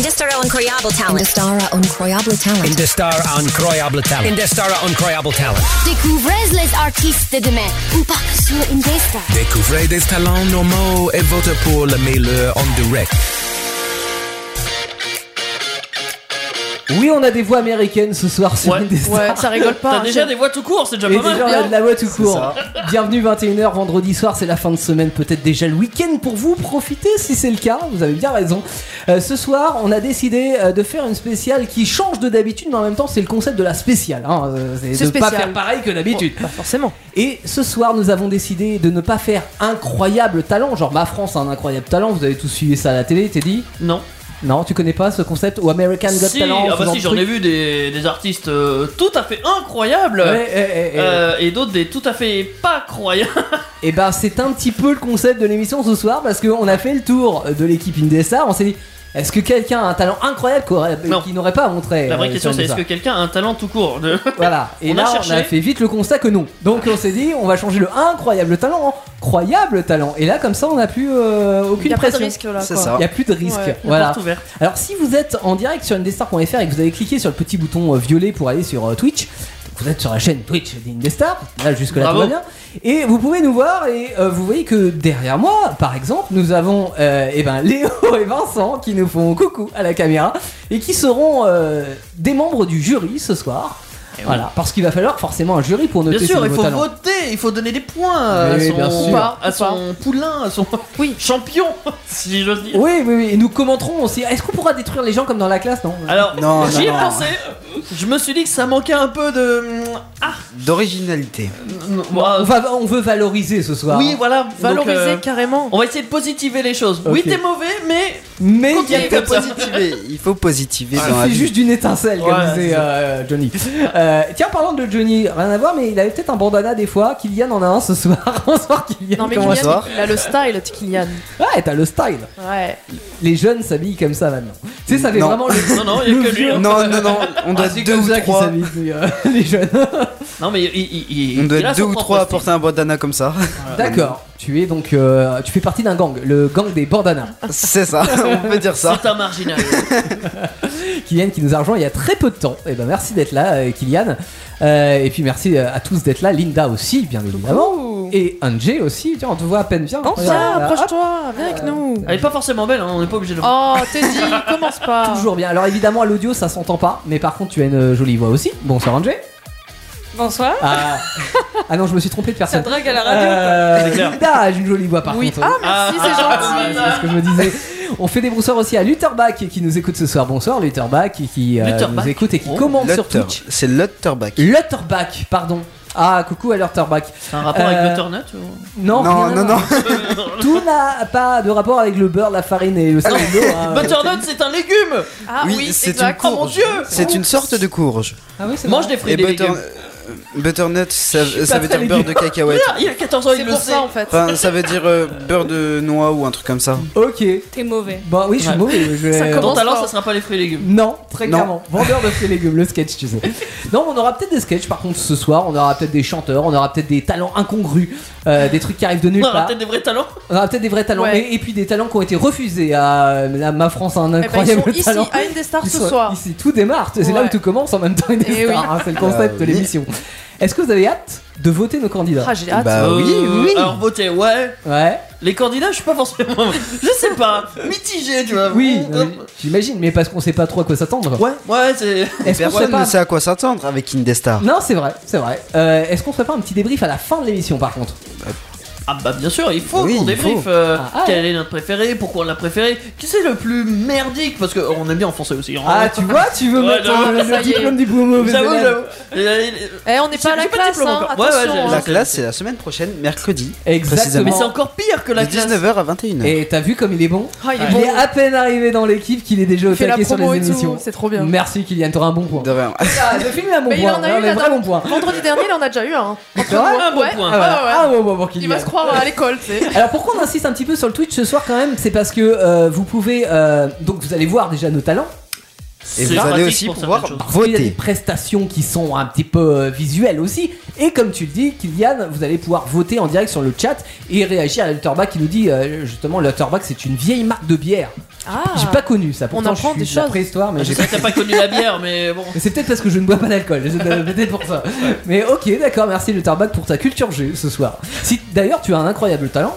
Indestara Incroyable Talent. Indestara Incroyable Talent. Indestara Incroyable Talent. Indestara Incroyable Talent. Découvrez les artistes de demain. Ou pas sur Indestar. Découvrez des talents normaux et votez pour le meilleur en direct. Oui, on a des voix américaines ce soir sur Indestar. Ouais, ça rigole pas. T'as déjà des voix tout court, c'est déjà Et pas mal. déjà, on a de la voix tout court. Bienvenue 21h, vendredi soir, c'est la fin de semaine, peut-être déjà le week-end pour vous. Profitez si c'est le cas, vous avez bien raison. Ce soir, on a décidé de faire une spéciale qui change de d'habitude, mais en même temps, c'est le concept de la spéciale. Hein. C'est de ne pas faire pareil que d'habitude. Pas forcément. Et ce soir, nous avons décidé de ne pas faire incroyable talent. Genre, ma France a un incroyable talent, vous avez tous suivi ça à la télé, t'es dit ? Non. Non, tu connais pas ce concept ou American Got Si, Talent? ah bah si, j'en ai vu des artistes tout à fait incroyables et d'autres des tout à fait pas croyables. Et ben c'est un petit peu le concept de l'émission ce soir parce qu'on a fait le tour de l'équipe Indestar, on s'est dit est-ce que quelqu'un a un talent incroyable qui n'aurait pas à montrer? La vraie question c'est est-ce que quelqu'un a un talent tout court Voilà, et là on a fait vite le constat que non. Donc on s'est dit on va changer le incroyable talent en croyable talent. Et là comme ça on n'a plus aucune pression. Il n'y a pas de risque là. C'est ça. Il n'y a plus de risque. Ouais, voilà. Alors si vous êtes en direct sur indestar.fr et que vous avez cliqué sur le petit bouton violet pour aller sur Twitch, vous êtes sur la chaîne Twitch d'Indestar, là jusque là tout va bien. Et vous pouvez nous voir et vous voyez que derrière moi, par exemple, nous avons Léo et Vincent qui nous font coucou à la caméra et qui seront des membres du jury ce soir. Voilà, parce qu'il va falloir forcément un jury pour noter bien sûr, ses il faut talents. voter, il faut donner des points à son poulain, à son champion, si j'ose dire. Oui, et nous commenterons aussi. Est-ce qu'on pourra détruire les gens comme dans la classe, non? Alors, j'y ai pensé. Je me suis dit que ça manquait un peu d'originalité. On veut valoriser ce soir. Oui, voilà, valoriser carrément. On va essayer de positiver les choses. Oui, t'es mauvais, mais il faut positiver dans la c'est vie. juste d'une étincelle, comme disait Johnny. Tiens, parlant de Johnny, rien à voir, mais il avait peut-être un bandana des fois. Kylian en a un ce soir. Bonsoir Kylian. Non mais Kylian, il a le style de Kylian. Ouais, t'as le style. Ouais. Les jeunes s'habillent comme ça maintenant. Tu sais, ça fait vraiment le. Non, il y a que lui. Non, on doit être deux ou trois. Les jeunes. Non mais on doit être deux ou trois à porter un bandana comme ça. D'accord. Tu es donc, tu fais partie d'un gang, le gang des bandanas. C'est ça, on peut dire ça. C'est un marginal. Kylian qui nous a rejoint il y a très peu de temps. Et ben merci d'être là, Kylian. Et puis merci à tous d'être là. Linda aussi, bien évidemment. Et Angie aussi. Tiens, on te voit à peine bien. Viens, approche-toi, viens avec nous. Elle est pas forcément belle, hein, on n'est pas obligé de. Oh, t'es dit, commence pas. Toujours bien. Alors évidemment, à l'audio, ça s'entend pas. Mais par contre, tu as une jolie voix aussi. Bonsoir, Angie. Bonsoir. Ah non, je me suis trompé de personne. Ça drague à la radio. Linda a une jolie voix par contre. Ah merci, c'est gentil. C'est ce que je me disais. On fait des bonsoirs aussi à Lutterbach qui nous écoute ce soir. Bonsoir Lutterbach qui nous écoute et qui commente sur Twitch. C'est Lutterbach. Lutterbach, pardon. Ah, coucou à Lutterbach. C'est un rapport avec Butternut Non. Tout n'a pas de rapport avec le beurre, la farine et le sel d'eau. Butternut, c'est un légume. Ah oui, c'est exact. une courge. Oh mon Dieu. C'est une sorte de courge. Ah oui, c'est Mange des fruits et des légumes. Butternut, ça veut dire beurre de cacahuète. Il a 14 ans, il le sait. Ça, en fait. Enfin, ça veut dire beurre de noix ou un truc comme ça. Ok. T'es mauvais. Bon, oui, je suis mauvais. Ton talent, ça sera pas les fruits et légumes. Non, très clairement. Vendeur de fruits et légumes, le sketch, tu sais. Non, on aura peut-être des sketchs par contre ce soir. On aura peut-être des chanteurs, on aura peut-être des talents incongrus, des trucs qui arrivent de nulle part. On aura peut-être des vrais talents. On aura peut-être des vrais talents. Ouais. Et puis des talents qui ont été refusés à Ma France a un incroyable ils sont talent. ici à Indestar ce soir. Ici, tout démarre. C'est là où tout commence en même temps. Indestar, c'est le concept de l'émission. Est-ce que vous avez hâte de voter nos candidats? Ah, j'ai hâte. Bah oui. Alors voter, ouais. Ouais. Les candidats, je suis pas forcément. Je sais pas. Mitigé, tu vois. Oui, j'imagine, mais parce qu'on sait pas trop à quoi s'attendre. Ouais, c'est. Est-ce qu'on ferait Personne pas... ne sait à quoi s'attendre avec Indestar. Non, c'est vrai. Est-ce qu'on ferait pas un petit débrief à la fin de l'émission par contre? Ah bah bien sûr, il faut qu'on débriefe quel est notre préféré, pourquoi on l'a préféré, qui c'est le plus merdique, parce qu'on aime bien enfoncer aussi. Hein. Ah tu vois, tu veux mettre le diplôme du mauvais élève. On n'est pas à la classe, hein, attention. La classe c'est la semaine prochaine, mercredi. Exactement. Mais c'est encore pire que la de classe. 19h à 21h. Et t'as vu comme il est bon? Il est Il bon. est à peine arrivé dans l'équipe qu'il est déjà au taquet sur les émissions. C'est trop bien. Merci Kylian, t'auras un bon point. De rien. Le film a un bon Mais il point. en a eu un vrai bon point. Vendredi dernier, il en a déjà eu un. C'est vrai? Un bon point. Ah bon, Kylian. Il va se croire à l'école, tu sais. Alors pourquoi on insiste un petit peu sur le Twitch ce soir quand même? C'est parce que vous pouvez donc vous allez voir déjà nos talents. Et C'est vous allez pratique aussi pour pouvoir certaines choses. Il y a des voter. prestations qui sont un petit peu visuelles aussi. Et comme tu le dis, Kylian, vous allez pouvoir voter en direct sur le chat et réagir à Lutterback qui nous dit justement, Lutterback c'est une vieille marque de bière. Ah. J'ai pas connu ça. Pourtant, apprend je des suis de la choses. préhistoire, mais Je j'ai sais que t'as pas connu la bière, mais bon. Mais c'est peut-être parce que je ne bois pas d'alcool, c'est peut-être pour ça. Mais ok, d'accord, merci Lutterback pour ta culture G ce soir. Si d'ailleurs tu as un incroyable talent,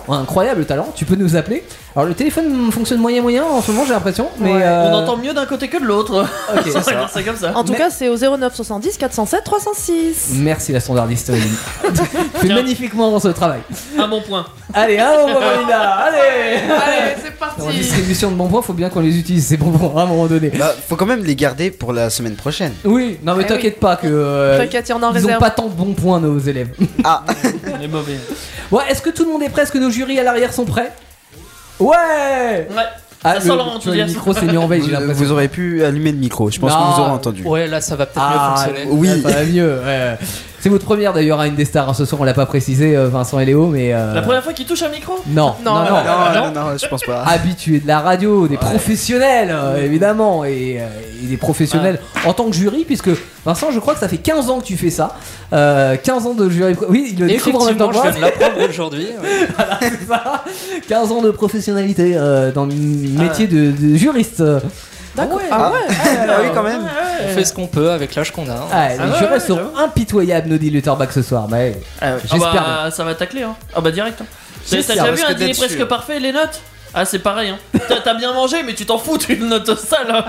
tu peux nous appeler. Alors le téléphone fonctionne moyen en ce moment, j'ai l'impression, mais On entend mieux d'un côté que de l'autre. Ok, C'est comme ça. En tout cas, c'est au 09 70 407 306. Merci la standardiste. Tu fais Tiens. magnifiquement ce travail. Un bon point. Allez, un bon point, Linda. Allez. Allez, c'est En parti. distribution de bons points, faut bien qu'on les utilise ces bons points à un moment donné. Bah, faut quand même les garder pour la semaine prochaine. Oui, non mais Eh t'inquiète pas que T'inquiète, il y en a en ils ont réserve. pas tant de bons points nos élèves. Ah, Les mauvais. Ouais, est-ce que tout le monde est prêt? Est-ce que nos jurys à l'arrière sont prêts? Ouais. Ouais. Ah, Ça sent leur tu vois, le enthousiasme. micro s'est mis en veille, j'ai l'impression. vous aurez pu allumer le micro. Je pense Non. que vous aurez entendu. Ouais, là ça va peut-être mieux Ah, fonctionner. Oui. ça va mieux. Ouais. C'est votre première d'ailleurs à Indestar, hein. Ce soir on l'a pas précisé, Vincent et Léo, mais La première fois qu'il touche un micro. non, Non, Non, je pense pas. habitués de la radio, des professionnels évidemment, et des professionnels en tant que jury, puisque Vincent, je crois que ça fait 15 ans que tu fais ça. 15 ans de jury. Oui, il le découvre en même temps Effectivement, que je moi. viens de l'apprendre aujourd'hui. Ouais. Voilà, c'est ça. 15 ans de professionnalité dans le métier de juriste. D'accord. Ouais. Ah ouais. Ah oui, quand même. On fait ce qu'on peut avec l'âge qu'on a. hein. Ah, les Ah ouais, jurés ouais, seront impitoyables, nous dit Lutterback ce soir. Mais j'espère. bah, ça va tacler, hein. Ah bah direct. Hein. T'as J'espère, déjà parce vu un que dîner d'être presque sûr. parfait, les notes? Ah, c'est pareil, hein. T'as bien mangé, mais tu t'en fous d'une note sale, hein.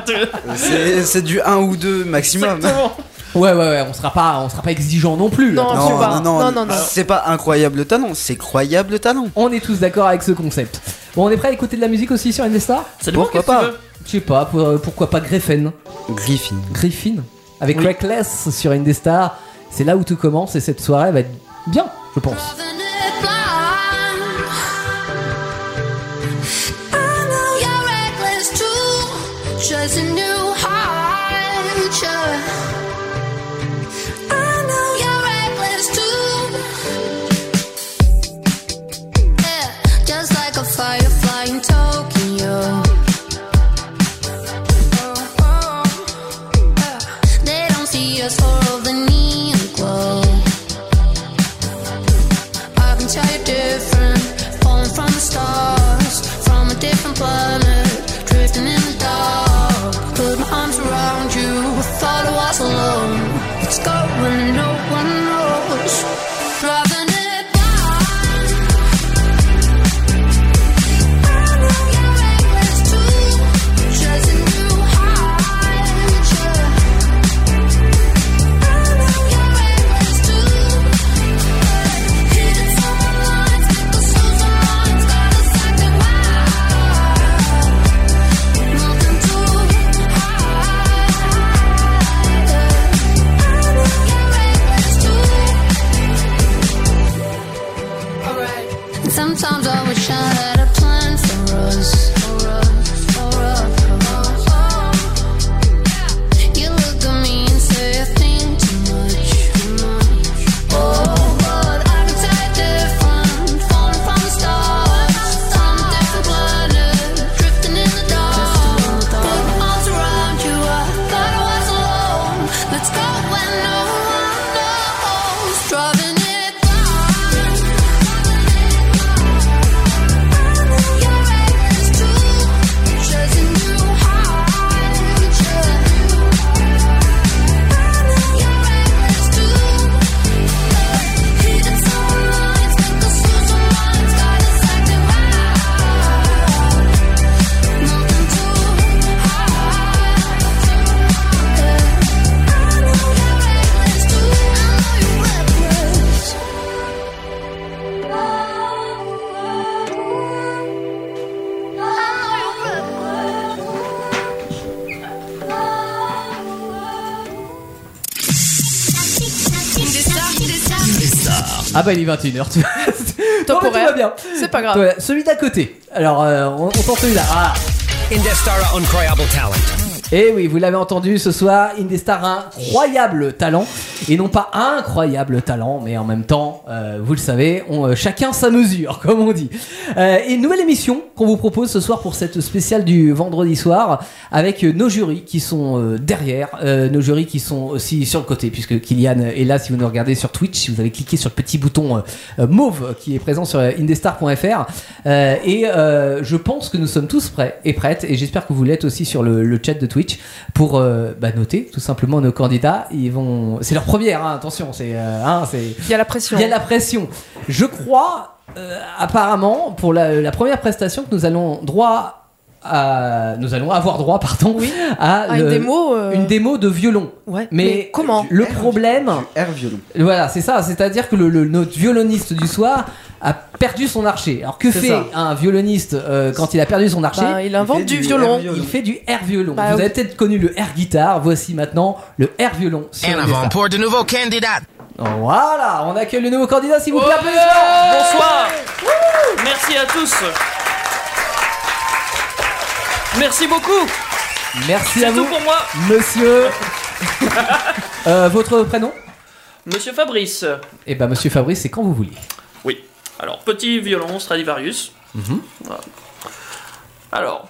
C'est du 1 ou 2 maximum. Exactement. Ouais, on sera pas exigeant non plus. Non. Attention. Non. C'est pas incroyable talent, c'est croyable talent. On est tous d'accord avec ce concept. Bon, on est prêt à écouter de la musique aussi sur Indestar? Ça dépend, Pourquoi qu'est-ce que tu pas veux. Je sais pas, pourquoi pas Griffin? Griffin. Avec Oui. Reckless sur Indestar. C'est là où tout commence et cette soirée va être bien, je pense. Just a new heart, yeah. I know you're reckless too. Yeah, just like a firefly in Tokyo. They don't see us for all the neon glow. I can tell you're different, falling from the stars, from a different planet, drifting in the dark. Put my arms around you, I thought I was alone. Let's go where no one knows. Driving it by. I know you're reckless too. Just a new height, yeah. I know you're reckless too. Hitting some lines, make us lose our minds. Got us acting wild. Nothing to sometimes I wish I had a plan for us. You look at me and say I think too much. Oh, but I can tell you're different, falling from the stars, on a different planet, drifting in the dark. Put my arms around you, I thought I was alone. Let's go when no one knows. Driving it by. Ah bah il est 21h, tu vois. Top Non, mais tout horaire. va bien. C'est pas grave. Ouais, celui d'à côté. Alors, on tente celui-là. Ah. Indestar Incroyable Talent. Et oui, vous l'avez entendu ce soir, Indestar a un incroyable talent. Et non pas incroyable talent, mais en même temps, vous le savez, chacun sa mesure, comme on dit. Et une nouvelle émission qu'on vous propose ce soir pour cette spéciale du vendredi soir, avec nos jurys qui sont derrière, nos jurys qui sont aussi sur le côté, puisque Kylian est là si vous nous regardez sur Twitch, si vous avez cliqué sur le petit bouton mauve qui est présent sur indestar.fr. Je pense que nous sommes tous prêts et prêtes, et j'espère que vous l'êtes aussi sur le chat de Twitch pour noter tout simplement nos candidats. C'est leur première, hein, attention, il y a la pression. Il y a la pression. Je crois apparemment pour la première prestation que nous allons avoir droit à une démo de violon. Ouais. Mais comment le problème, air violon. Voilà, c'est ça. C'est-à-dire que notre violoniste du soir a perdu son archet. Alors que fait un violoniste quand il a perdu son archet? Il invente du violon. Il fait du air violon. Vous avez peut-être connu le air guitare. Voici maintenant le air violon. Et avant pour de nouveaux candidats. Voilà, on accueille le nouveau candidat, s'il vous plaît. Bonsoir. Merci à tous. Merci beaucoup. Merci à vous. C'est tout pour moi. Monsieur. Votre prénom? Monsieur Fabrice. Eh ben, Monsieur Fabrice, c'est quand vous voulez. Oui. Alors, petit violon Stradivarius. Voilà. Alors.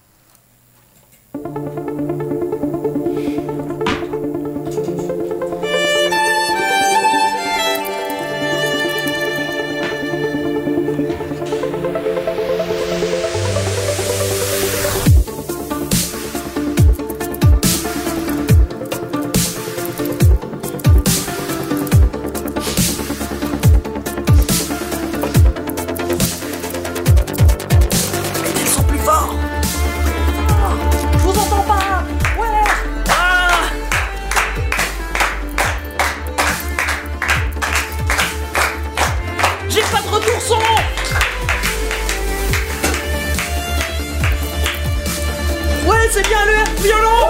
C'est bien le violon.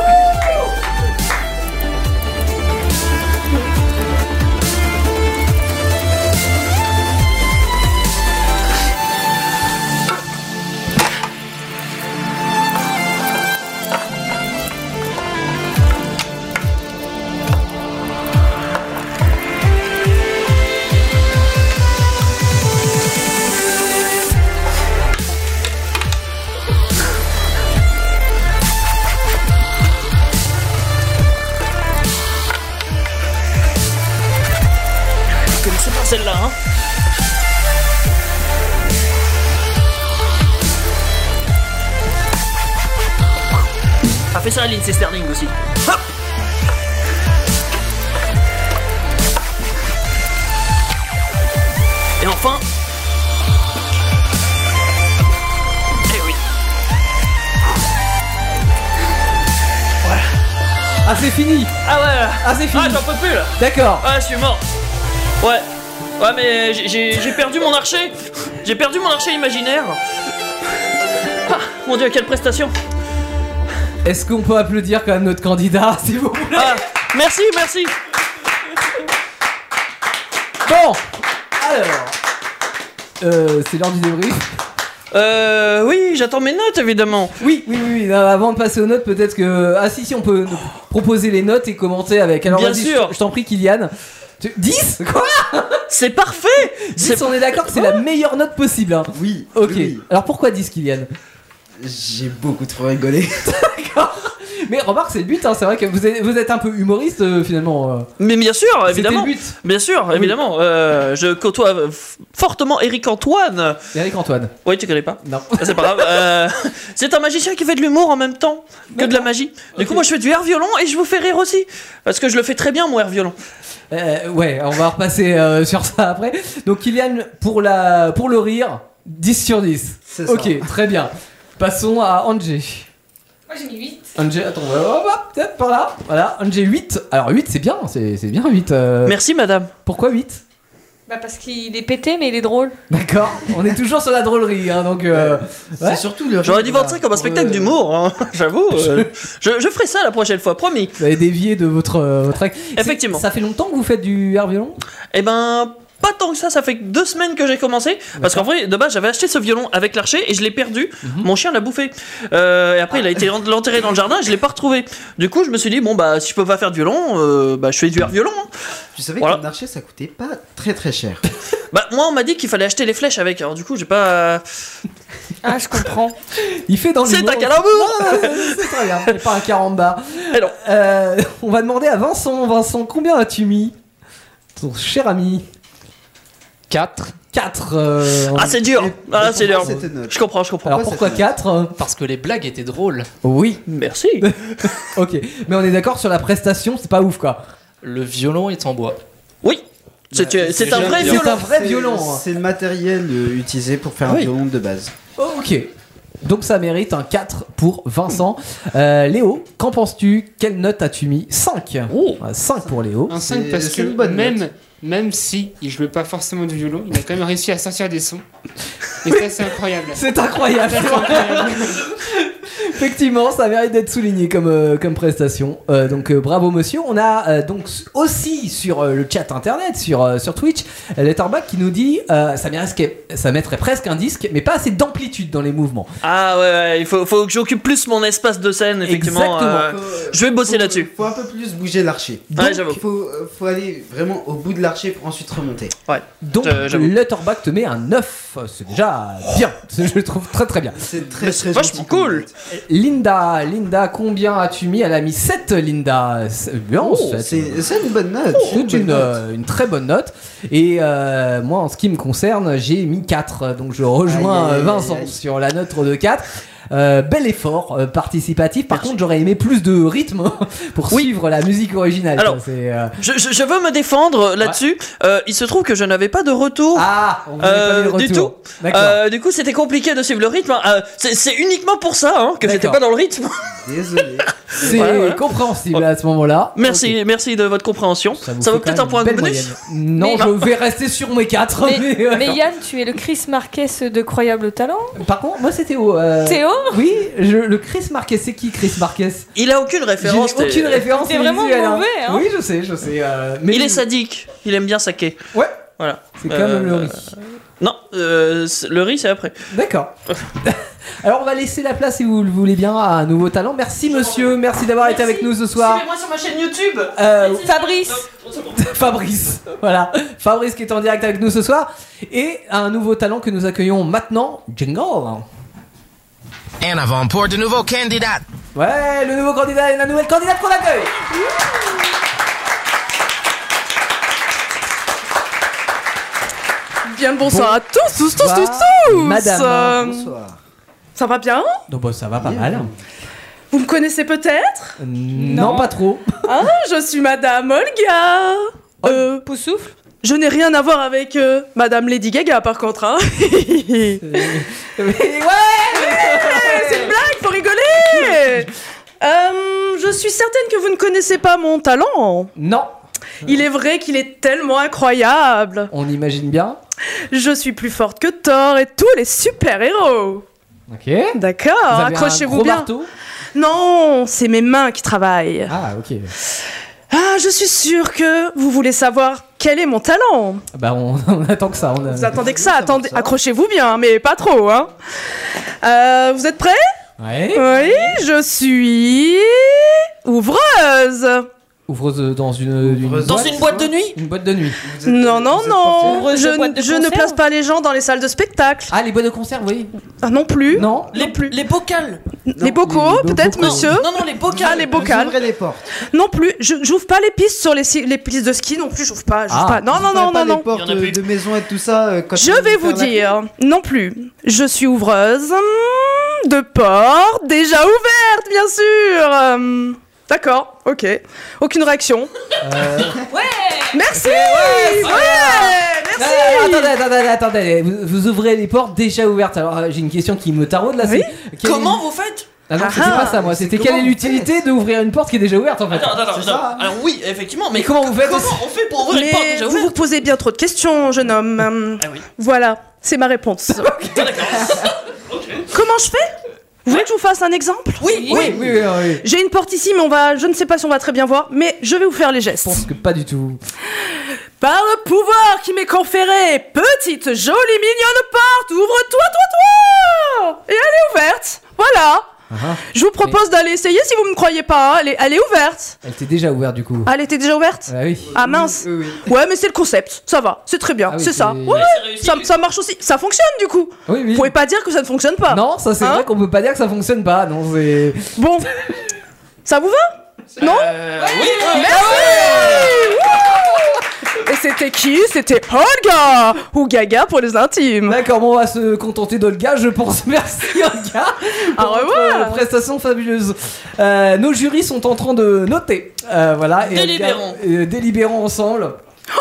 Celle-là, hein. Ah, fais ça à Lindsay Sterling aussi. Hop. Et enfin. Eh oui. Voilà. Ah, c'est fini. Ah ouais. Ah, c'est fini. Ah, j'en peux plus là. D'accord. Ah, je suis mort. Ouais. Ouais, mais j'ai perdu mon archer. J'ai perdu mon archer imaginaire. Ah, mon Dieu, quelle prestation. Est-ce qu'on peut applaudir quand même notre candidat, s'il vous plaît? Ah, merci, merci. Bon, alors, c'est l'heure du débrief. Oui, j'attends mes notes évidemment. Oui. Avant de passer aux notes, peut-être que... Ah si, on peut proposer les notes et commenter avec. Alors, bien sûr. Je t'en prie, Kylian. 10? Quoi? C'est parfait. 10, on est d'accord que c'est la meilleure note possible, hein. Oui. Ok. Oui. Alors pourquoi 10, Kylian? J'ai beaucoup trop rigolé. D'accord. Mais remarque, c'est le but, hein. C'est vrai que vous êtes un peu humoriste finalement. Mais bien sûr, évidemment. C'était le but. Bien sûr, évidemment. Je côtoie fortement Eric Antoine. Eric Antoine. Oui, tu connais pas? Non. C'est pas grave. C'est un magicien qui fait de l'humour en même temps que de la magie. Du coup, moi je fais du air violon et je vous fais rire aussi. Parce que je le fais très bien, mon air violon. Ouais, on va repasser sur ça après. Donc Kylian, pour le rire, 10 sur 10. C'est ça. Ok, très bien. Passons à Angé. Moi j'ai mis 8. Angé, attends, peut-être par là. Voilà, Angé 8. Alors 8, c'est bien, c'est bien 8. Merci madame. Pourquoi 8? Bah parce qu'il est pété mais il est drôle. D'accord, on est toujours sur la drôlerie, hein, donc... C'est surtout le... J'aurais dû vendre ça comme un spectacle d'humour, hein. J'avoue. Je ferai ça la prochaine fois, promis. Vous avez dévié de votre acte. Effectivement. Ça fait longtemps que vous faites du air violon? Eh ben, pas tant que ça fait que 2 semaines que j'ai commencé. Parce qu'en vrai, de base, j'avais acheté ce violon avec l'archet et je l'ai perdu. Mon chien l'a bouffé. Et après, il a été enterré dans le jardin et je l'ai pas retrouvé. Du coup, je me suis dit, bon, bah, si je peux pas faire de violon, bah, je fais du air violon. Hein. Tu savais Voilà. qu'un archer ça coûtait pas très très cher. Bah, moi, on m'a dit qu'il fallait acheter les flèches avec. Alors, du coup, j'ai pas. Ah, je comprends. Il fait dans C'est l'humour. un calembour. Ah, c'est très bien, c'est pas un caramba. Alors. On va demander à Vincent. Vincent, combien as-tu mis? Ton cher ami. 4. 4. Ah, c'est dur. Ah, c'est dur. Cette note. Je comprends. Alors pourquoi 4? Parce que les blagues étaient drôles. Oui. Merci. Ok. Mais on est d'accord sur la prestation, c'est pas ouf quoi. Le violon est en bois. Oui. C'est un vrai C'est violon. un vrai violon. Hein. C'est le matériel utilisé pour faire un Oui. violon de base. Ok. Donc ça mérite un 4 pour Vincent. Léo, qu'en penses-tu? Quelle note as-tu mis? 5. Oh. 5 pour Léo. Un 5 C'est- parce c'est que une bonne même si il jouait pas forcément du violon, il a quand même réussi à sortir des sons. Et ça, c'est incroyable. C'est incroyable. Ça, c'est incroyable. Effectivement, ça mérite d'être souligné comme prestation. Donc bravo monsieur. On a donc aussi sur le chat internet, sur Twitch, Letterback qui nous dit ça mettrait presque un disque, mais pas assez d'amplitude dans les mouvements. Ah ouais, il faut que j'occupe plus mon espace de scène, effectivement. Exactement. Je vais bosser là-dessus. Faut un peu plus bouger l'archer. Ouais, j'avoue. Faut aller vraiment au bout de l'archer pour ensuite remonter. Ouais. Donc J'avoue. Letterback te met un 9. C'est déjà bien. Je le trouve très très bien. C'est très Mais très c'est vachement gentil comme cool. note. Linda, combien as-tu mis? Elle a mis 7, Linda. Bien, Oh, 7. c'est une bonne note. C'est bonne note. une très bonne note. Et moi, en ce qui me concerne, j'ai mis 4. Donc je rejoins Aïe, aïe, aïe, Vincent aïe. sur la note de 4. Bel effort participatif. Par contre, j'aurais aimé plus de rythme pour Oui. suivre la musique originale. Alors, Ça, c'est, Je veux me défendre là-dessus. Il se trouve que je n'avais pas de retour. Ah, on vous avait pas mis le retour. du tout. D'accord. Du coup, c'était compliqué de suivre le rythme. C'est uniquement pour ça que j'étais D'accord. pas dans le rythme. Désolé. C'est voilà. compréhensible à ce moment-là. Merci, merci de votre compréhension. Ça vous vaut fait peut-être quand un point de même une belle bonus. moyenne. Non, Mais- je vais rester sur mes 4. Mais Yann, tu es le Chris Marquez de Croyable Talent. Par contre, moi c'était Théo. Théo Oui, le Chris Marquez, c'est qui Chris Marquez? Il a aucune J'ai référence. aucune référence. C'est vraiment visuelle, mauvais, hein. Oui, je sais. Mais Il est sadique. Il aime bien saquer. Ouais. Voilà. C'est comme le riz. Non, le riz c'est après. D'accord. Alors on va laisser la place si vous le voulez bien à un nouveau talent. Merci monsieur, merci d'avoir été avec nous ce soir. Suivez-moi sur ma chaîne YouTube. Fabrice. Fabrice, voilà, Fabrice qui est en direct avec nous ce soir et un nouveau talent que nous accueillons maintenant, Jingle. En avant pour de nouveaux candidats. Ouais, le nouveau candidat et la nouvelle candidate qu'on accueille. Bien le bonsoir à tous. Madame. Bonsoir. Ça va bien? Donc bon, ça va pas mal. Vous me connaissez peut-être? Non, pas trop. Ah, je suis Madame Olga. Poussoufle. Je n'ai rien à voir avec Madame Lady Gaga par contre. Hein. Ouais. C'est une blague, faut rigoler. Je suis certaine que vous ne connaissez pas mon talent. Non. Il est vrai qu'il est tellement incroyable. On imagine bien. Je suis plus forte que Thor et tous les super-héros. Ok. D'accord, Vous avez un accrochez-vous gros bien. marteau. Non, c'est mes mains qui travaillent. Ah, ok. Ah, je suis sûre que vous voulez savoir quel est mon talent. Bah, on attend que ça. Vous attendez que ça, attendez, accrochez-vous bien, mais pas trop, hein. Vous êtes prêts? Ouais. Oui, je suis ouvreuse. Ouvreuse dans une Dans une boîte de nuit. Une boîte de nuit. Non, non, non. Ouvreuse de boîte de Je ne conserve. place pas les gens dans les salles de spectacle. Ah, les boîtes de conserve, oui. Ah, non plus. Non. Les bocales. Les bocaux, les peut-être, bocaux. monsieur. Non, les bocales. Ah, les Vous bocales. ouvrez les portes. Non plus. J'ouvre pas les pistes sur les pistes de ski non plus. J'ouvre pas. Ah. Pas. Non, Vous non, ouvrez non, pas non, les non. portes Il y en a plus. de maison et tout ça. Quand Je vous vais vous faire la dire, non plus. Je suis ouvreuse de porte déjà ouverte, bien sûr. D'accord, ok. Aucune réaction. Ouais. Merci. Ouais, merci. Attendez. Vous ouvrez les portes déjà ouvertes. Alors, j'ai une question qui me taraude là. Oui. C'est quelle Comment est- vous faites? Ah non, Ah c'était pas ça, moi. C'était comment quelle est vous l'utilité d'ouvrir une porte qui est déjà ouverte en fait? Attends. C'est ça. Alors oui, effectivement, mais Mais comment vous faites Comment on fait pour ouvrir une porte Mais déjà vous vous ouverte? posez bien trop de questions, jeune homme. Ah oui. Voilà, c'est ma réponse. Comment je fais? Vous voulez que je vous fasse un exemple? Oui. Oui. J'ai une porte ici, mais je ne sais pas si on va très bien voir, mais je vais vous faire les Je gestes. pense que pas du tout. Par le pouvoir qui m'est conféré, petite, jolie, mignonne porte, ouvre-toi, toi. Et elle est ouverte. Voilà. Je vous propose d'aller essayer si vous me croyez pas. Hein. Elle est ouverte. Elle était déjà ouverte du coup. Ah, elle était déjà ouverte? Ah oui. Ah mince. Oui. Ouais, mais c'est le concept. Ça va, c'est très bien, Ah oui, c'est ça. c'est- Ouais, c'est réussi. ça marche aussi. Ça fonctionne du coup. Oui, oui. Vous pouvez pas dire que ça ne fonctionne pas. Non, ça c'est Hein vrai qu'on peut pas dire que ça fonctionne pas. Non, c'est. Bon. Ça vous va? Non? Oui. Et c'était qui? C'était Olga ou Gaga pour les intimes. D'accord, bon, on va se contenter d'Olga, je pense. Merci Olga. Au pour revoir. votre prestation fabuleuse. Nos jurys sont en train de noter. Voilà. Et Délibérons. Olga, délibérons ensemble.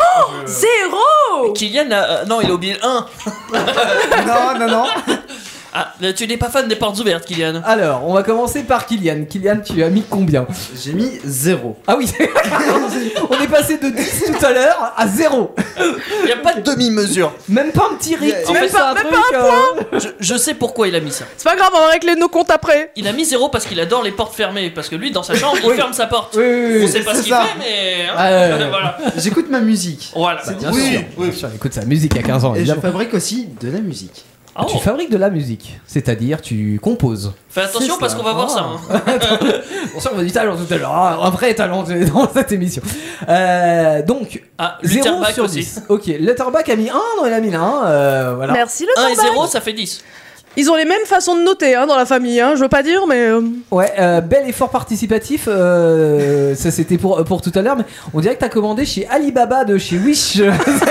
0. Kylian a... Non, il a oublié le 1. Non. Ah, tu n'es pas fan des portes ouvertes, Kylian. Alors, on va commencer par Kylian. Kylian, tu as mis combien? J'ai mis 0. Ah oui, on est passé de 10 tout à l'heure à 0. Il n'y a pas de demi-mesure. Même pas un petit riz. En fait, truc. Je sais pourquoi il a mis ça. C'est pas grave, on va régler nos comptes après. Il a mis 0 parce qu'il adore les portes fermées. Parce que lui, dans sa chambre, il Oui. ferme sa porte. Oui. On sait pas c'est ce qu'il ça. fait, mais. hein, Ah, ouais. voilà. J'écoute ma musique. Voilà. Bien Oui. sûr, bien sûr. Écoute, sa musique à 15 ans, Et je évidemment. fabrique aussi de la musique. Oh. Tu fabriques de la musique, c'est-à-dire tu composes. Fais attention C'est parce ça. qu'on va voir ça. hein. Bon, ça, on a du talent tout à l'heure, hein, un vrai talent dans cette émission. Donc, Ah, 0 Lutherback sur aussi. 10. Ok, Letterback a mis 1, non, il a mis 1. Voilà. Merci le 1 et tabac. 0, ça fait 10. Ils ont les mêmes façons de noter dans la famille, je veux pas dire, mais. Ouais, bel effort participatif. Ça, c'était pour tout à l'heure, mais on dirait que t'as commandé chez Alibaba de chez Wish.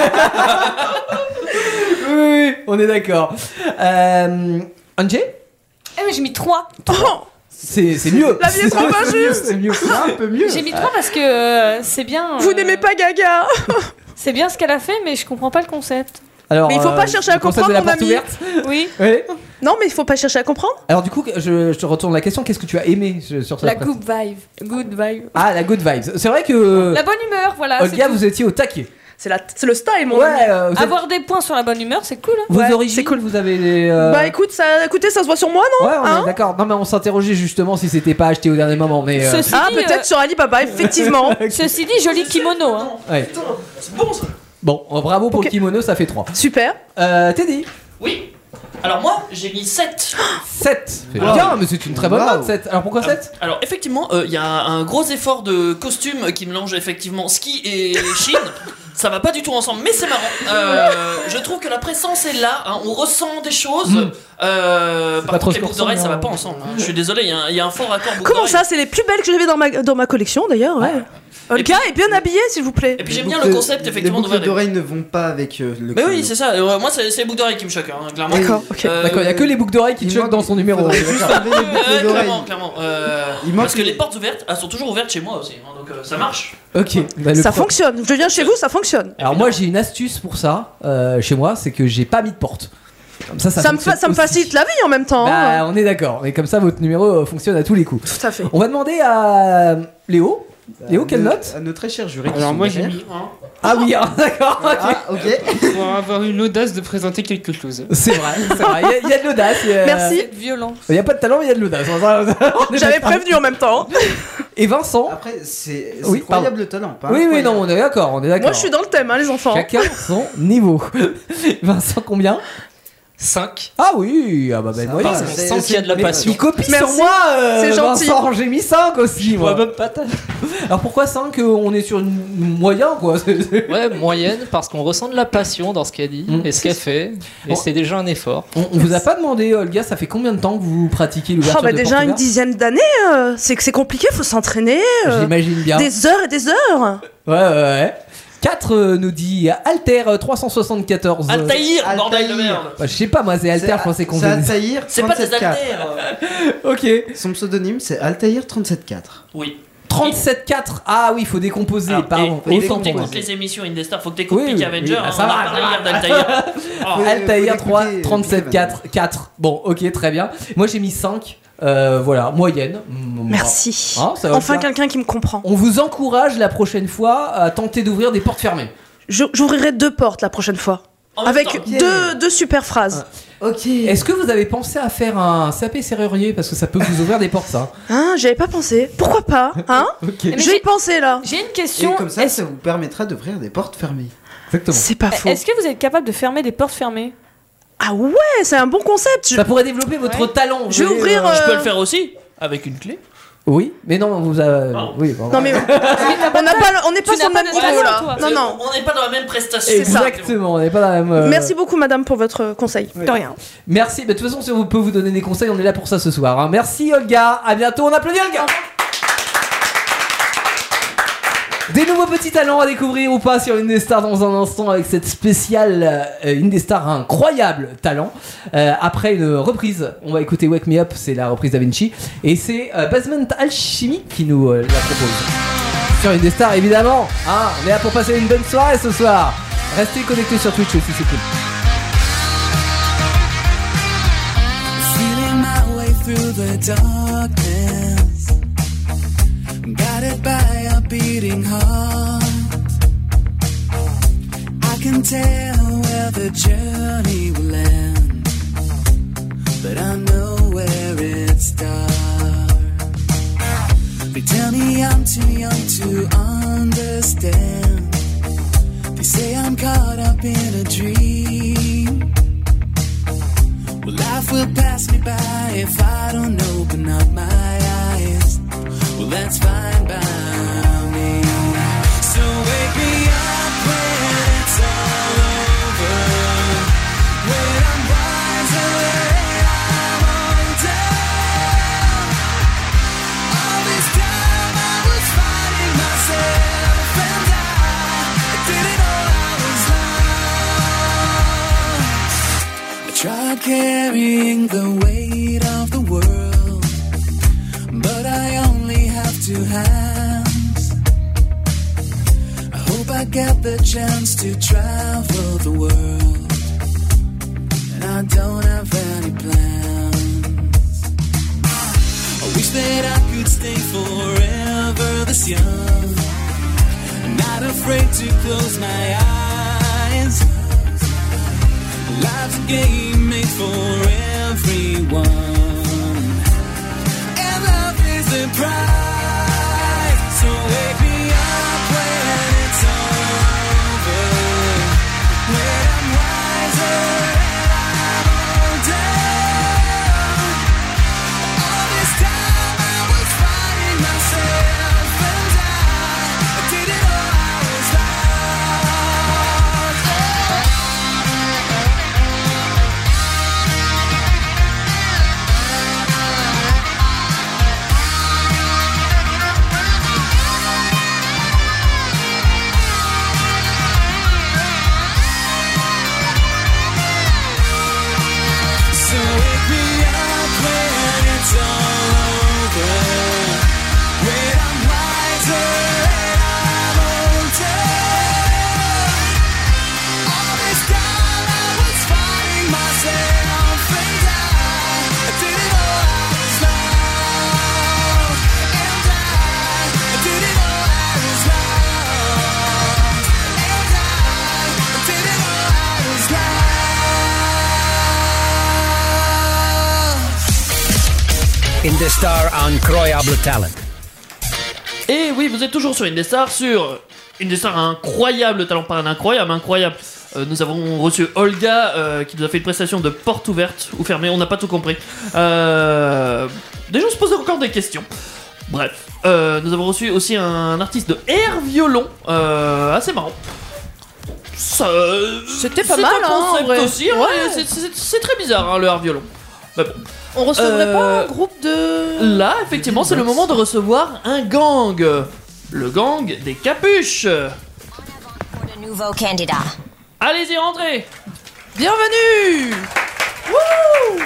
Oui, on est d'accord. Angie, Eh mais j'ai mis 3. Oh, c'est mieux. La vie est trop injuste. C'est mieux. C'est un peu mieux. J'ai mis 3 parce que c'est bien. vous n'aimez pas Gaga. C'est bien ce qu'elle a fait, mais je comprends pas le concept. Alors, Mais il faut pas chercher à le concept comprendre, de la mon porte ami. ouverte. Oui. Oui. Non, mais il faut pas chercher à comprendre. Alors du coup, je te retourne la question. Qu'est-ce que tu as aimé sur La cette good vibe. Good vibe. Ah, la good vibes. C'est vrai que La bonne humeur, voilà. c'est Olga, tout. vous étiez au taquet. C'est le style, mon Ouais. ami. Vous êtes- Avoir des points sur la bonne humeur, c'est cool. Hein. vos Ouais, origines, c'est cool. vous avez des. Bah écoute, ça se voit sur moi, non? Ouais, on Hein est d'accord. Non, mais on s'interrogeait justement si c'était pas acheté au dernier moment, mais. Ceci Ah, dit, peut-être sur Alibaba, effectivement. Ceci dit, joli kimono. Hein. Ouais. C'est bon ça. Bon, bravo pour Ok. le kimono, ça fait 3. Super. Teddy, Oui. Alors moi, j'ai mis 7. 7. Wow. Bien, mais c'est une très bonne Wow. note, 7. Alors pourquoi 7? Alors effectivement, il y a un gros effort de costume qui mélange effectivement ski et Chine. Ça va pas du tout ensemble, mais c'est marrant. Je trouve que la présence est là, hein, on ressent des choses. pas Par trop contre, ce les qu'on boucles d'oreilles, ressent, ça va hein. pas ensemble. hein. Je suis désolé, il y a un fort raccord boucle Comment d'oreille. ça? C'est les plus belles que j'avais dans ma collection, d'ailleurs, ouais. Olga est bien habillée, s'il vous plaît. Et puis j'aime bien le concept effectivement Les d'ouvrir boucles les... d'oreilles ne vont pas avec le. Mais oui, kimono. c'est ça. Moi, c'est les boucles d'oreilles qui me choquent, hein, clairement. D'accord, ok. D'accord, il y a que les boucles d'oreilles qui Il choquent manque- dans son numéro. faudrait juste enlever les boucles d'oreilles. Clairement. Il manque Parce que les- les portes ouvertes, elles sont toujours ouvertes chez moi aussi. hein, donc ça marche. Ok. Bah, le Ça pro- fonctionne. Je viens chez vous, ça fonctionne. Alors moi j'ai une astuce pour ça chez moi, c'est que j'ai pas mis de porte. Comme ça Ça me fonctionne aussi. facilite la vie en même temps. Bah hein. on est d'accord. Et comme ça votre numéro fonctionne à tous les coups. Tout à fait. On va demander à Léo. Léo, quelle note? À nos très chers jurés. qui Alors sont moi j'ai derrière. mis 1 Ah oui, ah, d'accord. ok. Ah, ok. pour avoir eu l'audace de présenter quelque chose. C'est vrai, c'est vrai. Il y a de l'audace. Merci. C'est violent. Il y a pas de talent, mais il y a de l'audace. On est J'avais d'accord. prévenu en même temps. Et Vincent. Après, c'est Oui, incroyable le talent. Pas Oui, oui, incroyable. non, on est d'accord, on est d'accord. Moi, je suis dans le thème, les enfants. Chacun son niveau. Vincent, combien? 5. Ah oui, ah bah ben Ça moyen. va, On c'est- sent qu'il y a de la Mais passion. il copie Merci. sur moi, C'est gentil. Vincent, j'ai mis 5 aussi, moi. Ouais, même pas ta- Alors pourquoi 5? On est sur une moyen, quoi. Ouais, moyenne, parce qu'on ressent de la passion dans ce qu'elle dit Mm. et ce qu'elle fait. Et Bon. c'est déjà un effort. On vous a pas demandé, Olga, ça fait combien de temps que vous pratiquez l'ouverture Oh, bah de déjà porte une ouverte? dizaine d'années, c'est que c'est compliqué, faut s'entraîner. J'imagine bien. Des heures et des heures. Ouais. 4 nous dit Alter 374. Altaïr, bordel de merde. Bah, je sais pas, moi c'est Alter, je pensais qu'on C'est faisait. Altaïr C'est pas des 37.4. altères. Ok. Son pseudonyme, c'est Altaïr 37.4. Oui. 37.4. Ah oui, faut décomposer, Alors, pardon. et Faut quand décomposer. t'écoutes les émissions Indestar, faut que t'écoutes Oui, Peak oui, Avenger. oui, hein, ça on va, a parlé ça hier va. d'Altaïr. Oh. Altaïr faut 3, écouter 37.4, 4. Bon, ok, très bien. Moi j'ai mis 5. Voilà, moyenne. Merci. Ah, ça va Enfin, bien. quelqu'un qui me comprend. On vous encourage la prochaine fois à tenter d'ouvrir des portes fermées. J'ouvrirai 2 portes la prochaine fois. En même Avec temps. deux super phrases. Ok. Est-ce que vous avez pensé à faire un CAP serrurier parce que ça peut vous ouvrir des portes, ça? Hein, j'avais pas pensé. Pourquoi pas, hein? Ok. Je vais y penser là. J'ai une Et question. comme ça, ça vous permettra d'ouvrir des portes fermées. Exactement. C'est pas faux. Est-ce que vous êtes capable de fermer des portes fermées? Ah ouais, c'est un bon concept. Ça pourrait développer votre talent. Je vais ouvrir. Je peux le faire aussi avec une clé. Oui, mais non, vous avez. Oui, bon. Non mais on n'est pas sur le même niveau là. toi. Non non. On n'est pas dans la même prestation. C'est ça. Exactement, on n'est pas dans la même. Merci beaucoup madame pour votre conseil. De rien. Merci. De toute façon, si on peut vous donner des conseils, on est là pour ça ce soir. Hein. Merci Olga. À bientôt. On applaudit Olga. Des nouveaux petits talents à découvrir ou pas sur Indestar dans un instant avec cette spéciale Indestar incroyable talent. Après une reprise, on va écouter Wake Me Up, c'est la reprise d'Avinci. Et c'est Basement Alchemy qui nous la propose. Sur Indestar évidemment. Hein, on est là pour passer une bonne soirée ce soir. Restez connectés sur Twitch aussi, c'est cool. Feeling my way through the darkness, guided by a beating heart. I can tell where the journey will end, but I know where it starts. They tell me I'm too young to understand. They say I'm caught up in a dream. Well, life will pass me by if I don't open up my eyes. Well, that's fine by me. So wake me up when it's all over, when I'm wiser and I'm older. All this time I was fighting myself, and I didn't know I was lost. I tried carrying the weight of the world, but I only have 2 hands. I hope I get the chance to travel the world, and I don't have any plans. I wish that I could stay forever this young, not afraid to close my eyes. Life's a game made for everyone, the prize. So wake me up when it's all over, when I'm wiser and I'm older. All this time I was fighting myself, and I didn't know I was lost. Indestar incroyable talent. Et oui, vous êtes toujours sur Indestar, sur Indestar incroyable talent, pas un incroyable. Nous avons reçu Olga qui nous a fait une prestation de porte ouverte ou fermée, on n'a pas tout compris. Des gens se posent encore des questions. Bref, nous avons reçu aussi un artiste de air violon, assez marrant. C'était pas c'est mal, un concept en vrai. aussi, hein, Ouais. c'est très bizarre hein, le air violon. Mais bon. On recevrait pas un groupe de... Là, effectivement, c'est le moment de recevoir un gang. Le gang des capuches. Le nouveau candidat. Allez-y, rentrez. Bienvenue. Wouh.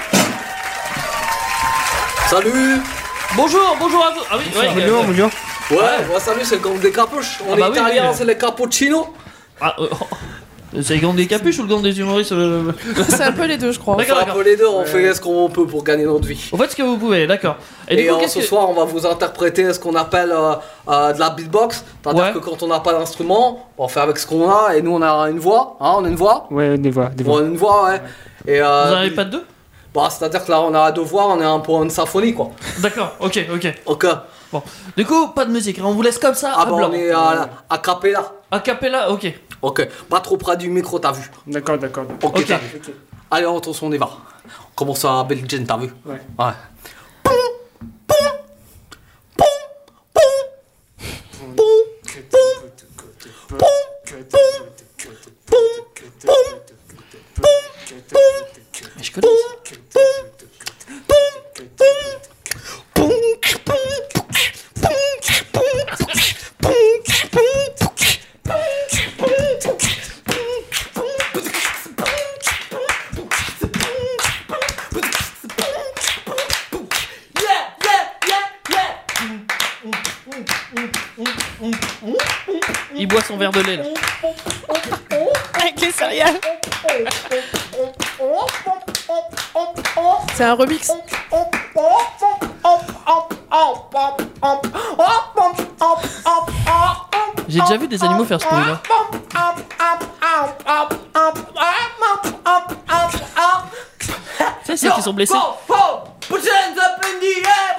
Salut. Bonjour à vous. Ah oui, ouais, bonjour. Ouais, salut, c'est le gang des capuches. On Ah est bah oui, italien, oui. c'est les cappuccino. Ah, C'est le gang des capuches ou le gang des humoristes C'est un peu les deux, je crois. On fait un peu les deux, on fait ce qu'on peut pour gagner notre vie. Vous faites ce que vous pouvez, d'accord. Et du coup, ce soir, on va vous interpréter ce qu'on appelle de la beatbox. C'est-à-dire que quand on n'a pas d'instrument, on fait avec ce qu'on a. Et nous, on a une voix. Hein, on a une voix. Ouais, des voix. On a une voix, ouais. Et, vous en avez pas deux? Bah, c'est-à-dire que là, on a deux voix, on est un peu une symphonie, quoi. D'accord, ok. Ok. Bon, du coup, pas de musique, hein, on vous laisse comme ça. Ah, bah, on est à cappella. A cappella, ok. Ok, pas trop près du micro, t'as vu. D'accord. Ok, t'as vu. Allez, attention, on y va. On commence à Belgian, t'as vu. Ouais. Je connais Il boit son verre de lait là. Avec les céréales. C'est un remix. J'ai déjà vu des animaux faire ce bruit là. C'est ceux qui sont blessés. Put your hands up in the air.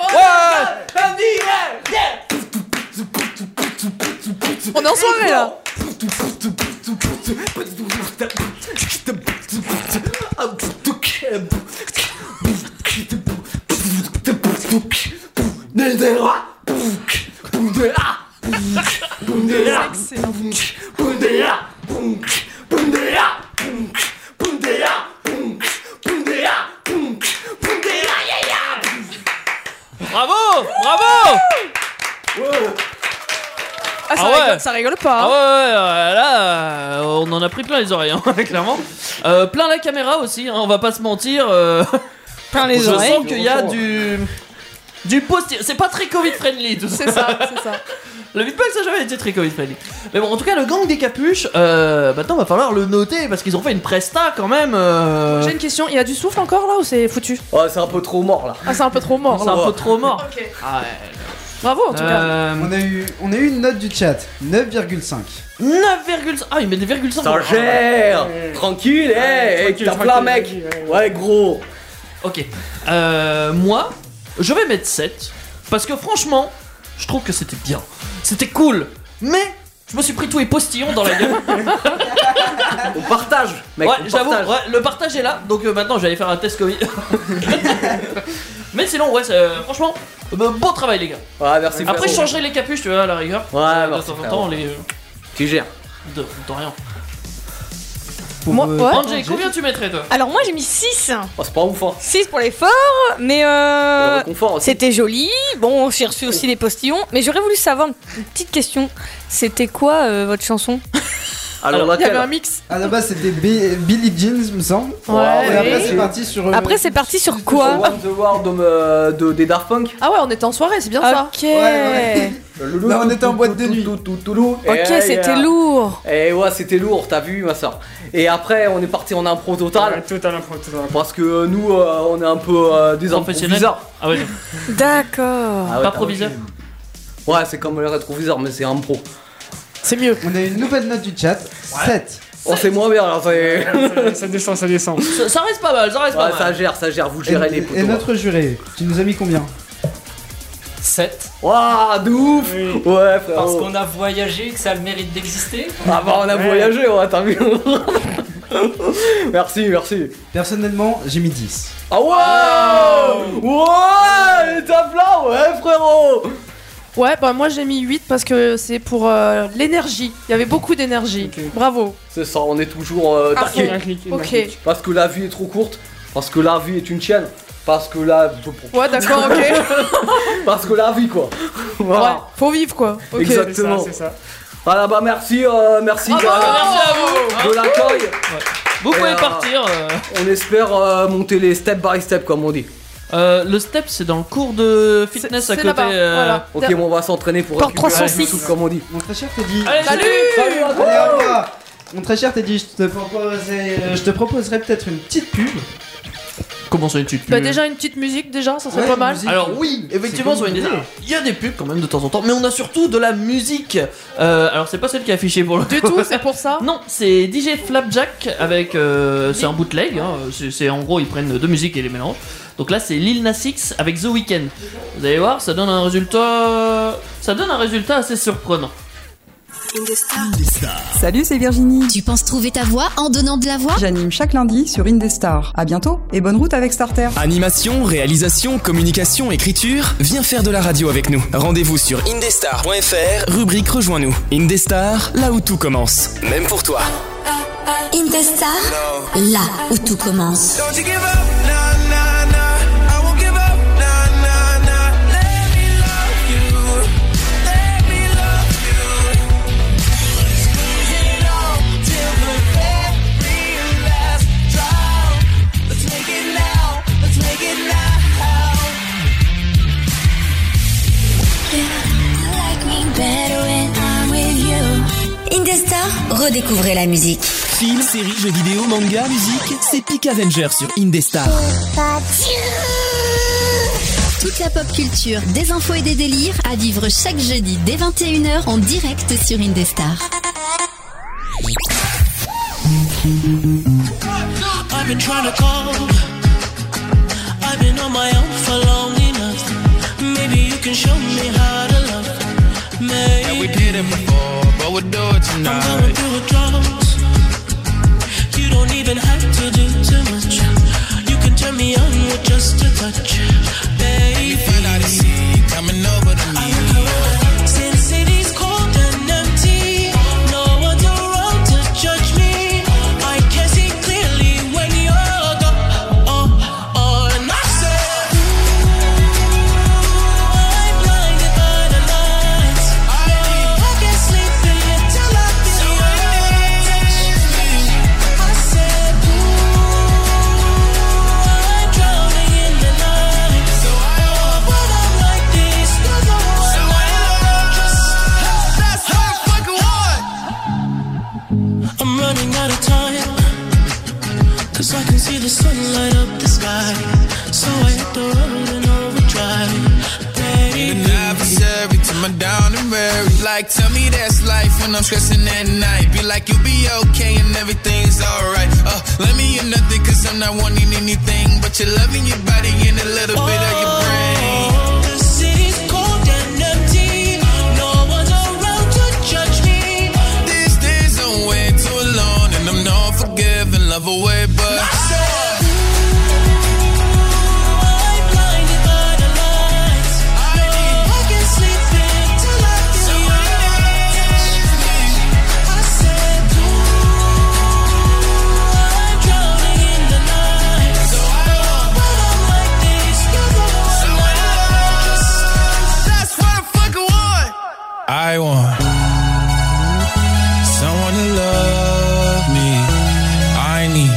On est en soirée là. Bravo. Ah, ça rigole pas. Ah ouais, là, on en a pris plein les oreilles, hein, clairement. Plein la caméra aussi, hein, on va pas se mentir. Plein les oreilles. Je sens qu'il y a du post. C'est pas très Covid friendly tout ça. C'est ça. Le beatbox a jamais été très Covid friendly. Mais bon, en tout cas, le gang des capuches, maintenant va falloir le noter parce qu'ils ont fait une presta quand même. J'ai une question, il y a du souffle encore là ou c'est foutu? Ouais, c'est un peu trop mort là. Ah, c'est un peu trop mort. C'est un peu trop mort. Ok. Ah ouais. Bravo en tout cas. On a eu une note du chat, 9,5. 9,5. Ah, il met des virgule 5. Ça gère. Tranquille, t'as plein mec. Ouais, gros. Ok. Moi, je vais mettre 7. Parce que franchement, je trouve que c'était bien. C'était cool. Mais je me suis pris tous les postillons dans la gueule. On partage, mec. Ouais, on j'avoue, partage. ouais, le partage est là. Donc maintenant, j'allais faire un test Covid. Mais sinon, ouais, franchement, bon travail, les gars. Ouais, merci. Après, je frérot. changerai les capuches, tu vois, à la rigueur. Ouais, de merci, temps en frérot. temps, les. Tu gères. De rien. Moi, ouais. Angé, combien tu mettrais, toi? Alors moi j'ai mis 6. Oh, c'est pas ouf, hein. 6 pour l'effort, mais Le réconfort aussi. c'était joli. Bon, j'ai reçu aussi des postillons, mais j'aurais voulu savoir une petite question. C'était quoi votre chanson? Alors, Il y avait laquelle un mix. À la base c'était Billie Jean, me semble. Ouais. Et après Oui. c'est parti sur. Après c'est parti sur quoi? One the World des Daft Punk. Ah ouais, on était en soirée, c'est bien ça. Ok. Là on était en boîte de nuit. Ok, c'était lourd. Et ouais, c'était lourd, t'as vu, ma soeur. Et après, on est parti en impro total. Total impro. Parce que nous, on est un peu des Professionnels. improviseurs. Ah ouais, D'accord. Ah ouais, pas t'as proviseur. vu. Ouais, c'est comme le rétroviseur, mais c'est impro. C'est mieux. On a une nouvelle note du chat, 7. Oh, c'est moins bien, là. Ça descend. Ça reste pas mal, ça reste pas Ouais, mal. ça gère, vous gérez les potos. Et notre juré, tu nous as mis combien? 7. Waouh, de ouf. Oui. Ouais, frérot. Parce qu'on a voyagé, que ça a le mérite d'exister. Ah bah, on a voyagé, ouais, t'as vu. Merci. Personnellement, j'ai mis 10. Ah ouais. Ouais, tape là, ouais, frérot. Ouais, bah moi j'ai mis 8 parce que c'est pour l'énergie. Il y avait beaucoup d'énergie. Ok. Bravo. C'est ça, on est toujours À taqués. fond. Ok. Parce que la vie est trop courte. Parce que la vie est une chienne. Parce que la... Ouais, d'accord, ok. Parce que la vie, quoi. Ouais, Voilà. faut vivre quoi. Ok. Exactement. C'est ça. Voilà, bah merci, merci Bravo, merci à vous. de l'accueil. Vous Et, pouvez partir. On espère monter les step by step, comme on dit. Le step, c'est dans le cours de fitness à C'est côté. là-bas, voilà. Ok, bon, on va s'entraîner pour Porte récupérer 306. tout, comme on dit. Mon très cher Teddy. Allez, Salut. Allez, au revoir. Mon très cher Teddy, je te proposerais peut-être une petite pub. Comment ça, une petite pub? Bah déjà une petite musique déjà, ça serait pas mal. Alors oui, effectivement sur Indestar, il y a des pubs quand même de temps en temps, mais on a surtout de la musique. Alors c'est pas celle qui est affichée pour le Du tout, c'est pour ça. Non, c'est DJ Flapjack avec c'est un bootleg. Hein, c'est en gros ils prennent deux musiques et les mélangent. Donc là c'est Lil Nas X avec The Weeknd. Vous allez voir, ça donne un résultat assez surprenant. Indestar. Salut, c'est Virginie. Tu penses trouver ta voix en donnant de la voix? J'anime chaque lundi sur Indestar. À bientôt et bonne route avec Starter. Animation, réalisation, communication, écriture, viens faire de la radio avec nous. Rendez-vous sur indestar.fr, rubrique Rejoins-nous. Indestar, là où tout commence. Même pour toi. Indestar, là où tout commence. Indestar, redécouvrez la musique. Films, séries, jeux vidéo, manga, musique, c'est Peak Avenger sur Indestar. Toute la pop culture, des infos et des délires à vivre chaque jeudi dès 21h en direct sur Indestar. I've been trying to call. I've been on my own for long enough. Maybe you can show me how to love. Maybe. And we did it before, but we'll do it tonight. I'm going through withdrawals. You don't even have to do too much. You can turn me on with just a touch, baby. You find out the sea coming over to me. Since city's cold and empty, no one's around to judge me. I can see clearly when you're gone. And I said, I'm blinded by the lights. I can't sleep until I feel your touch. I said, I'm drowning in the night. So when I'm like this, there's no one That's how I fucking want. I'm running out of time, 'cause I can see the sun light up the sky. So I hit the road in overdrive, baby. An adversary to my down and weary. Like, tell me that's life when I'm stressing at night. Be like, you'll be okay and everything's alright. Let me in nothing, 'cause I'm not wanting anything but your love in your body and a little bit of your brain. The city's cold and empty. No one's around to judge me. These days I'm way too alone and I'm not forgiving, love away, but I said, I'm blinded by the lights. I can't sleep until I feel your touch. I said, I'm drowning in the night. So when I'm like this, you're the one that's what I fucking want. I want someone to love me. I need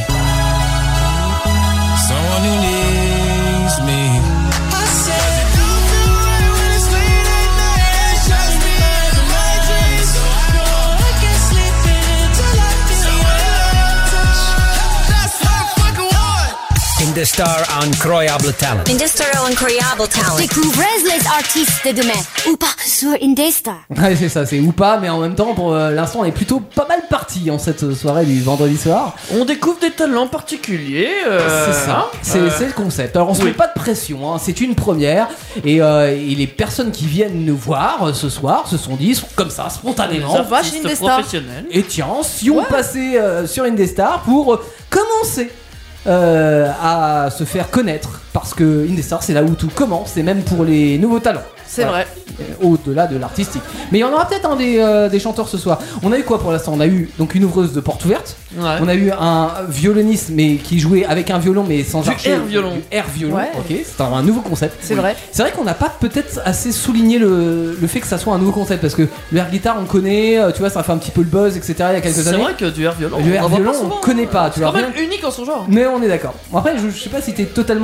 someone who needs me. I said, don't feel right when it's late at night. It's just me and my dreams. I can't sleep until I feel your touch. That's what I fucking want. Indestar Incroyable Talent. Indestar Incroyable Talent. Découvrez les artistes de demain ou pas sur Indestar. Ouais, c'est ça, c'est ou pas, mais en même temps, pour l'instant, on est plutôt pas mal parti en cette soirée du vendredi soir. On découvre des talents particuliers. C'est ça, c'est le concept. Alors on se met pas de pression, hein, c'est une première. Et les personnes qui viennent nous voir ce soir se sont dit comme ça, spontanément. Ça va chez Indestar. Et tiens, si on passait sur Indestar pour commencer à se faire connaître, parce que Indestar c'est là où tout commence, et même pour les nouveaux talents. C'est vrai. Au-delà de l'artistique. Mais il y en aura peut-être un des chanteurs ce soir. On a eu quoi pour l'instant? On a eu donc une ouvreuse de porte ouverte. Ouais. On a eu un violoniste mais qui jouait avec un violon mais sans archer. Air violon. Du air violon. Ouais. Ok, c'est un nouveau concept. C'est vrai. C'est vrai qu'on n'a pas peut-être assez souligné le fait que ça soit un nouveau concept, parce que le air guitare on connaît, tu vois, ça fait un petit peu le buzz, etc. Il y a quelques années. C'est vrai que du air violon. Le air on en voit violon pas souvent, on connaît pas. Tu C'est vois, quand même unique en son genre. mais on est d'accord. Après, je sais pas si t'es totalement impartial.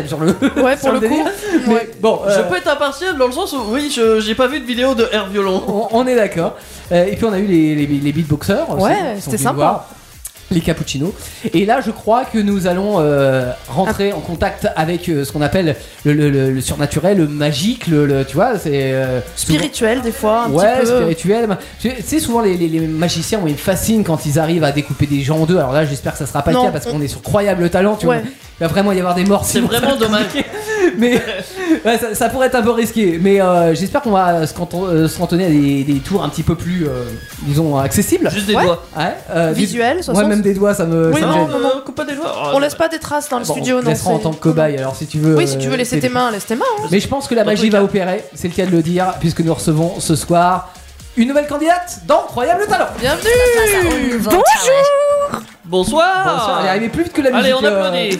impartial sur le. Ouais, sur pour le coup. délire. Mais bon, Je peux être impartial dans le sens où, oui, j'ai pas vu de vidéo de air violon. on est d'accord. Et puis on a eu les beatboxers. aussi, Ouais, qui sont c'était venus sympa. voir. Les cappuccinos. Et là, je crois que nous allons rentrer en contact avec ce qu'on appelle le surnaturel, le magique, tu vois, c'est Spirituel, des fois, un ouais, petit peu. spirituel. Tu sais, souvent les magiciens, moi, ils me fascinent quand ils arrivent à découper des gens en deux. Alors là, j'espère que ça sera pas le Non, cas parce qu'on est sur croyable talent. Tu Ouais. vois, il va vraiment y avoir des morts. C'est sinon vraiment ça va dommage. compliquer. Mais ouais, ça pourrait être un peu risqué. Mais j'espère qu'on va se cantonner à des tours un petit peu plus, disons, accessibles. Juste des Ouais. doigts. Ouais, Visuel, ouais, 60. même des doigts, ça me. Oui, ça me non, gêne. Coupe pas des doigts. On laisse pas des traces dans le Bon, studio, on te non. laissera en c'est- tant que cobaye. Alors si tu veux. Oui, si tu veux laisser c'est- tes mains, laisse tes mains. hein. Mais je pense que la magie va opérer, c'est le cas de le dire, puisque nous recevons ce soir une nouvelle candidate dans Croyable Talent. Bienvenue. Bonjour. Bonsoir. Bonsoir, elle est arrivée plus vite que la musique. Allez, on applaudit.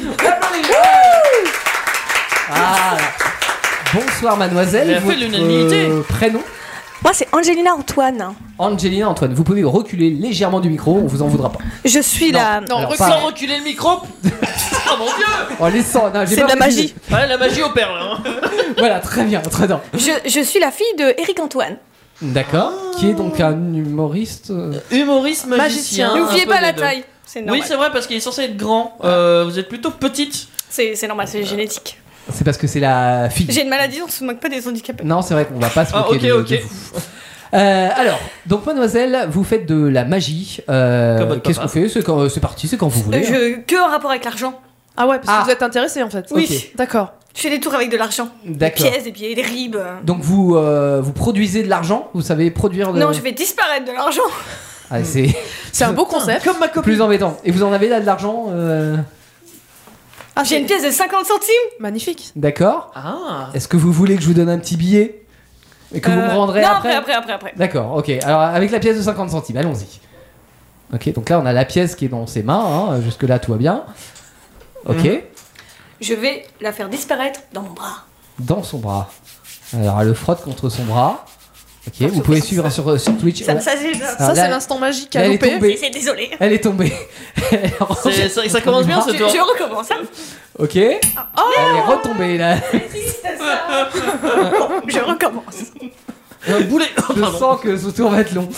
Ah, bonsoir mademoiselle. Elle a fait Votre, l'unanimité. Prénom Moi, c'est Angelina Antoine. Angelina Antoine. Vous pouvez reculer légèrement du micro, on vous en voudra pas. Je suis la. Non, Alors, recule. Sans reculer le micro. Oh mon dieu. Oh les sangs, non, j'ai C'est pas de la reculé. magie. Ouais, la magie opère là. Hein. Voilà, très bien, très bien. Je suis la fille de Eric Antoine. D'accord. Qui est donc un humoriste. Humoriste, magicien. Ne vous fiez un peu pas à la des deux. taille. C'est normal. Oui, c'est vrai parce qu'il est censé être grand. Vous êtes plutôt petite. C'est normal, c'est génétique. C'est parce que c'est la fille. J'ai une maladie, on se moque pas des handicapés. Non, c'est vrai qu'on va pas se Ah, moquer ok, de ok. vous. Alors, donc mademoiselle, vous faites de la magie. votre Qu'est-ce papa. qu'on fait c'est parti, c'est quand vous voulez. Que en rapport avec l'argent. Ah ouais, parce Ah. que vous êtes intéressé en fait. Oui. Ok, d'accord. Je fais des tours avec de l'argent. Des D'accord. pièces, des billets, des ribes. Donc vous produisez de l'argent, vous savez produire de. Non, je vais disparaître de l'argent. Ah, c'est C'est un beau concept. Comme ma copine. plus embêtant. Et vous en avez là de l'argent Ah, J'ai une pièce de 50 centimes. magnifique. D'accord. Ah. Est-ce que vous voulez que je vous donne un petit billet et que vous me rendrez Non, après après. D'accord, ok. Alors avec la pièce de 50 centimes, allons-y. Ok, donc là on a la pièce qui est dans ses mains, hein. Jusque là tout va bien. Ok, Je vais la faire disparaître dans mon bras. dans son bras. Alors elle le frotte contre son bras. Ok, vous pouvez suivre sur Twitch. Ça, Ouais. ça, c'est- Alors Ça, là, c'est l'instant magique à elle est louper. tombée. c'est désolé. Elle est tombée. Ça commence bien ce Je, tour. je recommence. Hein. Ok. Elle est retombée là. Je recommence. Un boulet. Je sens que ce tour va être long.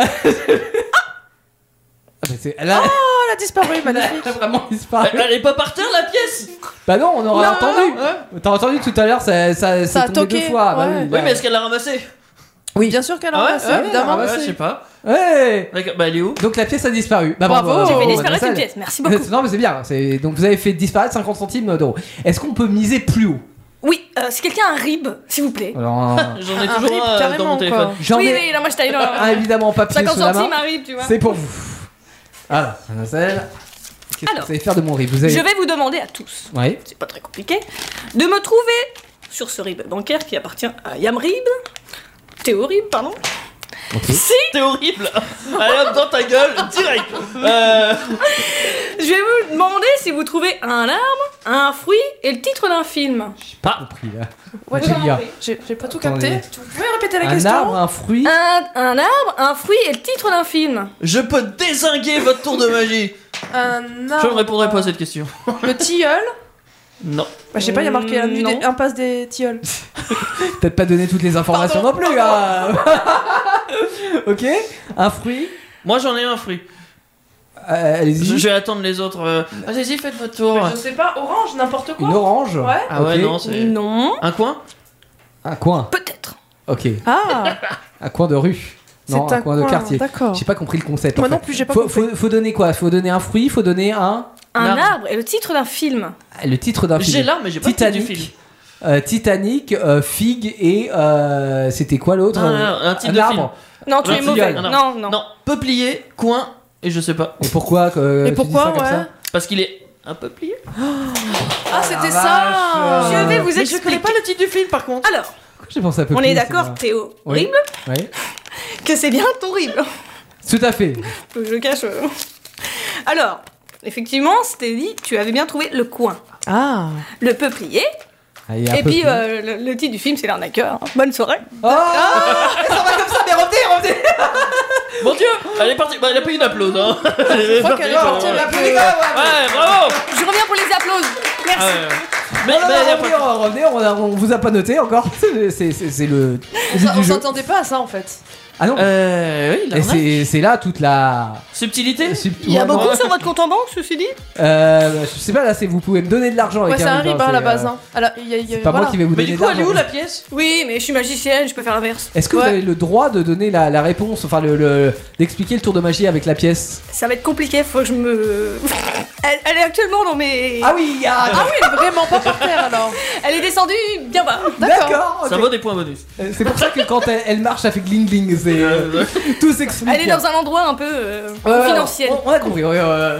Ah, mais elle a, Oh, elle a disparu, magnifique. elle a vraiment disparu. Elle est pas par terre la pièce. Bah non, on aurait Non, entendu. T'as entendu tout à l'heure, ça Ça a tombé toqué, deux fois. Bah ouais. Oui, mais est-ce qu'elle l'a ramassé? Oui. Bien sûr qu'elle a Ah ouais, ramassé, ouais, évidemment. Ah ouais, je sais pas. Ouais. D'accord, bah elle est où? Donc la pièce a disparu. Bah Bravo. J'ai fait bravo, disparaître une mademoiselle. pièce. Merci beaucoup. Non mais c'est bien. Donc vous avez fait disparaître 50 centimes d'euros. Est-ce qu'on peut miser plus haut? Oui, si quelqu'un a un rib, s'il vous plaît. Alors, J'en ai Un toujours rip, un dans carrément, mon téléphone. j'en Oui, ai oui, là, moi je taille dans. un évidemment en papier 50 sous la centimes main. un rib, tu vois. C'est pour vous. Voilà, mademoiselle. Qu'est-ce que Alors, vous allez faire de mon rib? Vous avez... Je vais vous demander à tous, Ouais. c'est pas très compliqué, de me trouver sur ce rib bancaire qui appartient à Yamrib, Théorib, pardon. Ok. Si C'est horrible. Allez hop dans ta gueule, direct. je vais vous demander si vous trouvez un arbre, un fruit et le titre d'un film. Pas compris là. Ouais, Angélia. j'ai pas tout Attendez. capté. Tu pouvez répéter la Un question arbre, un fruit. Un arbre, un fruit et le titre d'un film. Je peux dézinguer votre tour de magie. Un Je ne arbre. répondrai pas à cette question. Le tilleul. Non. Bah, je sais pas, il y a marqué avenue Non. des impasse des tilleuls. Peut-être pas donner toutes les informations non plus. Hein. Ok. Un fruit. Moi j'en ai un fruit. Allez-y. Je vais attendre les autres. Allez-y, faites votre tour. Je sais pas, orange, n'importe quoi. Une orange. Ouais. Ah ouais, Ok. non, c'est. Non. Un coin? Un coin. Peut-être. Ok. Ah, Un coin de rue. Non, c'est un coin de quartier. D'accord. J'ai pas compris le concept. Moi en non fait. plus, j'ai pas faut, compris. faut donner quoi? Faut donner un fruit, faut donner un. Un arbre et le titre d'un film. Le titre d'un film. J'ai l'arme, mais j'ai pas le titre du film. Titanic, Figue et c'était quoi l'autre? Un titre de arbre. Non, tu Un es mauvais. tilleul. Non, non. Non, peuplier, coin, et je sais pas. Et pourquoi Et tu pourquoi, dis ça comme ouais. ça? Parce qu'il est un peuplier. Ah, c'était vache. ça. Je vais vous Mais je expliquer. connais pas le titre du film par contre. Alors, Pourquoi j'ai pensé à peu on plus, est c'est d'accord, moi. Théo, Oui. rib, Oui. que c'est bien ton rib. Tout à fait. Faut que je le cache. Alors, effectivement, c'était dit, tu avais bien trouvé le coin. Ah. Le peuplier. Ah, il y a un Et peu puis, plus. le titre du film, c'est l'arnaqueur. Bonne soirée. Oh, ça va comme ça, mais revenez. Mon dieu, elle est partie. Bah, elle a pas eu d'applause, hein. Elle est crois partie, qu'elle est quoi. partie, elle a Ouais, bravo. Je reviens pour les applauses. Merci. Ah ouais. Revenez, on vous a pas noté encore. C'est le but On du jeu. s'attendait pas à ça en fait. Ah non. Oui, Et c'est là toute la subtilité. Il y a beaucoup sur votre compte en banque, ceci dit. Je sais pas, là, vous pouvez me donner de l'argent avec Ouais, c'est un rib à la base. C'est pas moi qui vais vous donner de l'argent. Elle est où la pièce? Oui, mais je suis magicienne, je peux faire l'inverse. Est-ce que vous avez le droit de donner la réponse, enfin d'expliquer le tour de magie avec la pièce? Ça va être compliqué, faut que je me. Elle est actuellement dans mes. Ah oui, oui, elle est vraiment pas par terre alors. Elle est descendue bien bas. D'accord. Ça ok. vaut des points bonus. C'est pour ça que quand elle marche, ça fait gling gling. Tout s'explique. Elle est dans un endroit un peu confidentiel. On a compris.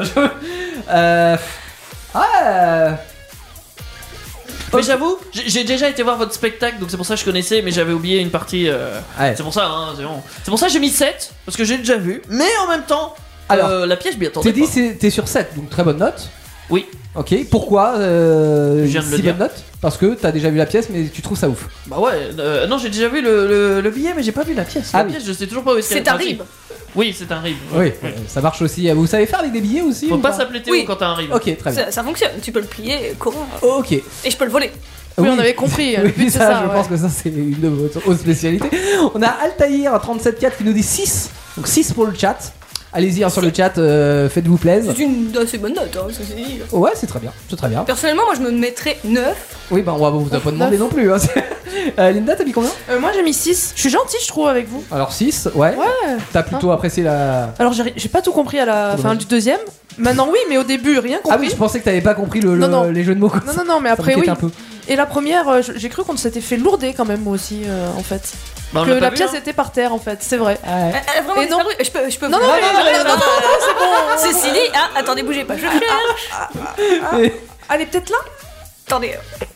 Mais j'avoue, j'ai déjà été voir votre spectacle, donc c'est pour ça que je connaissais, mais j'avais oublié une partie. C'est pour ça, hein, c'est bon. C'est pour ça que j'ai mis 7, parce que j'ai déjà vu, mais en même temps, la pièce, je m'y attendais T'es dit, t'es sur 7, donc très bonne note. Oui. Ok, pourquoi Je viens de le si dire. bonne note? Parce que t'as déjà vu la pièce, mais tu trouves ça ouf. Bah ouais, non, j'ai déjà vu le billet, mais j'ai pas vu la pièce. La pièce, je sais toujours pas où est-ce qu'elle est. C'est un rib. Oui, c'est un rib. Oui, ça marche aussi. Vous savez faire avec des billets aussi? Faut ou pas s'appeler Théo quand t'as un rib. Ok, très bien. Ça fonctionne, tu peux le plier courant. Ok. Et je peux le voler. Oui, on avait compris. Le Oui, but c'est ça, ça. je pense que ça c'est une de vos spécialités. On a Altaïr 374 qui nous dit 6. Donc 6 pour le chat. Allez-y sur le chat, faites-vous plaisir. C'est une assez bonne note, hein, ceci dit. Ouais, c'est très bien, c'est très bien. Personnellement, moi je me mettrais 9. Oui, bah on vous a pas demandé non plus. Hein. Linda, t'as mis combien? Moi j'ai mis 6. Je suis gentille, je trouve, avec vous. Alors 6, ouais. T'as plutôt apprécié la. Alors j'ai pas tout compris à la fin du deuxième. Maintenant oui, mais au début rien compris. Ah oui, je pensais que t'avais pas compris Non. les jeux de mots. Non, mais après oui. Un peu. Et la première, j'ai cru qu'on s'était fait lourder quand même moi aussi, en fait. Bah, que la pièce était par terre en fait, c'est vrai. Elle a vraiment Et non. disparu. Je peux Non, vous- non, c'est bon. Ceci dit, attendez, bougez pas, je cherche. Elle est peut-être là. Attendez.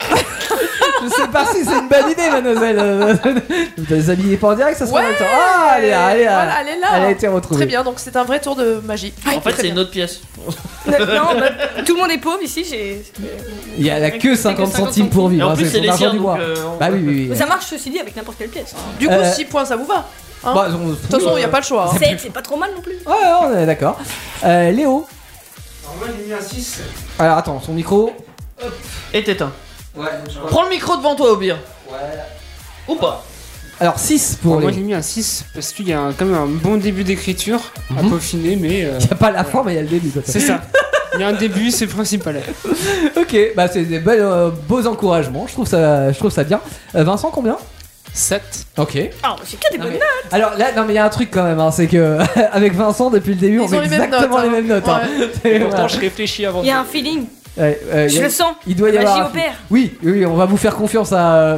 Je sais pas si c'est une bonne idée, mademoiselle. Vous les habillez pas en direct, ça sera Ouais. le temps. Ah, elle est là. Voilà, elle est là. Elle a été retrouvée. Très bien, donc c'est un vrai tour de magie. En fait, c'est une autre pièce. Non, tout le monde est pauvre ici, Il y a que 50 centimes pour vivre. Et en hein, plus, c'est son les argent siens, du mois. donc, Bah oui. Ça marche ceci dit avec n'importe quelle pièce. Du coup, 6 points, ça vous va hein Bah, de toute façon, il n'y a pas le choix. hein. C'est pas trop mal non plus. Ouais, on est d'accord. Léo. Alors moi j'ai mis un 6. Alors attends, son micro. Et t'éteins. Ouais. Prends le micro devant toi, au pire. Ouais. Ou pas. Alors 6 pour Moi les. j'ai mis un 6 parce qu'il y a quand même un bon début d'écriture à peaufiner, mais. Il n'y a pas la fin, mais il y a le début. C'est ça. Il y a un début, c'est le principal. Ok, bah c'est des beaux encouragements. Je trouve ça bien. Vincent, combien? 7. Ok. Ah, c'est que des bonnes notes. Alors là, non mais il y a un truc quand même, hein, c'est que avec Vincent depuis le début, on Ils fait ont les mêmes exactement notes, les mêmes notes. hein. Et Et pourtant, voilà. je réfléchis avant Il y a un feeling. Je le sens. Il doit y La magie avoir. opère. Oui, on va vous faire confiance à.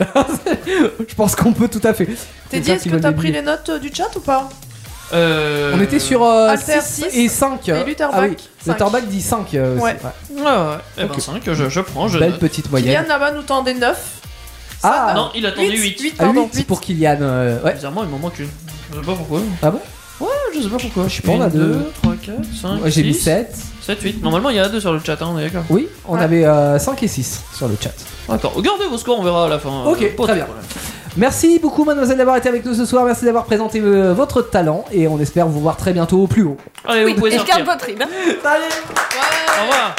Je pense qu'on peut tout à fait. T'es dit, est-ce que t'as pris les notes du chat ou pas? On était sur Alter 6 6 et 5. et Lutherback, Ah oui, 5. Lutherback dit 5 aussi. Ouais. Eh ben 5, je prends, je Belle note. petite Kylian moyenne. là-bas nous tendait 9. Ah Non, il attendait 8. 8, Ah, pardon. 8 pour Kylian. Ouais. Bizarrement, il m'en manque une. Je sais pas pourquoi. Ah bon? Ouais, je sais pas pourquoi. Je sais pas, on a 2, deux. 3, 4, 5. Moi j'ai mis 7. 7, 8. Normalement, il y en a 2 sur le chat, hein, on est d'accord. Oui, on avait 5 et 6 sur le chat. D'accord. Regardez vos scores, on verra à la fin. Ok, Pas très de bien. problème. Merci beaucoup mademoiselle d'avoir été avec nous ce soir, merci d'avoir présenté votre talent et on espère vous voir très bientôt au plus haut. Allez, vous pouvez Et je sortir. garde votre rib. Allez. Au revoir.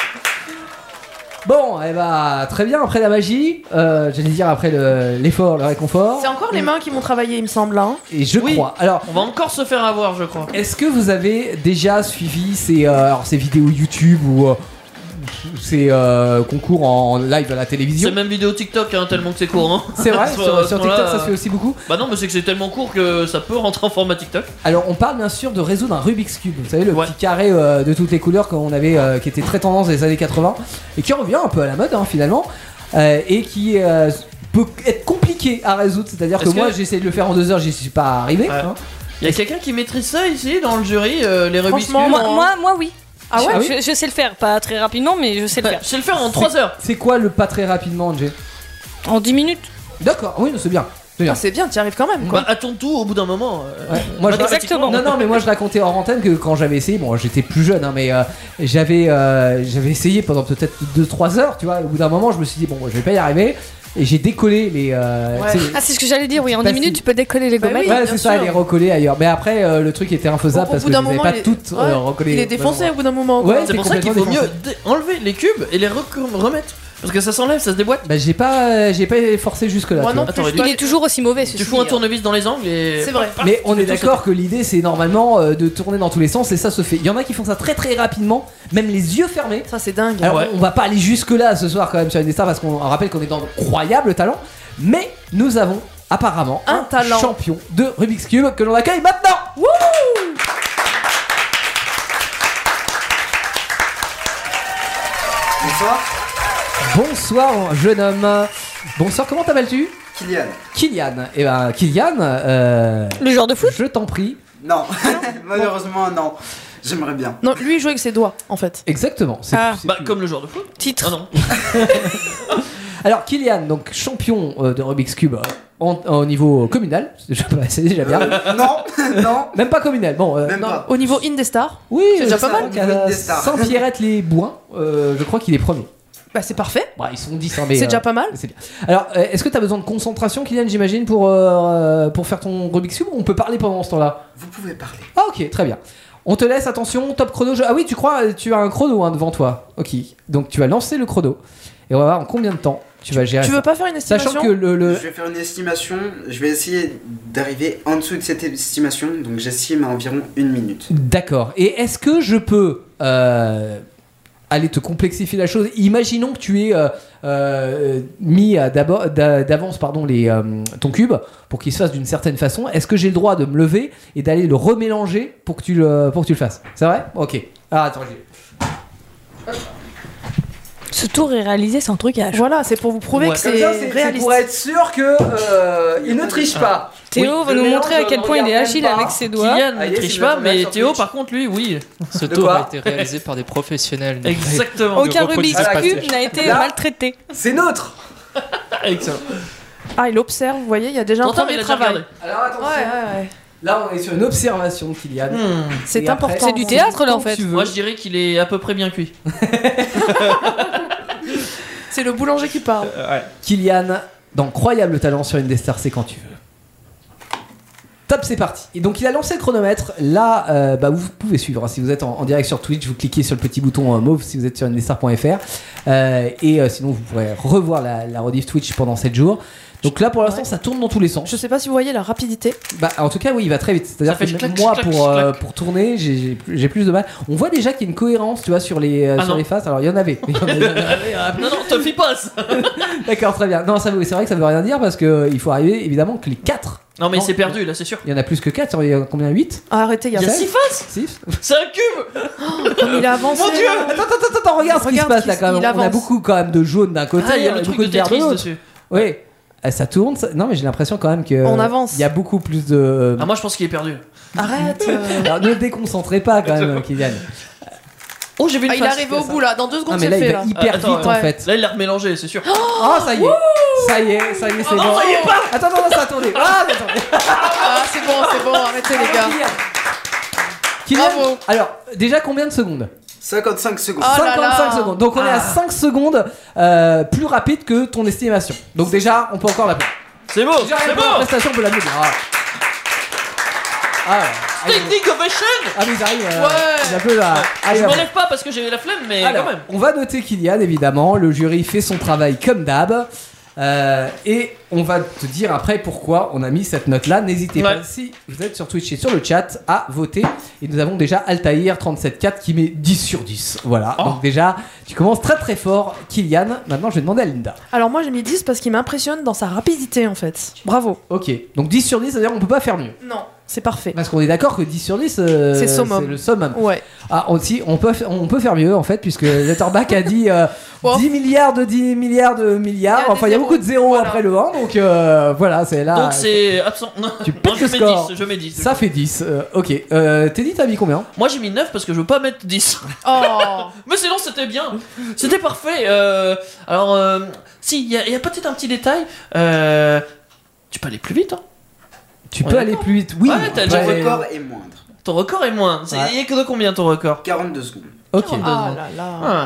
Bon, et bah très bien, après la magie, j'allais dire après l'effort, le réconfort. C'est encore les mains qui m'ont travaillé, il me semble. Hein. Et je crois. Alors, On va encore se faire avoir, je crois. est-ce que vous avez déjà suivi ces vidéos YouTube ou ces concours en live à la télévision? C'est même vidéo TikTok, hein, tellement que c'est court. Hein. C'est vrai, À ce sur moment-là, TikTok ça se fait aussi beaucoup. Bah non, mais c'est que c'est tellement court que ça peut rentrer en format TikTok. Alors on parle bien sûr de résoudre un Rubik's Cube, vous savez le Ouais. petit carré de toutes les couleurs qu'on avait, qui était très tendance des années 80 et qui revient un peu à la mode hein, finalement et qui peut être compliqué à résoudre, c'est-à-dire que Est-ce moi que- j'ai essayé de le faire en 2 heures, j'y suis pas arrivé. Ouais. Hein. Il y a quelqu'un qui maîtrise ça ici dans le jury, les Rubik's Franchement, Cube. Moi, oui. Ah ouais, je sais le faire, pas très rapidement, mais je sais le faire. Je sais le faire en 3 heures. C'est quoi le pas très rapidement, Angé? En 10 minutes. D'accord, oui, c'est bien. C'est bien. Ah, c'est bien, t'y arrives quand même. Quoi. Bah, à ton tour, au bout d'un moment. Ouais. Moi, je Exactement. Non, mais moi je racontais hors antenne que quand j'avais essayé, bon, j'étais plus jeune, hein, mais j'avais essayé pendant peut-être 2-3 heures, tu vois. Au bout d'un moment, je me suis dit, bon, je vais pas y arriver. Et j'ai décollé les. tu sais, Ah, c'est ce que j'allais dire, oui. En Bah, 10 minutes, si. tu peux décoller les Bah gommettes. oui. ouais, bien c'est ça, sûr. les recoller ailleurs. Mais après, le truc était infaisable Au parce bout que je d'un les avais moment, pas il est- toutes ouais, recollées. il est défoncé au bout d'un moment. Ouais, quoi. C'est pour ça qu'il faut mieux enlever les cubes et les remettre. Parce que ça s'enlève, ça se déboîte. Bah j'ai pas forcé jusque là. Moi non Attends, plus. Il est toujours aussi mauvais. Tu fous un tournevis dans les angles et. C'est vrai. Mais on est d'accord que l'idée c'est normalement de tourner dans tous les sens et ça se fait. Il y en a qui font ça très très rapidement, même les yeux fermés. Ça c'est dingue. Alors on va pas aller jusque là ce soir quand même sur Indestar parce qu'on rappelle qu'on est dans d'incroyables talents, mais nous avons apparemment un talent champion de Rubik's Cube que l'on accueille maintenant. Wouh! Bonsoir. Bonsoir jeune homme. Bonsoir, comment t'appelles-tu? Kylian. Kylian. Et ben Kylian, le genre de foot. Je t'en prie. Non, malheureusement non. J'aimerais bien. Non, lui il joue avec ses doigts en fait. Exactement. C'est Bah comme le joueur de foot. Titre. Ah non. Alors Kylian, donc champion de Rubik's Cube au niveau communal, c'est déjà bien. Non. Même pas communal. Bon. Même pas. Au niveau Indestar. Oui, c'est déjà pas mal. Saint-Pierrette-les-Bouins, je crois qu'il est premier. Bah c'est parfait. Bah, ils sont 10 hein, mais c'est déjà pas mal. C'est bien. Alors, est-ce que t'as besoin de concentration, Kylian, j'imagine, pour faire ton Rubik's Cube, ou on peut parler pendant ce temps-là? Vous pouvez parler. Ah ok, très bien. On te laisse, attention, top chrono. Ah oui, tu as un chrono devant toi. Ok, donc tu vas lancer le chrono. Et on va voir en combien de temps tu vas gérer. Tu veux pas faire une estimation? Sachant que Je vais faire une estimation. Je vais essayer d'arriver en dessous de cette estimation. Donc j'estime à environ 1 minute. D'accord. Et est-ce que je peux aller te complexifier la chose? Imaginons que tu aies mis d'avance ton cube pour qu'il se fasse d'une certaine façon. Est-ce que j'ai le droit de me lever et d'aller le remélanger pour que tu le fasses? C'est vrai? Ok. Alors attends, Ce tour est réalisé sans trucage. Voilà, c'est pour vous prouver que c'est réaliste. C'est pour être sûr que il ne triche pas. Théo va nous montrer à quel point il est agile avec ses doigts. Kylian ne triche pas, mais Théo par contre lui, oui. Ce tour a été réalisé par des professionnels. Exactement. Aucun Rubik's Cube n'a été maltraité. C'est neutre. Excellent. Ah, il observe, vous voyez, il y a déjà un premier travail. Alors attention. Ouais. Là, on est sur une observation de Kylian. C'est important. C'est du théâtre là en fait. Moi je dirais qu'il est à peu près bien cuit. C'est le boulanger qui parle. Kylian, d'incroyables talents sur Indestar, c'est quand tu veux. Top, c'est parti. Et donc il a lancé le chronomètre. Là, vous pouvez suivre. Hein. Si vous êtes en direct sur Twitch, vous cliquez sur le petit bouton mauve si vous êtes sur indestar.fr. Sinon, vous pourrez revoir la rediff Twitch pendant 7 jours. Donc là, pour l'instant, ça tourne dans tous les sens. Je sais pas si vous voyez la rapidité. Bah, en tout cas, oui, il va très vite. C'est-à-dire que clac, moi, clac, pour tourner, j'ai plus de mal. On voit déjà qu'il y a une cohérence, tu vois, sur les faces. Alors, il y en avait. Non, te fie pas ça. D'accord, très bien. Non, c'est vrai que ça veut rien dire parce que il faut arriver, évidemment, que les 4. Non, mais c'est perdu là, c'est sûr. Il y en a plus que 4. Il y a combien? 8? Arrêtez, il y a 6 faces. 6. C'est un cube. Comme il a avancé. Mon Dieu. Attends, regarde ce qui se passe là quand même. On a beaucoup quand même de jaune d'un côté. Il y a le truc de Tetris dessus. Oui. Ça tourne, non mais j'ai l'impression quand même que on avance. Il y a beaucoup plus de. Ah moi je pense qu'il est perdu. Arrête. Alors ne déconcentrez pas quand même, Kylian. Oh j'ai vu une il est arrivé au bout là, dans 2 secondes mais là, c'est il fait va là. hyper vite en fait. Là il l'a remélangé, c'est sûr. Oh ça y est, ça y est, c'est bon. Non, ça y est pas. Attends, ça attendez. Attendez. C'est bon, arrêtez les gars. Kylian. Bravo. Alors déjà combien de secondes? 55 secondes. 55 secondes. Donc on est à 5 secondes plus rapide que ton estimation. Donc déjà on peut encore l'appeler. C'est beau, c'est beau. La prestation on peut l'appeler. Technique ovation. Ah mais ils arrivent. Ouais. Un peu là. Je me lève pas parce que j'ai la flemme, mais alors, quand même. On va noter Kylian évidemment. Le jury fait son travail comme d'hab. Et on va te dire après pourquoi on a mis cette note là. N'hésitez pas, si vous êtes sur Twitch et sur le chat, à voter. Et nous avons déjà Altaïr374 qui met 10 sur 10. Voilà, donc déjà tu commences très très fort, Kylian. Maintenant je vais demander à Linda. Alors moi j'ai mis 10 parce qu'il m'impressionne dans sa rapidité en fait. Bravo. Ok, donc 10 sur 10, c'est-à-dire on peut pas faire mieux. Non, c'est parfait. Parce qu'on est d'accord que 10 sur 10 c'est le summum. Ouais. Ah aussi, on peut faire mieux en fait, puisque Letterback a dit 10 milliards de 10 milliards de milliards. Enfin il y a beaucoup de zéros après le 1, donc voilà, c'est là. Donc c'est absent. Tu pètes le score. Je mets 10. Ça fait 10. Ok. Teddy, t'as mis combien? Moi j'ai mis 9 parce que je veux pas mettre 10. Oh. Mais sinon c'était bien. C'était parfait. Alors, si, il y a peut-être un petit détail. Tu peux aller plus vite, hein. Tu peux aller plus vite, oui. Ouais, Ton record est moindre. Ton record est moindre. Il y a que de combien ton record? 42 secondes. Ok. Ah là là.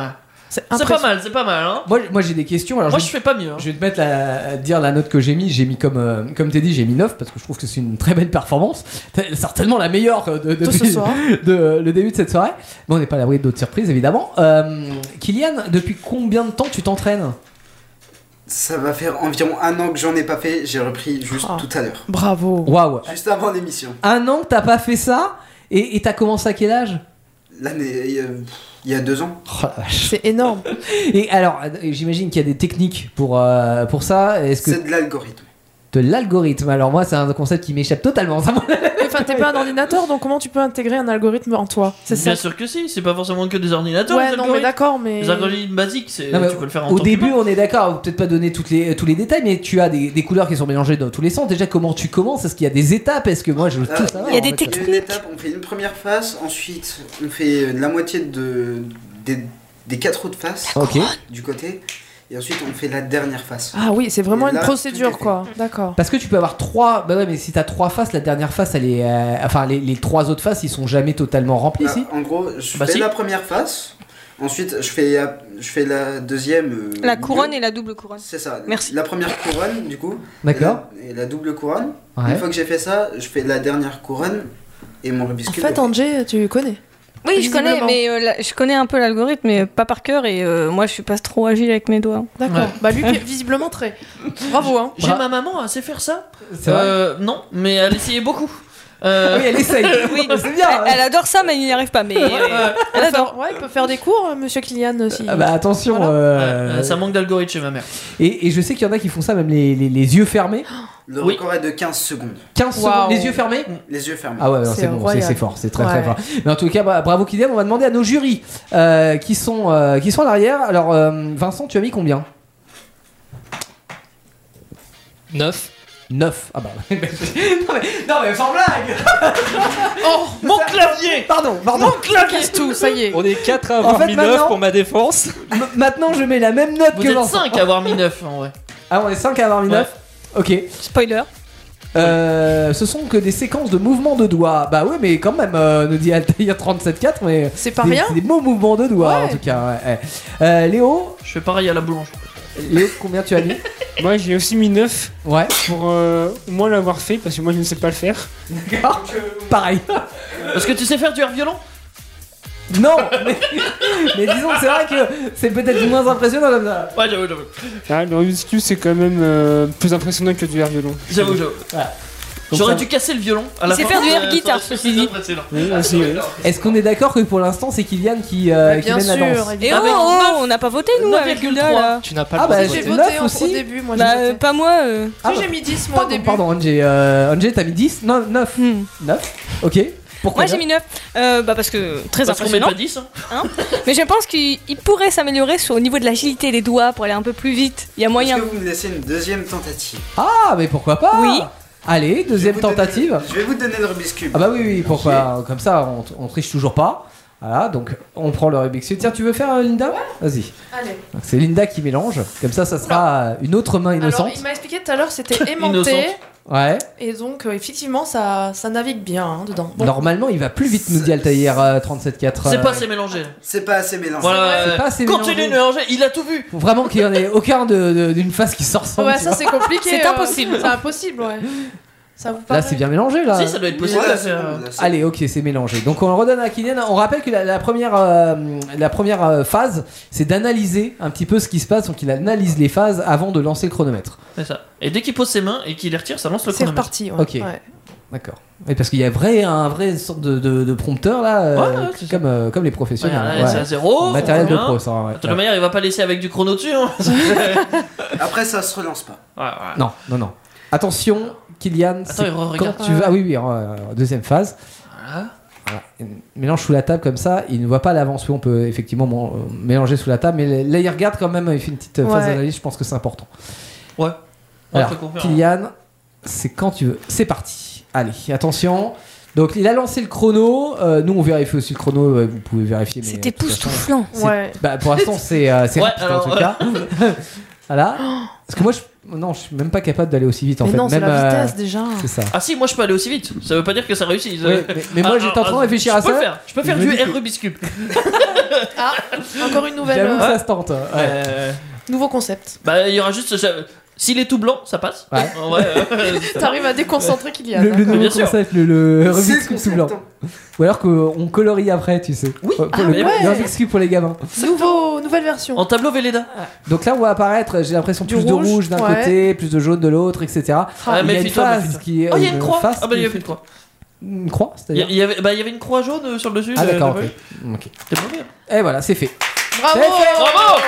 C'est C'est pas mal, c'est pas mal. Hein. Moi j'ai des questions. Alors Moi, je fais pas mieux. Hein. Je vais te mettre à dire la note que j'ai mis. J'ai mis comme t'as dit, j'ai mis 9 parce que je trouve que c'est une très belle performance. Certainement la meilleure ce soir. le début de cette soirée. Mais on n'est pas à l'abri d'autres surprises évidemment. Kylian, depuis combien de temps tu t'entraînes ? Ça va faire environ 1 an que j'en ai pas fait. J'ai repris juste tout à l'heure. Bravo. Waouh. Juste avant l'émission. 1 an que t'as pas fait ça et t'as commencé à quel âge ? L'année, il y a 2 ans. Oh, la vache. C'est énorme. Et alors, j'imagine qu'il y a des techniques pour ça. Est-ce que C'est de l'algorithme. De l'algorithme. Alors moi, c'est un concept qui m'échappe totalement. Ça, Enfin, t'es pas un ordinateur, donc comment tu peux intégrer un algorithme en toi ? C'est ça. Bien sûr que si, c'est pas forcément que des ordinateurs. Ouais, les non, mais algorithmes. d'accord, mais. Les algorithmes basiques, tu Non, mais peux le faire en au tant début, qu'humain. on est d'accord. Peut-être pas donner tous les détails, mais tu as des couleurs qui sont mélangées dans tous les sens. Déjà, comment tu commences ? Est-ce qu'il y a des étapes ? Est-ce que moi, je veux tout savoir. Il y a des Il y a techniques. une étape, on fait une première face, ensuite on fait la moitié des 4 autres faces Ok. du côté, et ensuite on fait la dernière face. Ah oui, c'est vraiment Et là, une tout est procédure, fait. quoi. D'accord. Parce que tu peux avoir 3. Bah ouais, mais si t'as 3 faces, la dernière face, elle est. Enfin, les 3 autres faces, ils sont jamais totalement remplis Bah, ici. en gros, je Bah fais si. la première face, ensuite je fais la deuxième. La au couronne milieu. et la double couronne. C'est ça. Merci. La première couronne, du coup. D'accord. Et la double couronne. Ouais. Une fois que j'ai fait ça, je fais la dernière couronne et mon Rubik's En Cube. fait, Angé, tu connais. Oui, je connais, Visiblement. mais je connais un peu l'algorithme, mais pas par cœur, et moi je suis pas trop agile avec mes doigts. D'accord. Ouais. Bah, lui, visiblement très. Bravo, hein. J'ai ma maman, elle sait faire ça. C'est vrai. Non, mais elle essayait beaucoup. Oui, elle essaye. Oui, c'est bien. Elle adore ça, mais elle n'y arrive pas. Mais elle adore. Ouais, il peut faire des cours, monsieur Kylian aussi. Ah bah attention. Voilà. Ça manque d'algorithme chez ma mère. Et je sais qu'il y en a qui font ça même les yeux fermés. Le Oui. record est de 15 secondes. 15 Waouh. secondes. Les yeux fermés. Les yeux fermés. Ah ouais, non, C'est c'est bon, royal. c'est fort, c'est très Ouais. très fort. Mais en tout cas, bravo Kylian. On va demander à nos jurys qui sont à l'arrière. Alors Vincent, tu as mis combien ? 9. 9. Ah bah. non mais sans blague. Oh, mon clavier. Pardon. Mon clavier. Casse tout, ça y est. On est 4 à En avoir fait, mis maintenant- 9 pour ma défense. Maintenant, je mets la même note Vous que êtes Vincent. 5 à avoir mis 9 en vrai. Ah, on est 5 à avoir mis 9. Ok. Spoiler. Ce sont que des séquences de mouvements de doigts. Bah ouais, mais quand même, nous dit Altair 37.4, mais C'est pas rien. c'est des beaux mouvements de doigts Ouais. en tout cas. Ouais. Léo, Je fais pareil à la boulangerie. Léo, combien tu as mis ? Moi j'ai aussi mis 9 Ouais. pour au moins l'avoir fait parce que moi je ne sais pas le faire. D'accord. Pareil. Parce que tu sais faire du air violon. Non, mais disons que c'est vrai que c'est peut-être moins impressionnant comme ça. Ouais, j'avoue. Ah, le Rubik's Cube c'est quand même plus impressionnant que du air violon. J'avoue. Voilà. J'aurais ça- dû casser le violon à la Il sait fin. faire du air Ça guitar, aurait été ceci plus dit. impressionnant. Oui, aussi, oui. Est-ce qu'on est d'accord que pour l'instant c'est Kylian qui Bien mène la danse sûr, Et évidemment. Avec on n'a pas voté nous avec 9,3. Gilda là. Tu n'as pas Ah le bah, droit de J'ai voter. voté 9 au aussi. début, moi Bah j'ai voté. pas moi. Ah, Si, j'ai mis 10 moi au début. Pardon, Angé, t'as mis 10 Non, 9. 9. Ok. Pourquoi Moi j'ai mis 9. Bah parce que très Parce qu'on met impressionnant. pas 10. Hein. Mais je pense qu'il pourrait s'améliorer au niveau de l'agilité des doigts pour aller un peu plus vite. Il y a Est-ce moyen. que vous me laissez une deuxième tentative? Ah, mais pourquoi pas Oui. Allez, deuxième Je vais vous tentative. Je vais vous donner le Rubik's Cube. Ah bah oui, pourquoi comme ça, on triche toujours pas. Voilà, donc on prend le Rubik's Cube. Tiens, tu veux faire Linda? Vas-y. Allez. Donc, c'est Linda qui mélange. Comme ça sera une autre main innocente. Alors, il m'a expliqué tout à l'heure, c'était aimanté. Innocente. Ouais. Et donc, effectivement, ça navigue bien hein, dedans. Bon. Normalement, il va plus vite, nous dit Altaïr 37.4. C'est pas assez mélangé. C'est pas assez mélangé. Voilà. C'est pas assez Continue mélangé. de mélanger. Il a tout vu. Faut vraiment qu'il y en ait aucun d'une face qui sort sans. Ouais, ça c'est compliqué. C'est impossible. C'est impossible, ouais. Ça vous Là, paraît c'est bien mélangé, là. Si, ça doit être possible. Ouais, à faire. Allez, ok, c'est mélangé. Donc on le redonne à Kylian. On rappelle que la première phase, c'est d'analyser un petit peu ce qui se passe. Donc il analyse les phases avant de lancer le chronomètre. C'est ça. Et dès qu'il pose ses mains et qu'il les retire, ça lance le C'est chronomètre. reparti, ouais. Ok. Ouais. D'accord. Et parce qu'il y a un vrai sorte de prompteur là, Ouais, c'est comme les professionnels. Ouais, c'est à 0. Matériel de bien. pro, ça. Ouais. De toute manière, il va pas laisser avec du chrono dessus. Hein. Après, ça se relance pas. Non. Attention, Kylian. Attends, c'est il re-regarde. quand tu veux. Ah oui, deuxième phase. Voilà. Voilà. Mélange sous la table comme ça, il ne voit pas l'avance. Oui, on peut effectivement mélanger sous la table, mais là il regarde quand même, il fait une petite phase Ouais. d'analyse, je pense que c'est important. Ouais. Alors, On peut confirmer. Kylian, c'est quand tu veux. C'est parti. Allez, attention. Donc il a lancé le chrono, nous on vérifie aussi le chrono, vous pouvez vérifier. Mais, C'était de toute façon, époustouflant. c'est- Ouais. Bah, pour l'instant c'est Ouais, rapide alors, en tout cas. Voilà. Parce que moi je suis même pas capable d'aller aussi vite en Mais fait. non, c'est même, la vitesse déjà. C'est ça. Ah si, moi je peux aller aussi vite. Ça veut pas dire que ça réussit. Ouais, mais moi, j'étais en train de réfléchir à ça. Je peux faire Je me du dis R que- Rubik's Cube. Ah, encore une nouvelle. J'avoue que ça se tente. Nouveau concept. Bah, il y aura juste. S'il est tout blanc, ça passe. Ouais. En vrai, T'arrives à déconcentrer Kylian. Le nouveau Bien sûr. concept, le C'est Rubik's Cube tout blanc. Ou alors qu'on colorie après, tu sais. Oui, le Rubik's Cube pour les gamins. Nouvelle version. En tableau Velleda. Donc là, on va apparaître, j'ai l'impression, Du plus de rouge, rouge d'un ouais. côté, plus de jaune de l'autre, etc. Ah, il y a une méfie-toi, phase méfie-toi. qui est. Oh, il y a une croix. face Ah, bah, il y qui avait fait- une croix. Une croix, Il c'est-à-dire y avait une croix jaune sur le dessus. Ah, d'accord, de- ok. Ok. C'était pas bien. Et voilà, c'est fait. Bravo. C'est fait. Bravo.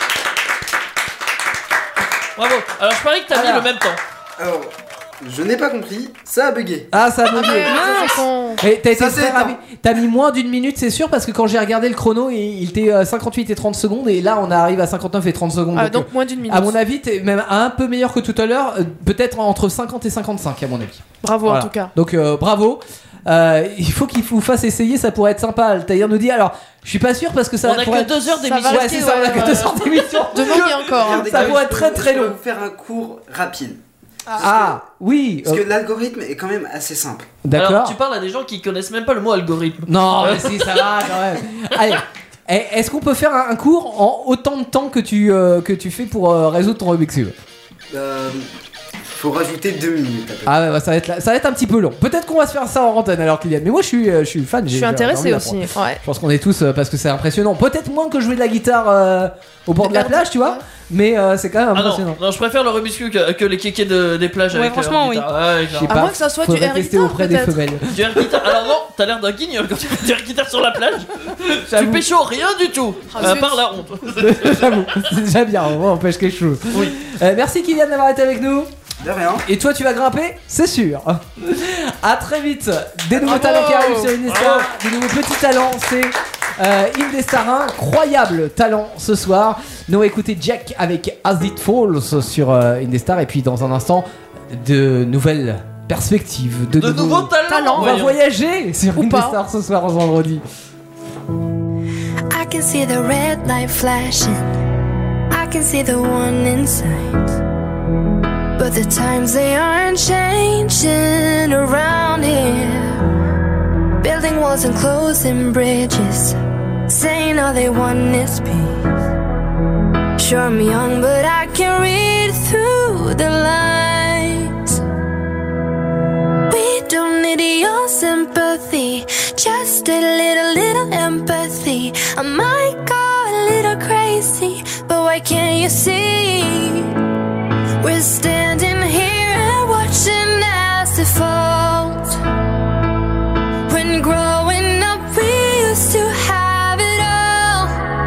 Bravo. Alors, je parie que t'as mis le même temps. Alors, je n'ai pas compris, ça a bugué. Ah, ça a bugué. Ah, c'est con. Et t'as été Ça, très c'est rapide. T'as mis moins d'une minute, c'est sûr, parce que quand j'ai regardé le chrono, il était 58 et 30 secondes, et là on arrive à 59 et 30 secondes. Ah, donc moins d'une minute. à mon avis, t'es même un peu meilleur que tout à l'heure, peut-être entre 50 et 55 à mon avis. Bravo Voilà. en tout cas. Donc bravo. Il faut qu'il vous fasse essayer, ça pourrait être sympa. Altaïr nous dit alors, je suis pas sûr parce que ça On a pourrait que 2 heures Ça d'émission. va Ouais, rester, c'est ça, on a ouais, que ouais. 2 heures d'émission. Demandez encore. hein. Regardez, ça quand même, pourrait être je très, peux- très je peux long. vous faire un cours rapide. Ah, oui. Parce que l'algorithme est quand même assez simple. Alors, D'accord. tu parles à des gens qui connaissent même pas le mot algorithme. Non, mais si, ça va quand même. Allez, est-ce qu'on peut faire un cours en autant de temps que tu fais pour résoudre ton Rubik's Cube? Faut rajouter 2 minutes. à peu près. Ah ouais, bah, ça va être un petit peu long. Peut-être qu'on va se faire ça en antenne alors Kylian. Mais moi je suis fan. Je suis intéressé aussi. Ouais. Je pense qu'on est tous parce que c'est impressionnant. Peut-être moins que jouer de la guitare au bord de la plage, tu vois. Mais c'est quand même Ah impressionnant. non, je préfère le Rubik's Cube que les kékés des plages. Ouais, avec franchement, leur guitare. Ouais, Je sais clairement. À moins que ça soit du faudrait air rester guitar, auprès des peut-être. femelles. Du air guitar. Alors non, t'as l'air d'un guignol quand tu fais du air guitar sur la plage. Tu J'avoue. pécho rien du tout. Ah, À zut. part la honte. J'avoue, c'est déjà bien. Au moins on pêche quelque chose. Oui. Merci Kylian d'avoir été avec nous. De rien. Et toi tu vas grimper, c'est sûr. À très vite. Des nouveaux Bravo. talents qui arrivent sur Indestar, des nouveaux petits talents. C'est Indestar, incroyable talent ce soir. Nous on va écouter Jack avec As It Falls sur Indestar, et puis dans un instant de nouvelles perspectives, de nouveaux talents. On va voyons. voyager sur Ou pas. Indestar ce soir, ce vendredi. I can see the red light flashing. I can see the one in sight. But the times they aren't changing around here. Building walls and closing bridges, saying all they want is peace. Sure, I'm young, but I can read through the lines. We don't need your sympathy, just a little empathy. I might go a little crazy, but why can't you see? We're standing here and watching as it falls. When growing up we used to have it all.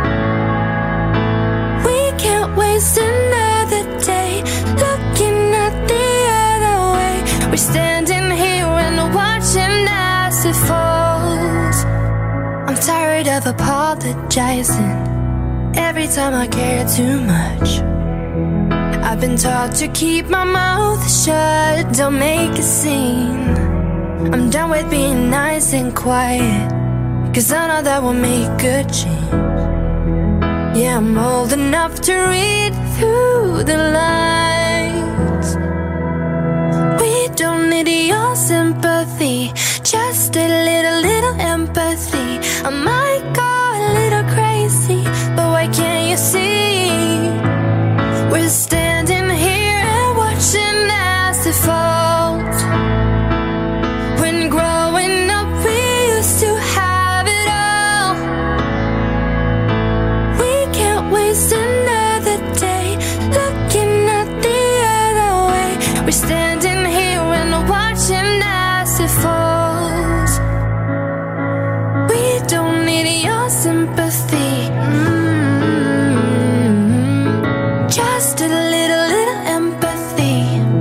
We can't waste another day looking at the other way. We're standing here and watching as it falls. I'm tired of apologizing every time I care too much. I've been taught to keep my mouth shut, don't make a scene. I'm done with being nice and quiet, cause I know that will make a change. Yeah, I'm old enough to read through the lines. We don't need your sympathy, just a little empathy. I might go a little crazy, but why can't you see? We're standing here and watching as it falls. When growing up we used to have it all. We can't waste another day looking at the other way. We're standing here and watching as it falls. We don't need your sympathy. Just a little empathy.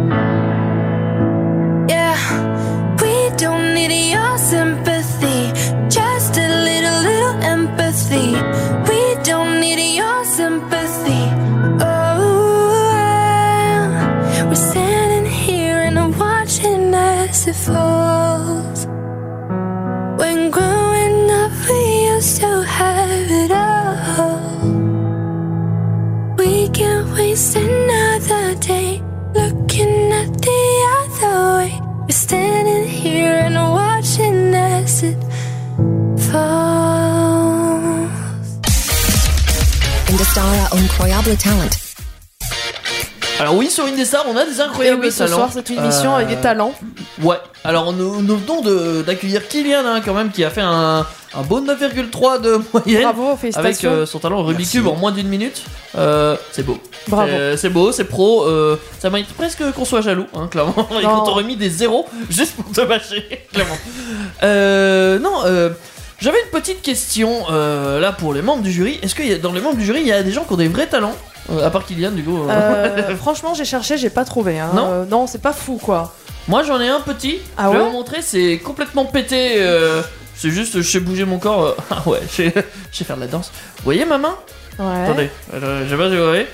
Yeah, we don't need your sympathy. Just a little empathy. We don't need your sympathy. Oh, we're standing here and watching as it falls. When growing up we used to have it all. We can't waste another day looking at the other way. We're standing here and watching as it falls. Incroyable Talent. Alors oui, sur Indestar, on a des incroyables Et oui, ce talents. soir, c'est une émission avec des talents. Ouais. Alors nous venons d'accueillir Kylian, hein, quand même, qui a fait un beau 9,3 de moyenne. Bravo, Avec félicitations. son talent Rubik's Cube en moins d'une minute. C'est beau. Bravo. C'est beau, c'est pro. Ça mérite presque qu'on soit jaloux, hein, clairement. Et qu'on t'aurait mis des zéros juste pour te bâcher, clairement. J'avais une petite question là pour les membres du jury. Est-ce que dans les membres du jury, il y a des gens qui ont des vrais talents à part Kylian, du coup. Franchement, j'ai cherché, j'ai pas trouvé. Hein. Non, c'est pas fou, quoi. Moi, j'en ai un petit. Ah je vais ouais vous montrer. C'est complètement pété. C'est juste, je sais bouger mon corps. Ah ouais, je sais faire de la danse. Vous voyez ma main? Ouais. Attendez, je sais pas si vous voyez.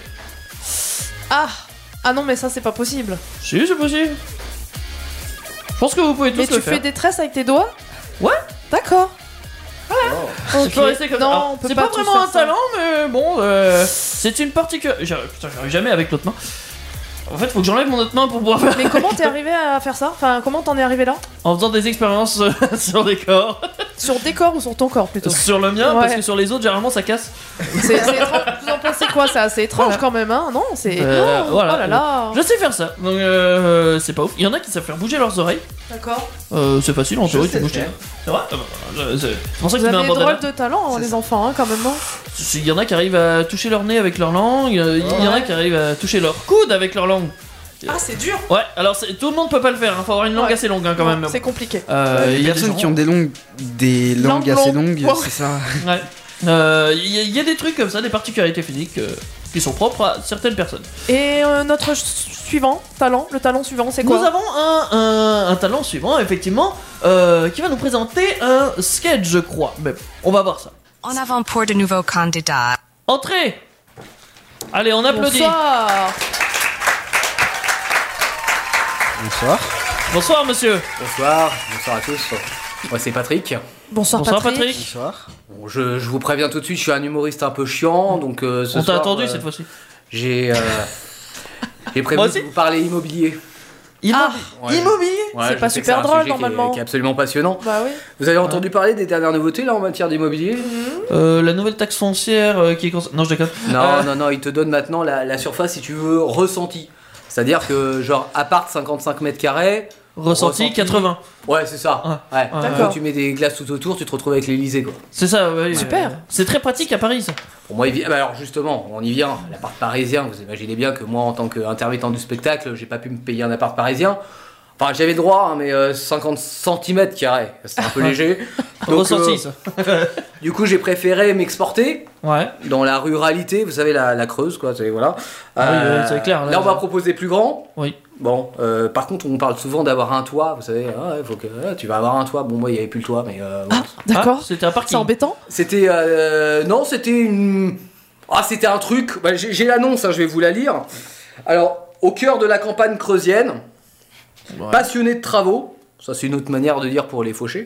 Ah non, mais ça, c'est pas possible. Si, c'est possible. Je pense que vous pouvez tous Mais le tu faire. fais des tresses avec tes doigts? Ouais. D'accord. Ça Ok. peut rester comme ça. Non, Alors, on peut c'est pas pas tous vraiment faire un ça. talent, mais bon, c'est une particularité. Putain, j'arrive jamais avec l'autre main. En fait, faut que j'enlève mon autre main pour pouvoir faire. Mais comment t'es arrivé à faire ça? Enfin, comment t'en es arrivé là? En faisant des expériences sur des corps. Sur des corps ou sur ton corps plutôt? Sur le mien, Ouais. parce que sur les autres, généralement, ça casse. C'est étrange. Vous en pensez quoi? C'est assez étrange quand même, hein? Non, c'est. Voilà. Oh là là. Je sais faire ça, donc c'est pas ouf. Il y en a qui savent faire bouger leurs oreilles. D'accord. C'est facile en théorie, tu bouges. C'est vrai. C'est pour ça que Vous tu mets un avez drôle bandana. de talent, hein, les enfants, hein, quand même. Hein. Il y en a qui arrivent à toucher leur nez avec leur langue. Il y en a qui arrivent à toucher leur coude avec leur langue. Ah, c'est dur. Ouais, alors tout le monde peut pas le faire. Faut avoir une langue assez longue, hein, quand même. C'est compliqué. Les personnes qui ont des langues assez longues, c'est ça. Ouais. Il y a des trucs comme ça, des particularités physiques qui sont propres à certaines personnes. Et notre suivant, le talent suivant, c'est quoi? Nous avons un talent suivant, effectivement, qui va nous présenter un sketch, je crois. Mais on va voir ça. En avant pour de nouveaux candidats. Entrée. Allez, on applaudit. Bonsoir. Bonsoir. Bonsoir, monsieur. Bonsoir à tous. Moi, c'est Patrick. Bonsoir, Patrick. Bonsoir. Bon, je vous préviens tout de suite, je suis un humoriste un peu chiant, donc On t'a attendu cette fois-ci. J'ai prévu de vous parler immobilier. Immobilier Ouais, c'est je pas sais que super un drôle, sujet normalement. qui est absolument passionnant. Bah oui. Vous avez entendu parler des dernières nouveautés là en matière d'immobilier? La nouvelle taxe foncière qui est... Non, je déconne. Non, il te donne maintenant la surface, si tu veux, ressentie. C'est-à-dire que, genre, appart 55 mètres carrés. Ressenti 80. Ouais, c'est ça. Ouais. D'accord. Tu mets des glaces tout autour, tu te retrouves avec l'Elysée, quoi. C'est ça, ouais. Super. C'est très pratique à Paris, ça. Pour moi, alors justement, on y vient. L'appart parisien, vous imaginez bien que moi, en tant qu'intermittent du spectacle, j'ai pas pu me payer un appart parisien. Enfin, j'avais droit, hein, mais 50 cm carrés, c'était un peu léger. Donc, Ressenti, ça. Du coup, j'ai préféré m'exporter dans la ruralité, vous savez, la Creuse, quoi. Voilà. Oui, c'est clair. Là, on va proposer plus grand. Oui. Bon, par contre, on parle souvent d'avoir un toit, vous savez. Faut que tu vas avoir un toit. Bon, moi, il n'y avait plus le toit, mais. D'accord. C'était un parking. C'est embêtant. C'était non, c'était une. C'était un truc. Bah, j'ai l'annonce, hein, je vais vous la lire. Alors, au cœur de la campagne creusienne, passionné de travaux. Ça, c'est une autre manière de dire pour les fauchés.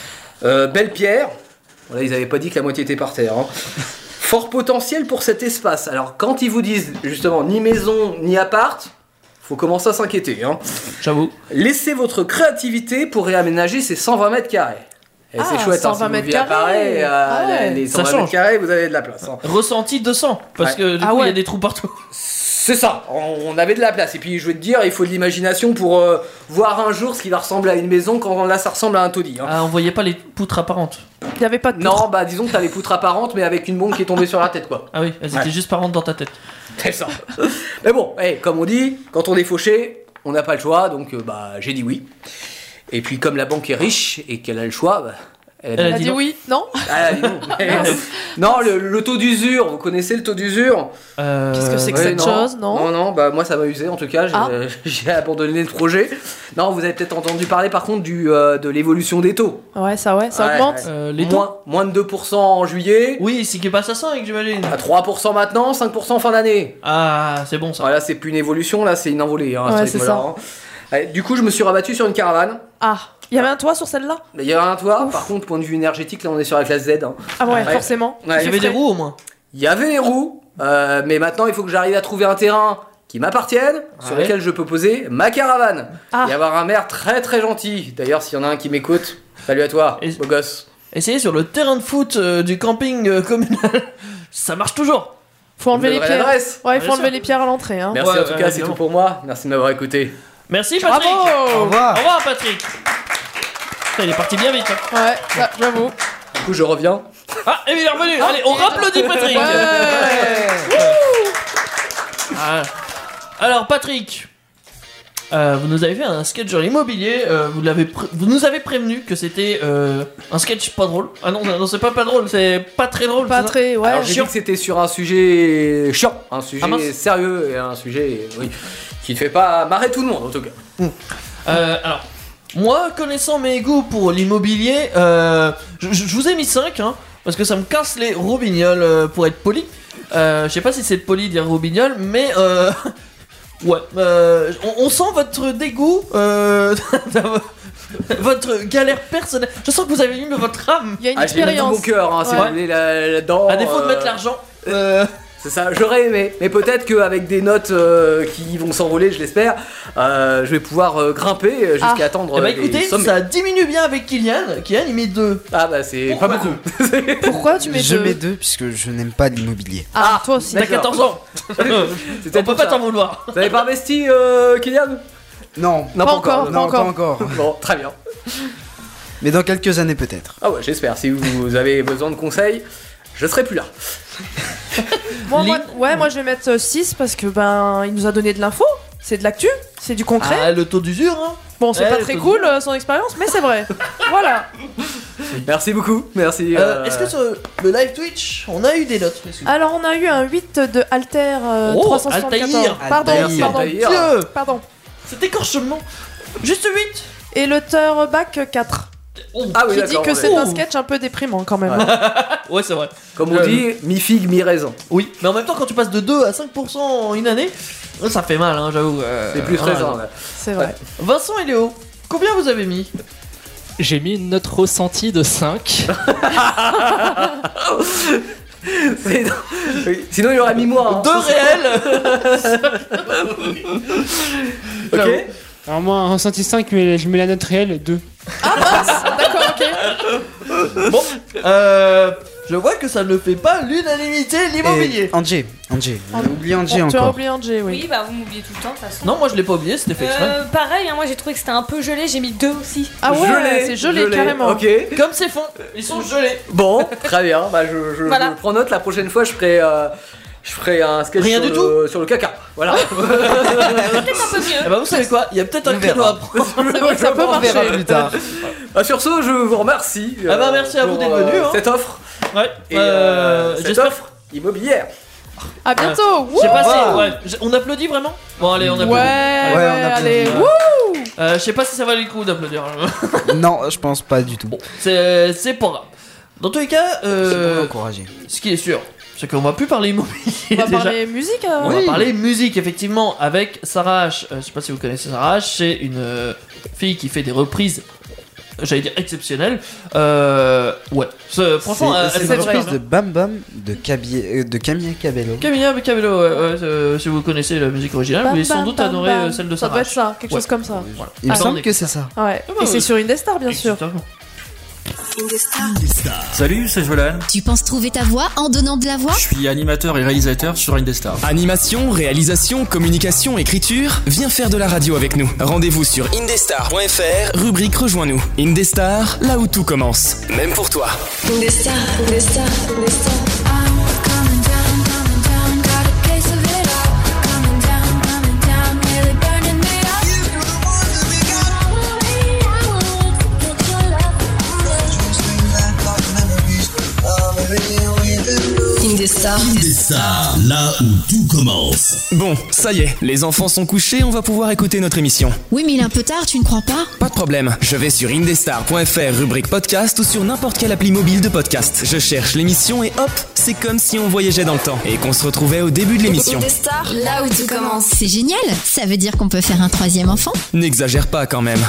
Belle pierre. Voilà, ils n'avaient pas dit que la moitié était par terre. Hein. Fort potentiel pour cet espace. Alors, quand ils vous disent justement ni maison ni appart, faut commencer à s'inquiéter. Hein. J'avoue. Laissez votre créativité pour réaménager ces 120 mètres carrés. Et c'est chouette, 120 si vous mètres vivez à carrés. Paris, les 120 mètres carrés, vous avez de la place. Hein. Ressenti 200, parce que du coup, il y a des trous partout. C'est ça, on avait de la place. Et puis, je vais te dire, il faut de l'imagination pour voir un jour ce qui va ressembler à une maison quand là, ça ressemble à un taudis. Hein. On voyait pas les poutres apparentes. Il n'y avait pas de poutres. Non, bah disons que t'as les poutres apparentes, mais avec une bombe qui est tombée sur la tête, quoi. Ah oui, elles étaient juste parentes dans ta tête. C'est ça. Mais bon, comme on dit, quand on est fauché, on n'a pas le choix, donc j'ai dit oui. Et puis comme la banque est riche et qu'elle a le choix, elle a dit oui, non? Ah, dis non. Non, le taux d'usure, vous connaissez le taux d'usure? Qu'est-ce que c'est que cette chose, non? Non, bah moi ça m'a usé en tout cas, j'ai abandonné le projet. Non, vous avez peut-être entendu parler par contre de l'évolution des taux. Ouais, ça augmente. Les taux moins de 2% en juillet. Oui, c'est qu'il passe à 5, j'imagine. À 3% maintenant, 5% en fin d'année. Ah, c'est bon ça. Voilà, c'est plus une évolution, là c'est une envolée. Hein, ouais, c'est ça. Hein. Du coup, je me suis rabattu sur une caravane. Ah, il y avait un toit sur celle-là? Il y avait un toit, par contre, point de vue énergétique, là on est sur la classe Z. Hein. Ah ouais, forcément. Ouais, il y avait des roues au moins. Il y avait les roues, mais maintenant il faut que j'arrive à trouver un terrain qui m'appartienne, sur lequel je peux poser ma caravane. Et avoir un maire très très gentil. D'ailleurs, s'il y en a un qui m'écoute, salut à toi, beau gosse. Essayez sur le terrain de foot du camping communal. Ça marche toujours. Faut enlever les Vous me pierres. donnerez l'adresse. Ouais, il Bien faut enlever sûr. les pierres à l'entrée. Hein. Merci Ouais, en tout ouais, cas, c'est évidemment. tout pour moi. Merci de m'avoir écouté. Merci Patrick. Bravo. Au revoir. Au revoir Patrick. Putain, il est parti bien vite. Hein. Ouais, bah, j'avoue. Du coup, je reviens. Ah, et il est revenu. Allez, on rapplaudit Patrick. Ah. Alors Patrick, vous nous avez fait un sketch sur l'immobilier. Vous nous avez prévenu que c'était un sketch pas drôle. Ah non, non, c'est pas drôle, c'est pas très drôle. Pas c'est ça très, ouais. Alors, j'ai dit que c'était sur un sujet chiant, un sujet Ah, mince. sérieux et un sujet qui ne fait pas marrer tout le monde en tout cas. Alors, moi, connaissant mes goûts pour l'immobilier, je vous ai mis 5, hein, parce que ça me casse les robignoles, pour être poli. Je sais pas si c'est poli de dire robignol, mais ouais, on sent votre dégoût, votre galère personnelle. Je sens que vous avez mis votre âme. Il y a une Ah, je l'ai mis dans expérience. mon cœur, hein, si Ouais. vous voulez là-dedans. À défaut de mettre l'argent. C'est ça, j'aurais aimé, mais peut-être qu'avec des notes qui vont s'envoler, je l'espère, je vais pouvoir grimper jusqu'à attendre. Eh bah les écoutez, sommets. ça diminue bien avec Kylian. Kylian il met 2. Ah bah c'est pas beaucoup. Pourquoi tu mets Je deux mets 2 puisque je n'aime pas l'immobilier. Ah, toi aussi. T'as D'accord. 14 ans. C'était On peut pas t'en vouloir. Vous avez pas investi, Kylian? Non, Non, Pas encore. non, pas encore. Bon, très bien. Mais dans quelques années peut-être. Ah ouais, j'espère. Si vous avez besoin de conseils, je serai plus là. Moi, je vais mettre 6 parce que il nous a donné de l'info. C'est de l'actu, c'est du concret. Ah, le taux d'usure, hein. Bon, c'est Ouais, pas le très taux cool son expérience, mais c'est vrai. Voilà. Merci beaucoup. Merci. Est-ce que sur le live Twitch, on a eu des notes? Alors, on a eu un 8 de Alter Oh, 374. Altaïr. Pardon, Merci, pardon. Altaïr. Dieu, Pardon. cet écorchement. Juste 8. Et le Back 4. Ah oui, Qui dit d'accord, que ouais. c'est un sketch un peu déprimant quand même. Ouais, c'est vrai. Comme on dit, mi-figue, mi-raisin. Oui, mais en même temps, quand tu passes de 2 à 5% en une année, ça fait mal, hein, j'avoue. C'est plus raisin. ouais. Ouais. C'est vrai. Vincent et Léo, combien vous avez mis? J'ai mis une note ressentie de 5. Oui. Sinon, il y aurait mis moi. Hein. 2 réels. Ok. Alors moi, en ressenti 5, mais je mets la note réelle 2. D'accord, ok. Bon, je vois que ça ne fait pas l'unanimité l'immobilier. Et Angé, on a oublié Angé Tu as encore. oublié Angé, oui. Oui, bah vous m'oubliez tout le temps de toute façon. Non, moi je l'ai pas oublié, c'était fait exprès. Pareil, hein, moi j'ai trouvé que c'était un peu gelé, j'ai mis 2 aussi. Ah ouais, c'est gelé carrément. Ok. Comme c'est fond, ils sont gelés. Bon, très bien. Bah, je Voilà. prends note. La prochaine fois, je ferai un sketch Rien sur, du sur le caca. Voilà. Peut-être un peu mieux. Eh bah vous savez quoi, il y a peut-être un créneau à prendre. C'est vrai que ça peut On verra marcher. plus tard. Bah, sur ce, je vous remercie. Ah bah, merci à vous pour, d'être venus, hein. Cette offre. Ouais, Et cette j'espère. offre immobilière. À bientôt. Je sais pas Wouh. si. Ouais, on applaudit vraiment? Bon, allez, on applaudit. Ouais, on allez. applaudit. Wouh. Je sais pas si ça valait le coup d'applaudir. Non, je pense pas du tout. C'est pas grave. Dans tous les cas, C'est pour l'encourager. ce qui est sûr, c'est qu'on va plus parler immobilier On va déjà. parler musique. On va parler musique effectivement avec Sarah H. Je sais pas si vous connaissez Sarah H. C'est une fille qui fait des reprises, j'allais dire exceptionnelles. Ouais. Franchement, C'est elle une fait reprise super de bien. Bam Bam de Camilla Cabello. Camilla Cabello, ouais, si vous connaissez la musique originale, vous allez sans doute adorer celle de Ça Sarah doit être H. ça, quelque Ouais. chose comme ça. Voilà. Il me Ah, semble on que écoute c'est ça. Ouais. bah Et c'est oui. sur Indestar, bien sûr. Exactement. Salut, c'est Jolan. Tu penses trouver ta voix en donnant de la voix? Je suis animateur et réalisateur sur Indestar. Animation, réalisation, communication, écriture, viens faire de la radio avec nous. Rendez-vous sur indestar.fr, rubrique Rejoins-nous. Indestar, là où tout commence. Même pour toi. Indestar, Indestar, Indestar. I'm coming down, got a case of it all. Coming down, really burning me up. Indestar. Indestar, là où tout commence. Bon, ça y est, les enfants sont couchés, on va pouvoir écouter notre émission. Oui, mais il est un peu tard, tu ne crois pas? Pas de problème, je vais sur indestar.fr, rubrique podcast ou sur n'importe quelle appli mobile de podcast. Je cherche l'émission et hop, c'est comme si on voyageait dans le temps et qu'on se retrouvait au début de l'émission. Indestar, là où tout commence. C'est génial. Ça veut dire qu'on peut faire un troisième enfant? N'exagère pas quand même.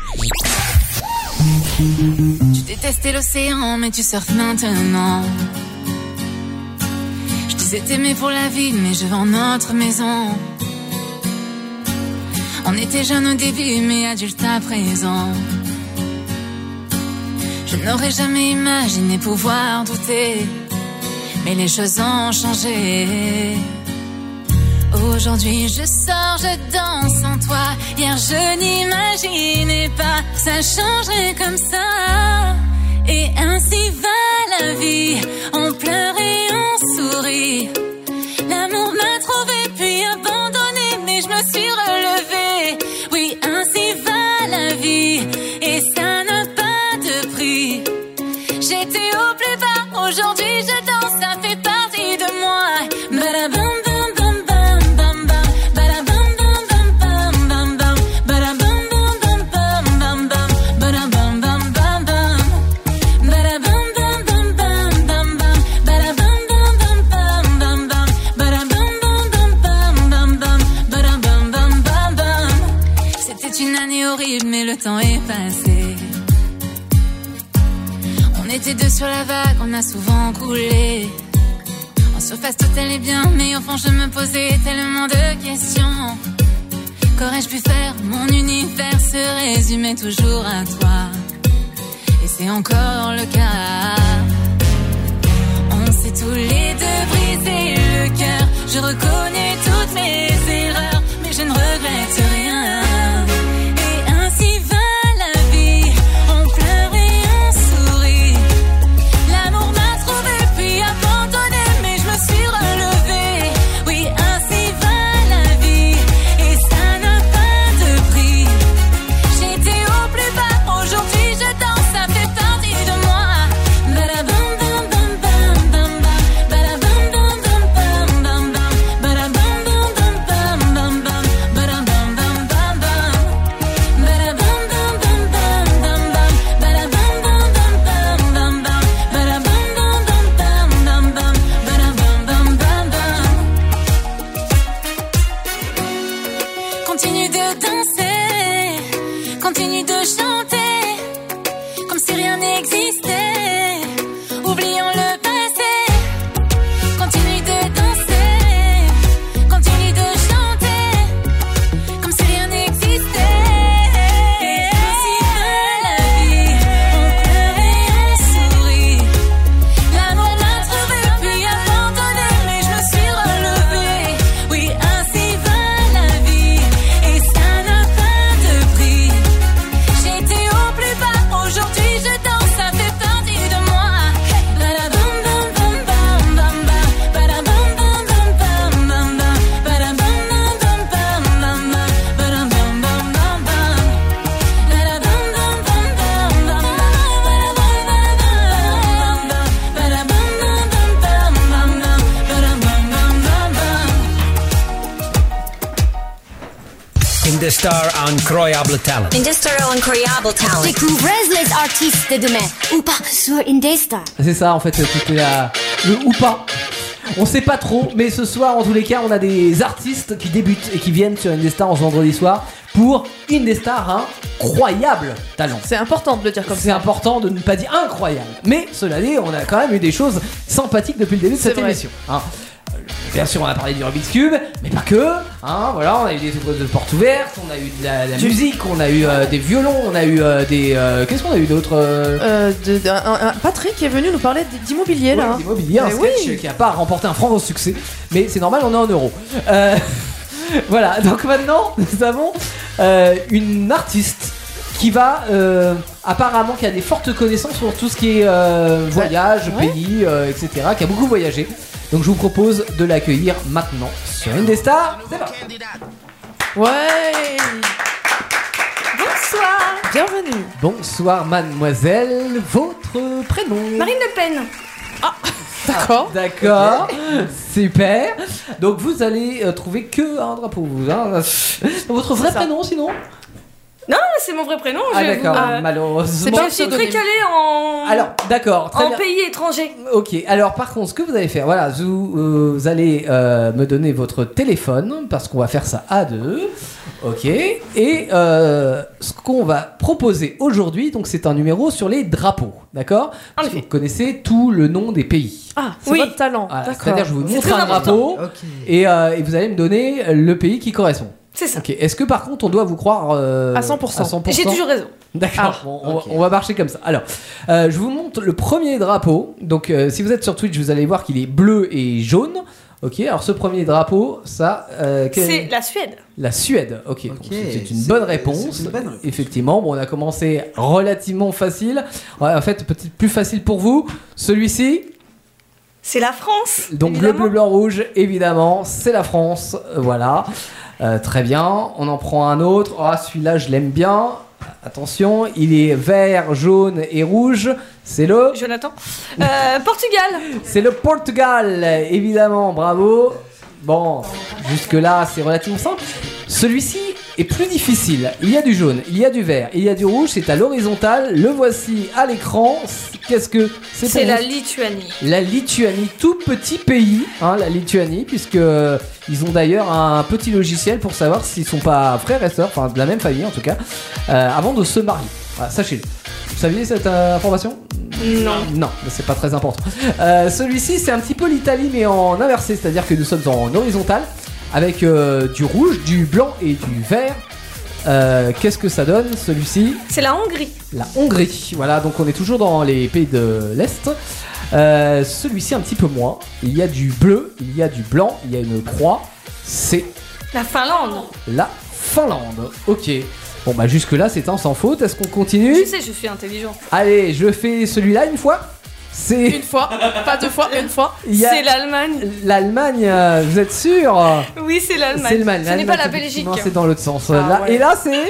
Tu détestais l'océan, mais tu surfes maintenant. Je disais t'aimer pour la vie, mais je vends notre maison. On était jeunes au début, mais adultes à présent. Je n'aurais jamais imaginé pouvoir douter. mais les choses ont changé. Aujourd'hui je sors, je danse sans toi. Hier je n'imaginais pas que ça changerait comme ça. Et ainsi va la vie, on pleure et on sourit. L'amour m'a trouvé puis abandonné, mais je me suis relevée. Oui, ainsi va la vie, et ça n'a pas de prix. J'étais au plus bas, aujourd'hui je danse, ça fait partie de moi. Badabam bam bam bam bam bam, badabam bam bam bam bam bam, badabam bam bam bam bam bam, badabam bam bam bam, badabam bam bam bam bam bam, badabam bam bam bam bam bam, badabam bam bam bam bam, badabam bam bam bam. C'était une année horrible, mais le temps est passé. On était deux sur la vague, on a souvent coulé. En surface tout allait bien, mais au fond je me posais tellement de questions. Qu'aurais-je pu faire? Mon univers se résumait toujours à toi. Et c'est encore le cas. On s'est tous les deux brisé le cœur. Je reconnais toutes mes erreurs, mais je ne regrette rien. Et ainsi va la vie, on pleure et on sourit. L'amour m'a trouvé puis abandonné, mais je me suis relevée. Oui, ainsi va la vie, et ça n'a pas de prix. J'étais au plus bas, aujourd'hui je danse, ça fait partie de moi. Badabam bam bam bam bam bam, badabam bam bam bam bam bam, badabam bam bam bam bam bam, badabam bam bam bam, badabam bam bam bam bam bam, badabam bam bam bam bam bam, badabam bam bam bam bam bam, badabam bam bam bam. Continue de danser, continue de chanter, comme si rien n'existait. Oublions le passé. Continue de danser, continue de chanter, comme si rien n'existait. Ainsi va la vie, on pleure et on sourit. L'amour m'a trouvé puis abandonné, mais je me suis relevée. Oui, ainsi va la vie, et ça n'a pas de prix. J'étais au plus bas, aujourd'hui je danse, ça fait partie de moi. Badabam bam bam bam bam bam, badabam bam bam bam bam bam, badabam bam bam bam bam bam, badabam bam bam bam, badabam bam bam bam bam bam, badabam bam bam bam bam, badabam bam bam bam. Indestar Incroyable Talent. Indestar Incroyable Talent. Découvrez les artistes de demain. Ou pas sur Indestar. C'est ça en fait, tout le ou pas. On sait pas trop, mais ce soir en tous les cas on a des artistes qui débutent et qui viennent sur Indestar en ce vendredi soir pour Indestar Incroyable Talent. C'est important de le dire comme ça. C'est important de ne pas dire incroyable. Mais cela dit, on a quand même eu des choses sympathiques depuis le début de cette émission. Hein. Bien sûr, on a parlé du Rubik's Cube, mais pas que. Hein, voilà, on a eu des portes ouvertes, on a eu de la musique, on a eu des violons, on a eu des. Qu'est-ce qu'on a eu d'autre Patrick est venu nous parler d'immobilier là. D'immobilier, un sketch qui n'a pas remporté un franc succès, mais c'est normal, on est en euros. Voilà, donc maintenant, nous avons une artiste qui va apparemment qui a des fortes connaissances sur tout ce qui est voyage, pays, etc., qui a beaucoup voyagé. Donc je vous propose de l'accueillir maintenant sur Indestar. C'est parti. Ouais. Bonsoir. Bienvenue. Bonsoir mademoiselle, votre prénom? Marine Le Pen. Ah, d'accord. D'accord, super. Donc vous allez trouver que un drapeau, vous. Hein. Votre vrai prénom sinon? Non, c'est mon vrai prénom. Ah d'accord, malheureusement. Je suis très calée en. Alors, d'accord, très en bien. pays étranger. Ok, alors par contre, ce que vous allez faire, voilà, vous allez me donner votre téléphone, parce qu'on va faire ça à deux. Ok, et ce qu'on va proposer aujourd'hui, donc c'est un numéro sur les drapeaux, d'accord? Parce que vous connaissez tout le nom des pays. Ah, c'est votre talent, voilà, d'accord. c'est-à-dire, je vous montre un drapeau, et vous allez me donner le pays qui correspond. C'est ça. Ok. Est-ce que par contre on doit vous croire À 100%. J'ai toujours raison. D'accord, bon, on va marcher comme ça. Alors, je vous montre le premier drapeau. Donc, si vous êtes sur Twitch, vous allez voir qu'il est bleu et jaune. Ok, alors ce premier drapeau, ça. C'est la Suède. La Suède, ok. Donc, c'est une bonne réponse. Effectivement, bon, on a commencé relativement facile. Ouais, en fait, peut-être plus facile pour vous. Celui-ci. C'est la France. Donc, évidemment. bleu, blanc, rouge, évidemment, c'est la France. Voilà. Très bien. On en prend un autre. Ah, celui-là, je l'aime bien. Attention, il est vert, jaune et rouge. C'est le. Jonathan. Portugal. C'est le Portugal, évidemment. Bravo. Bon, jusque-là, c'est relativement simple. Celui-ci est plus difficile. Il y a du jaune, il y a du vert, il y a du rouge. C'est à l'horizontale. Le voici à l'écran. Qu'est-ce que c'est pour C'est la vous Lituanie. La Lituanie, tout petit pays, hein, la Lituanie, puisque ils ont d'ailleurs un petit logiciel pour savoir s'ils sont pas frères et sœurs, enfin de la même famille en tout cas, avant de se marier. Voilà, sachez-le. Vous saviez cette information ? Non. Non, c'est pas très important. Celui-ci, c'est un petit peu l'Italie, mais en inversé, c'est-à-dire que nous sommes en horizontal, avec du rouge, du blanc et du vert. Qu'est-ce que ça donne, celui-ci ? C'est la Hongrie. La Hongrie, voilà, donc on est toujours dans les pays de l'Est. Celui-ci un petit peu moins. Il y a du bleu, il y a du blanc, il y a une croix. C'est La Finlande. la Finlande. Ok. Bon bah jusque là c'est un sans faute. Est-ce qu'on continue ? Je sais, je suis intelligent. Allez, je fais celui-là une fois. C'est Une fois, pas deux fois, une fois. il y a C'est l'Allemagne. l'Allemagne. Vous êtes sûr ? Oui, c'est l'Allemagne. C'est l'Allemagne. Ce n'est pas la L'Allemagne, Belgique. effectivement, c'est dans l'autre sens. Ah, Là, ouais. et là c'est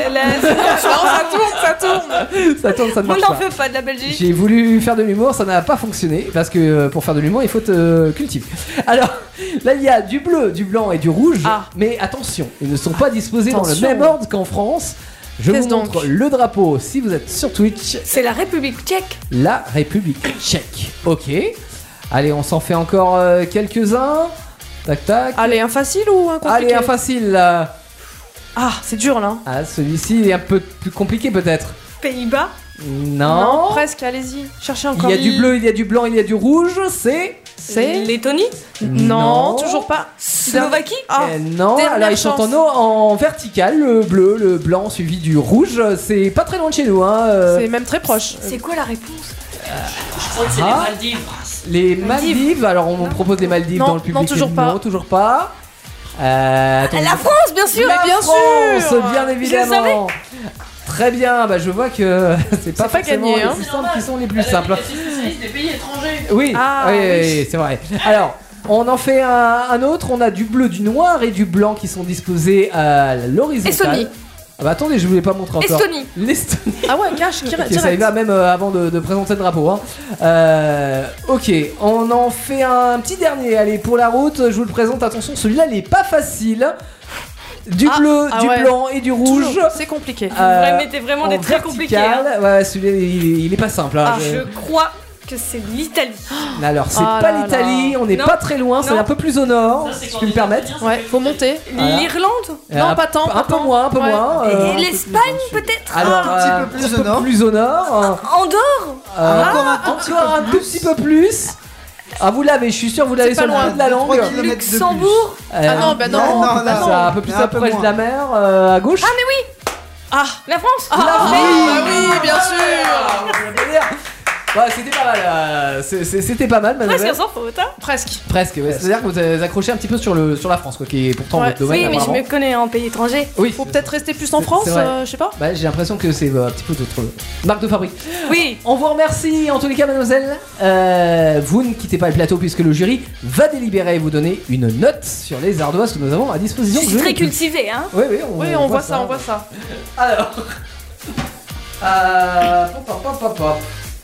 Ça tourne. ça tourne, ça ne On marche n'en pas. fait pas de la Belgique. J'ai voulu faire de l'humour, ça n'a pas fonctionné parce que pour faire de l'humour il faut te cultiver. Alors là il y a du bleu, du blanc et du rouge, mais attention, ils ne sont pas disposés dans le Attention. même ordre qu'en France. Je vous Qu'est-ce montre donc le drapeau si vous êtes sur Twitch. C'est la République tchèque. La République tchèque. Ok. Allez, on s'en fait encore quelques-uns. Tac tac. Allez, un facile ou un compliqué ? Allez, un facile là. Ah, c'est dur là. Ah, celui-ci est un peu plus compliqué peut-être. Pays-Bas. Non. Presque, allez-y. Cherchez encore. Il y a du bleu, il y a du blanc, il y a du rouge. C'est Lettonie. Non, toujours pas. Slovaquie. Non, dernière là ils sont chance. en vertical, le bleu, le blanc suivi du rouge, c'est pas très loin de chez nous hein. C'est même très proche. C'est quoi la réponse ? Je crois que c'est les Ah. Maldives. Les Maldives, alors on me propose les Maldives Non, dans le public. non, toujours pas. Non, toujours pas. Attendez. La France, bien sûr. La bien France, sûr. bien évidemment. Très bien, bah je vois que c'est pas pas forcément gagné, les hein. plus simples qui sont les plus simples. Des pays étrangers. Oui, Ah, oui, oui. oui, c'est vrai. Alors, on en fait un autre. On a du bleu, du noir et du blanc qui sont disposés à l'horizontale. Estonie. Ah bah attendez, je voulais pas montrer encore. Estonie. L'Estonie. Ah ouais, cache, direct. Ok, ça y va même avant de présenter le drapeau. Hein. Ok, on en fait un petit dernier. Allez, pour la route, je vous le présente. Attention, celui-là, il est pas facile. Du bleu, du ouais. blanc et du rouge. Toujours, c'est compliqué. Vous mettez vraiment en des très compliqués. vertical. Ouais, celui-là, il est pas simple. Hein. Je crois que c'est l'Italie. Alors, c'est Ah pas là l'Italie, là. on n'est Non. pas très loin, c'est Non. un peu plus au nord, si je puis me permettre. Ouais, faut monter. Voilà. L'Irlande. Non, pas tant. Un peu moins, un peu Ouais. moins. Et l'Espagne, peut-être. Alors, Un petit peu plus au nord. plus au nord. Andorre. Encore un tout petit peu plus. Ah, vous l'avez, je suis sûr, vous l'avez C'est sur pas le bout de la langue. 3 kilomètres de plus. Luxembourg. Ah non, bah non, non, bah non. C'est un peu plus Un peu approche de moins. la mer, à gauche. Ah, mais oui. Ah, La France. ah, oui, bien sûr. Ouais, c'était pas mal. C'était pas mal, Presque mademoiselle. sans faute. Hein. Presque. Presque, ouais. C'est-à-dire que vous avez accroché un petit peu sur la France, quoi, qui est pourtant Ouais. votre domaine. Oui, mais je apparemment. me connais en pays étranger. Oui, Faut peut-être rester plus en France, c'est vrai. je sais pas. Bah, j'ai l'impression que c'est un petit peu d'autres marque de fabrique. Oui. On vous remercie en tous les cas, mademoiselle. Vous ne quittez pas le plateau puisque le jury va délibérer et vous donner une note sur les ardoises que nous avons à disposition. Je suis très cultivé, hein. Oui, Oui, on voit ça, on voit ça. Alors, pop, pop, pop, pop.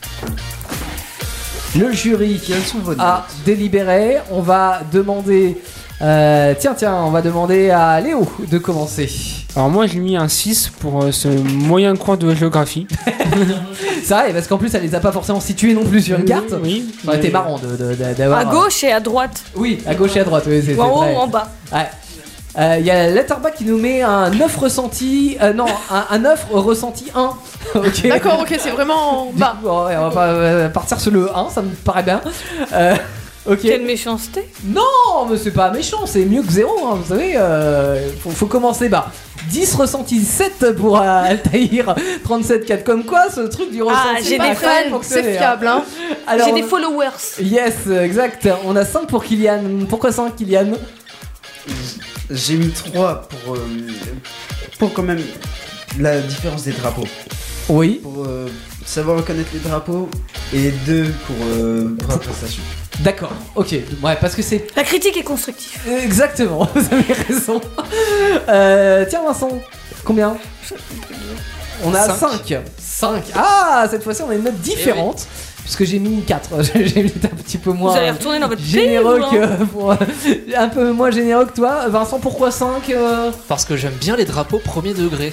Le jury a délibéré. On va demander. On va demander à Léo de commencer. Alors moi j'ai mis un 6 pour ce moyen cours de géographie. C'est vrai, parce qu'en plus elle les a pas forcément situés non plus sur une carte. Oui. Ça aurait été marrant d'avoir. À gauche et à droite. Oui, à gauche et à droite, oui, c'est Ou en haut vrai. ou en bas. Ouais. Il y a Letterback qui nous met un 9 ressenti. Non, un 9 ressenti 1. Ok. D'accord, ok, c'est vraiment Du bas. coup, ouais, on va pas partir sur le 1, ça me paraît bien. Ok. Quelle méchanceté. Non, mais c'est pas méchant, c'est mieux que 0, hein, vous savez. Faut commencer bas. 10 ressentis, 7 pour Altaïr, 37 4. Comme quoi, ce truc du ressenti. Ah, j'ai pas des très fans, fonctionné, c'est fiable, hein. Alors, J'ai des followers. Yes, exact. On a 5 pour Kylian. Pourquoi 5, Kylian? J'ai mis 3 pour quand même la différence des drapeaux. Oui. Pour savoir reconnaître les drapeaux. Et 2 pour la prestation. D'accord, ok. Ouais, parce que c'est. La critique est constructive. Exactement, vous avez raison. Tiens, Vincent, combien? On a 5. 5. Ah, cette fois-ci, on a une note différente. Puisque j'ai mis 4. J'ai mis un petit peu moins. Vous allez retourner dans votre généreux pays, que. Un peu moins généreux que toi. Vincent, pourquoi 5 Parce que j'aime bien les drapeaux premier degré.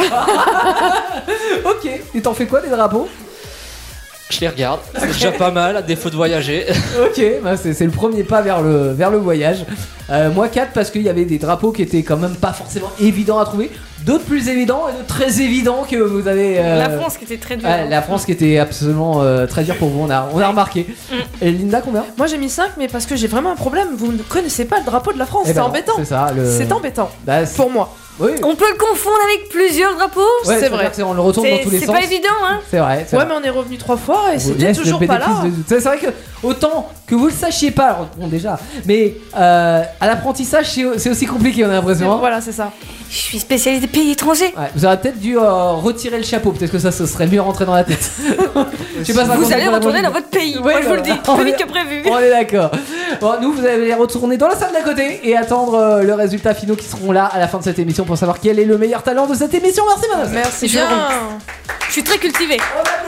Ok, et t'en fais quoi des drapeaux? Je les regarde, c'est déjà pas mal, à défaut de voyager. Ok, bah c'est le premier pas vers le voyage. Moi 4 parce qu'il y avait des drapeaux qui étaient quand même pas forcément évidents à trouver. D'autres plus évidents et d'autres très évidents que vous avez... La France qui était très dure. Ouais, la France qui était absolument très dure pour vous, on a remarqué. Et Linda, combien? Moi j'ai mis 5, mais parce que j'ai vraiment un problème. Vous ne connaissez pas le drapeau de la France, Eh c'est ben non, embêtant. c'est ça, C'est embêtant. Bah, pour moi. Oui. On peut le confondre avec plusieurs drapeaux. Ouais, c'est vrai. On le retourne dans tous les C'est sens. pas évident, hein. C'est vrai. Ouais, mais on est revenu 3 fois et c'était Laisse toujours le pas là. bénéfice de doute. C'est vrai que autant que vous le sachiez pas, alors, bon déjà, mais à l'apprentissage c'est aussi compliqué, on a l'impression. Hein. Voilà, c'est ça. Je suis spécialiste des pays étrangers. Ouais, vous aurez peut-être dû retirer le chapeau, peut-être que ça se serait mieux rentré dans la tête. Je sais pas, ça Vous compte allez pour la retourner prochaine. dans votre pays. Ouais, Moi, je vous le voilà. dis, plus vite que prévu. On est d'accord. Bon, nous, vous allez retourner dans la salle d'à côté et attendre le résultat finaux qui seront là à la fin de cette émission pour savoir quel est le meilleur talent de cette émission. Merci, madame. Merci Je bien. Je suis très cultivée.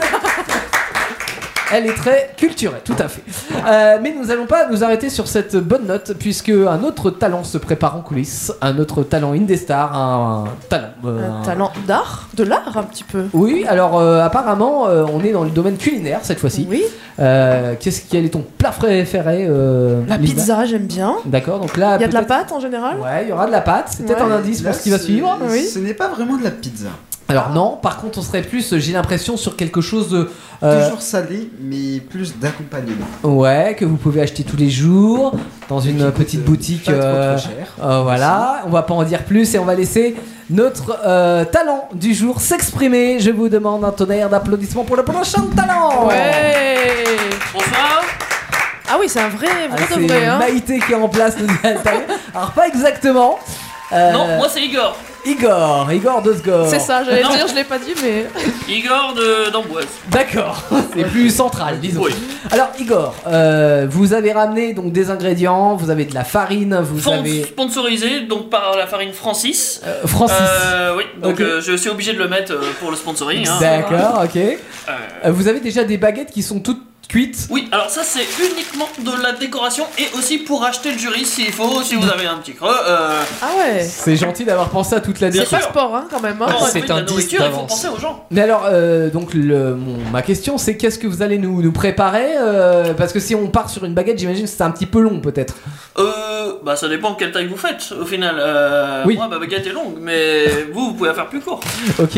Elle est très culturée, tout à fait. Mais nous allons pas nous arrêter sur cette bonne note, puisque un autre talent se prépare en coulisses, un autre talent Indestar, un talent. Un talent d'art, de l'art un petit peu. Oui, alors apparemment, on est dans le domaine culinaire cette fois-ci. Oui. Quel est ton plat préféré La Linda pizza, j'aime bien. D'accord, donc là. Il y a de la peut-être- pâte en général. Ouais, il y aura de la pâte. C'est peut-être Ouais. un indice Là, pour ce qui va ce- suivre. Oui. Ce n'est pas vraiment de la pizza. Alors non, par contre, on serait plus, j'ai l'impression, sur quelque chose de. Toujours salé, mais plus d'accompagnement. Ouais, que vous pouvez acheter tous les jours dans une petite boutique. pas trop cher. Voilà, on va pas en dire plus et on va laisser notre talent du jour s'exprimer. Je vous demande un tonnerre d'applaudissements pour le prochain talent. Ouais. Bonsoir. Ah oui, c'est un vrai Ah, de c'est vrai. Hein. Maïté qui est en place, nous dit Altaïr. Alors pas exactement. Non, moi c'est Igor. Igor de Sgore. C'est ça, j'allais Non. dire, je l'ai pas dit, mais. Igor d'Amboise. D'accord, c'est plus central, disons. Oui. Alors Igor, vous avez ramené donc des ingrédients, vous avez de la farine, vous avez Sponsorisé donc par la farine Francis. Francis. Oui, donc Ok. je suis obligé de le mettre pour le sponsoring. Hein. D'accord, ok. Vous avez déjà des baguettes qui sont toutes cuites. Oui, alors ça c'est uniquement de la décoration et aussi pour acheter le jury s'il faut, si vous avez un petit creux. Ah ouais. C'est gentil d'avoir pensé à toute la Bien C'est pas sûr. sport, hein, quand même. Hein. Quand on c'est fait de un la disque nourriture, il faut d'avance. penser aux gens. Mais alors, donc ma question c'est qu'est-ce que vous allez nous préparer parce que si on part sur une baguette, j'imagine que c'est un petit peu long peut-être. Bah ça dépend quelle taille vous faites au final. Oui. Moi ma baguette est longue, mais vous pouvez la faire plus court. Ok.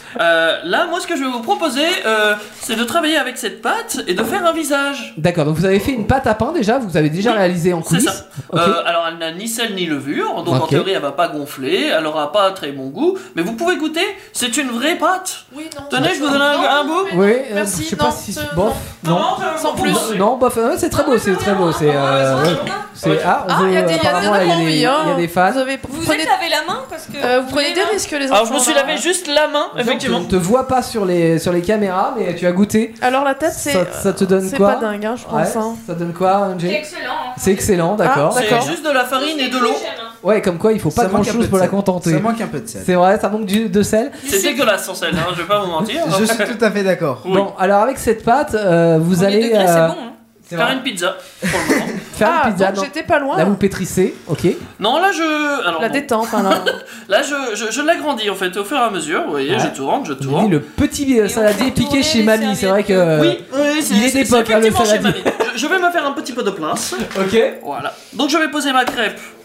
Là, moi ce que je vais vous proposer, c'est de travailler avec cette pâte et de faire un visage. D'accord, donc vous avez fait une pâte à pain déjà, vous avez déjà réalisé en C'est coulisses. ça. Ok. Alors elle n'a ni sel ni levure, donc en Ok. théorie elle va pas gonfler, elle aura pas très bon goût, mais vous pouvez goûter, c'est une vraie pâte. Oui, non. Tenez, je vous donne un bout. Oui, Merci, je sais non, pas si ce- bof, non. Sans plus. Non, bof, c'est très beau, c'est très beau, c'est ouais. C'est Ah, il y a des apparemment, là, envies, il y a des fans. Vous Vous prenez, êtes lavé la main parce que. vous prenez des risques, les enfants. Alors je me suis là. lavé juste la main, effectivement. On ne te voit pas sur les caméras, mais tu as goûté. Alors la tête, c'est. Ça te donne c'est quoi? pas dingue, hein, je Ouais, pense. Hein. ça donne quoi, C'est MJ? excellent. hein. C'est excellent, d'accord. Ah, d'accord. C'est juste de la farine et de l'eau. Ouais, comme quoi il faut pas Ça grand manque un peu chose de pour la sel. contenter. Ça manque un peu de sel. C'est vrai, ça manque de sel. C'est dégueulasse sans sel, hein, je vais pas vous mentir. Je suis tout à fait d'accord. Oui. Bon, alors avec cette pâte, vous Premier allez degré, c'est bon. hein. c'est Faire vrai. une pizza pour le moment. Faire Ah, une pizza. donc non. j'étais pas loin. Là vous pétrissez, ok. Non, là je. Alors, La non. détente, enfin là. Là je l'agrandis en fait au fur et à mesure, vous voyez, Ouais. je tourne, je On dit tourne. le petit Et on saladier fait piqué tourner chez les mamie, c'est vrai que. serviettes. Oui, il est d'époque, hein, le effectivement chez saladier. mamie. Je vais me faire un petit peu de place. Ok. Voilà. Donc je vais poser ma crêpe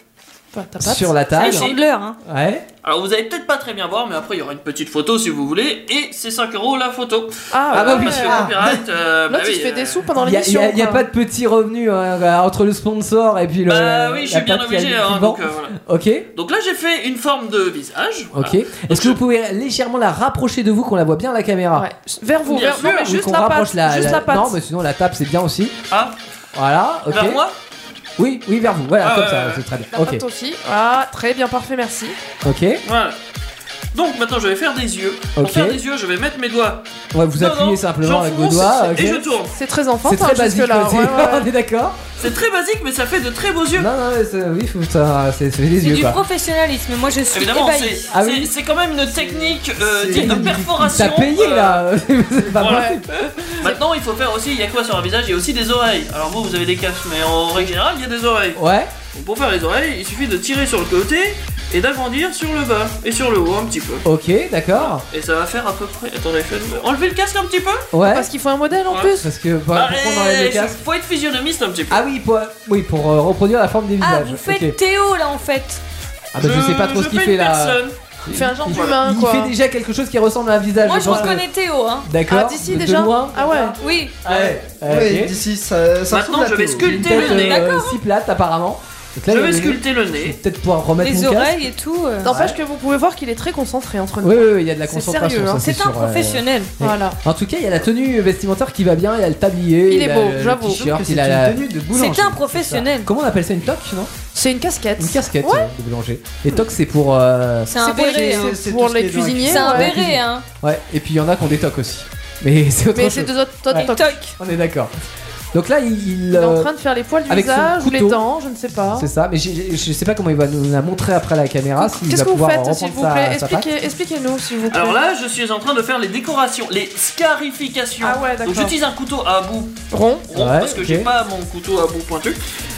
sur la table. Hein. Ouais. Alors vous allez peut-être pas très bien voir, mais après il y aura une petite photo si vous voulez, et c'est 5 € la photo. Ah bah oui, parce que copyright. L'autre il se fait des sous pendant l'émission. Il n'y a pas de petits revenus entre le sponsor et puis le. Bah oui, je suis bien obligé. Donc, voilà. Ok. Donc là j'ai fait une forme de visage. Ok. Voilà. Est-ce que vous pouvez légèrement la rapprocher de vous, qu'on la voit bien à la caméra? Ouais. Vers vous, Bien vers... sûr. Non mais Ou juste qu'on la rapproche patte. Juste la patte. Non, mais sinon la table c'est bien aussi. Ah. Voilà. Ok. Vers moi. Oui, vers vous. Voilà, comme ça, ouais. c'est très bien. La Ok. patte aussi. Ah, très bien, parfait, merci. Ok. Voilà. Donc maintenant je vais faire des yeux. Pour Ok. faire des yeux, je vais mettre mes doigts. Ouais, vous appuyez simplement avec vos j'enfonce doigts. et ok. je tourne. C'est très enfantin C'est très basique. jusque-là. aussi. Ouais, ouais. On est d'accord. C'est très basique, mais ça fait de très beaux yeux. Non, mais oui, faut ça, c'est des C'est yeux du quoi. professionnalisme. Moi, je suis Évidemment, ébahie. c'est quand même une technique dite de perforation. T'as payé là. C'est pas Voilà. possible. Maintenant, il faut faire aussi, il y a quoi sur un visage? Il y a aussi des oreilles. Alors vous avez des casques, mais en règle générale, il y a des oreilles. Ouais. Donc pour faire les oreilles, il suffit de tirer sur le côté et d'agrandir sur le bas et sur le haut un petit peu. Ok, d'accord. Et ça va faire à peu près. Attendez, enlevez le casque un petit peu. Ouais. Parce qu'il faut un modèle en Ouais. plus. Parce que pour Bah, qu'on enlève le casque. faut être physionomiste un petit peu. Ah oui, pour reproduire la forme des visages. Ah, vous faites Ok. Théo là en fait. Ah bah je sais pas trop ce qu'il fais fait une là. personne. Il fait un genre Il- d'humain Il quoi. fait déjà quelque chose qui ressemble à un visage. Moi, je je pense. reconnais Théo. Hein. D'accord. Ah, d'ici de déjà. loin. Ah ouais. Oui. Ouais. Oui, ok. d'ici ça Maintenant, je vais Une sculpter tête le nez. si plate apparemment. Donc là, Je il y a vais le- sculpter le Je vais nez. peut-être pouvoir remettre Les mon casque. oreilles et tout. N'empêche que vous pouvez voir qu'il est très concentré entre nous. Oui, il y a de la C'est concentration. sérieux, ça, hein. C'est un sûr, professionnel. ouais. Voilà. En tout cas, il y a la tenue vestimentaire qui va bien, il y a le tablier. Il est a beau, le j'avoue. t-shirt, C'est il a la une tenue de boulanger. C'est un professionnel. Comment on appelle ça, une toque, non? C'est une casquette. Une casquette Ouais. de boulanger. Les toques, c'est pour. C'est un C'est pour béret. les- hein. c'est pour tout ce les qui est dans la cuisiniers. C'est un ouais. béret. Hein. Ouais, et puis il y en a qui ont des toques aussi. Mais c'est autre Mais chose. c'est deux autres Ouais. tocs. Toc. On est d'accord. Donc là, il Il est en train de faire les poils du avec son visage ou les couteau. dents, je ne sais pas. C'est ça, mais je sais pas comment il va nous la montrer après la caméra. s'il Qu'est-ce va que vous pouvoir faites, reprendre s'il vous sa- plaît sa patte. Expliquez-nous, s'il vous plaît. Alors là, je suis en train de faire les décorations, les scarifications. Ah ouais, d'accord. Donc j'utilise un couteau à bout Rond. rond Ouais, parce que ok. j'ai pas mon couteau à bout pointu.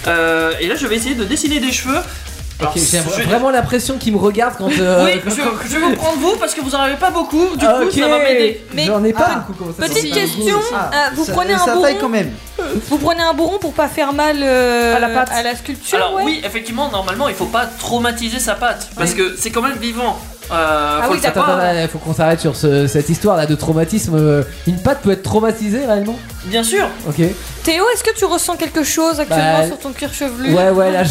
Et là, je vais essayer de dessiner des cheveux. Alors, Ok, j'ai je- vraiment l'impression qu'il me regarde quand. Oui, je vais vous prendre vous parce que vous en avez pas beaucoup. Du coup, Ok. ça va m'aider. Mais- J'en ai pas Ah. beaucoup. Comment ça Petite s'appelle? question. Vous prenez un ça taille bourron. quand même. Vous prenez un bourron pour pas faire mal À la pâte. à la sculpture. Alors ouais. oui, effectivement, normalement, il faut pas traumatiser sa pâte parce que c'est quand même vivant. Faut oui, le savoir. Attends, faut qu'on s'arrête sur cette histoire là de traumatisme. Une pâte peut être traumatisée réellement? Bien sûr. Ok. Théo, est-ce que tu ressens quelque chose actuellement Bah, sur ton cuir chevelu? Ouais, là.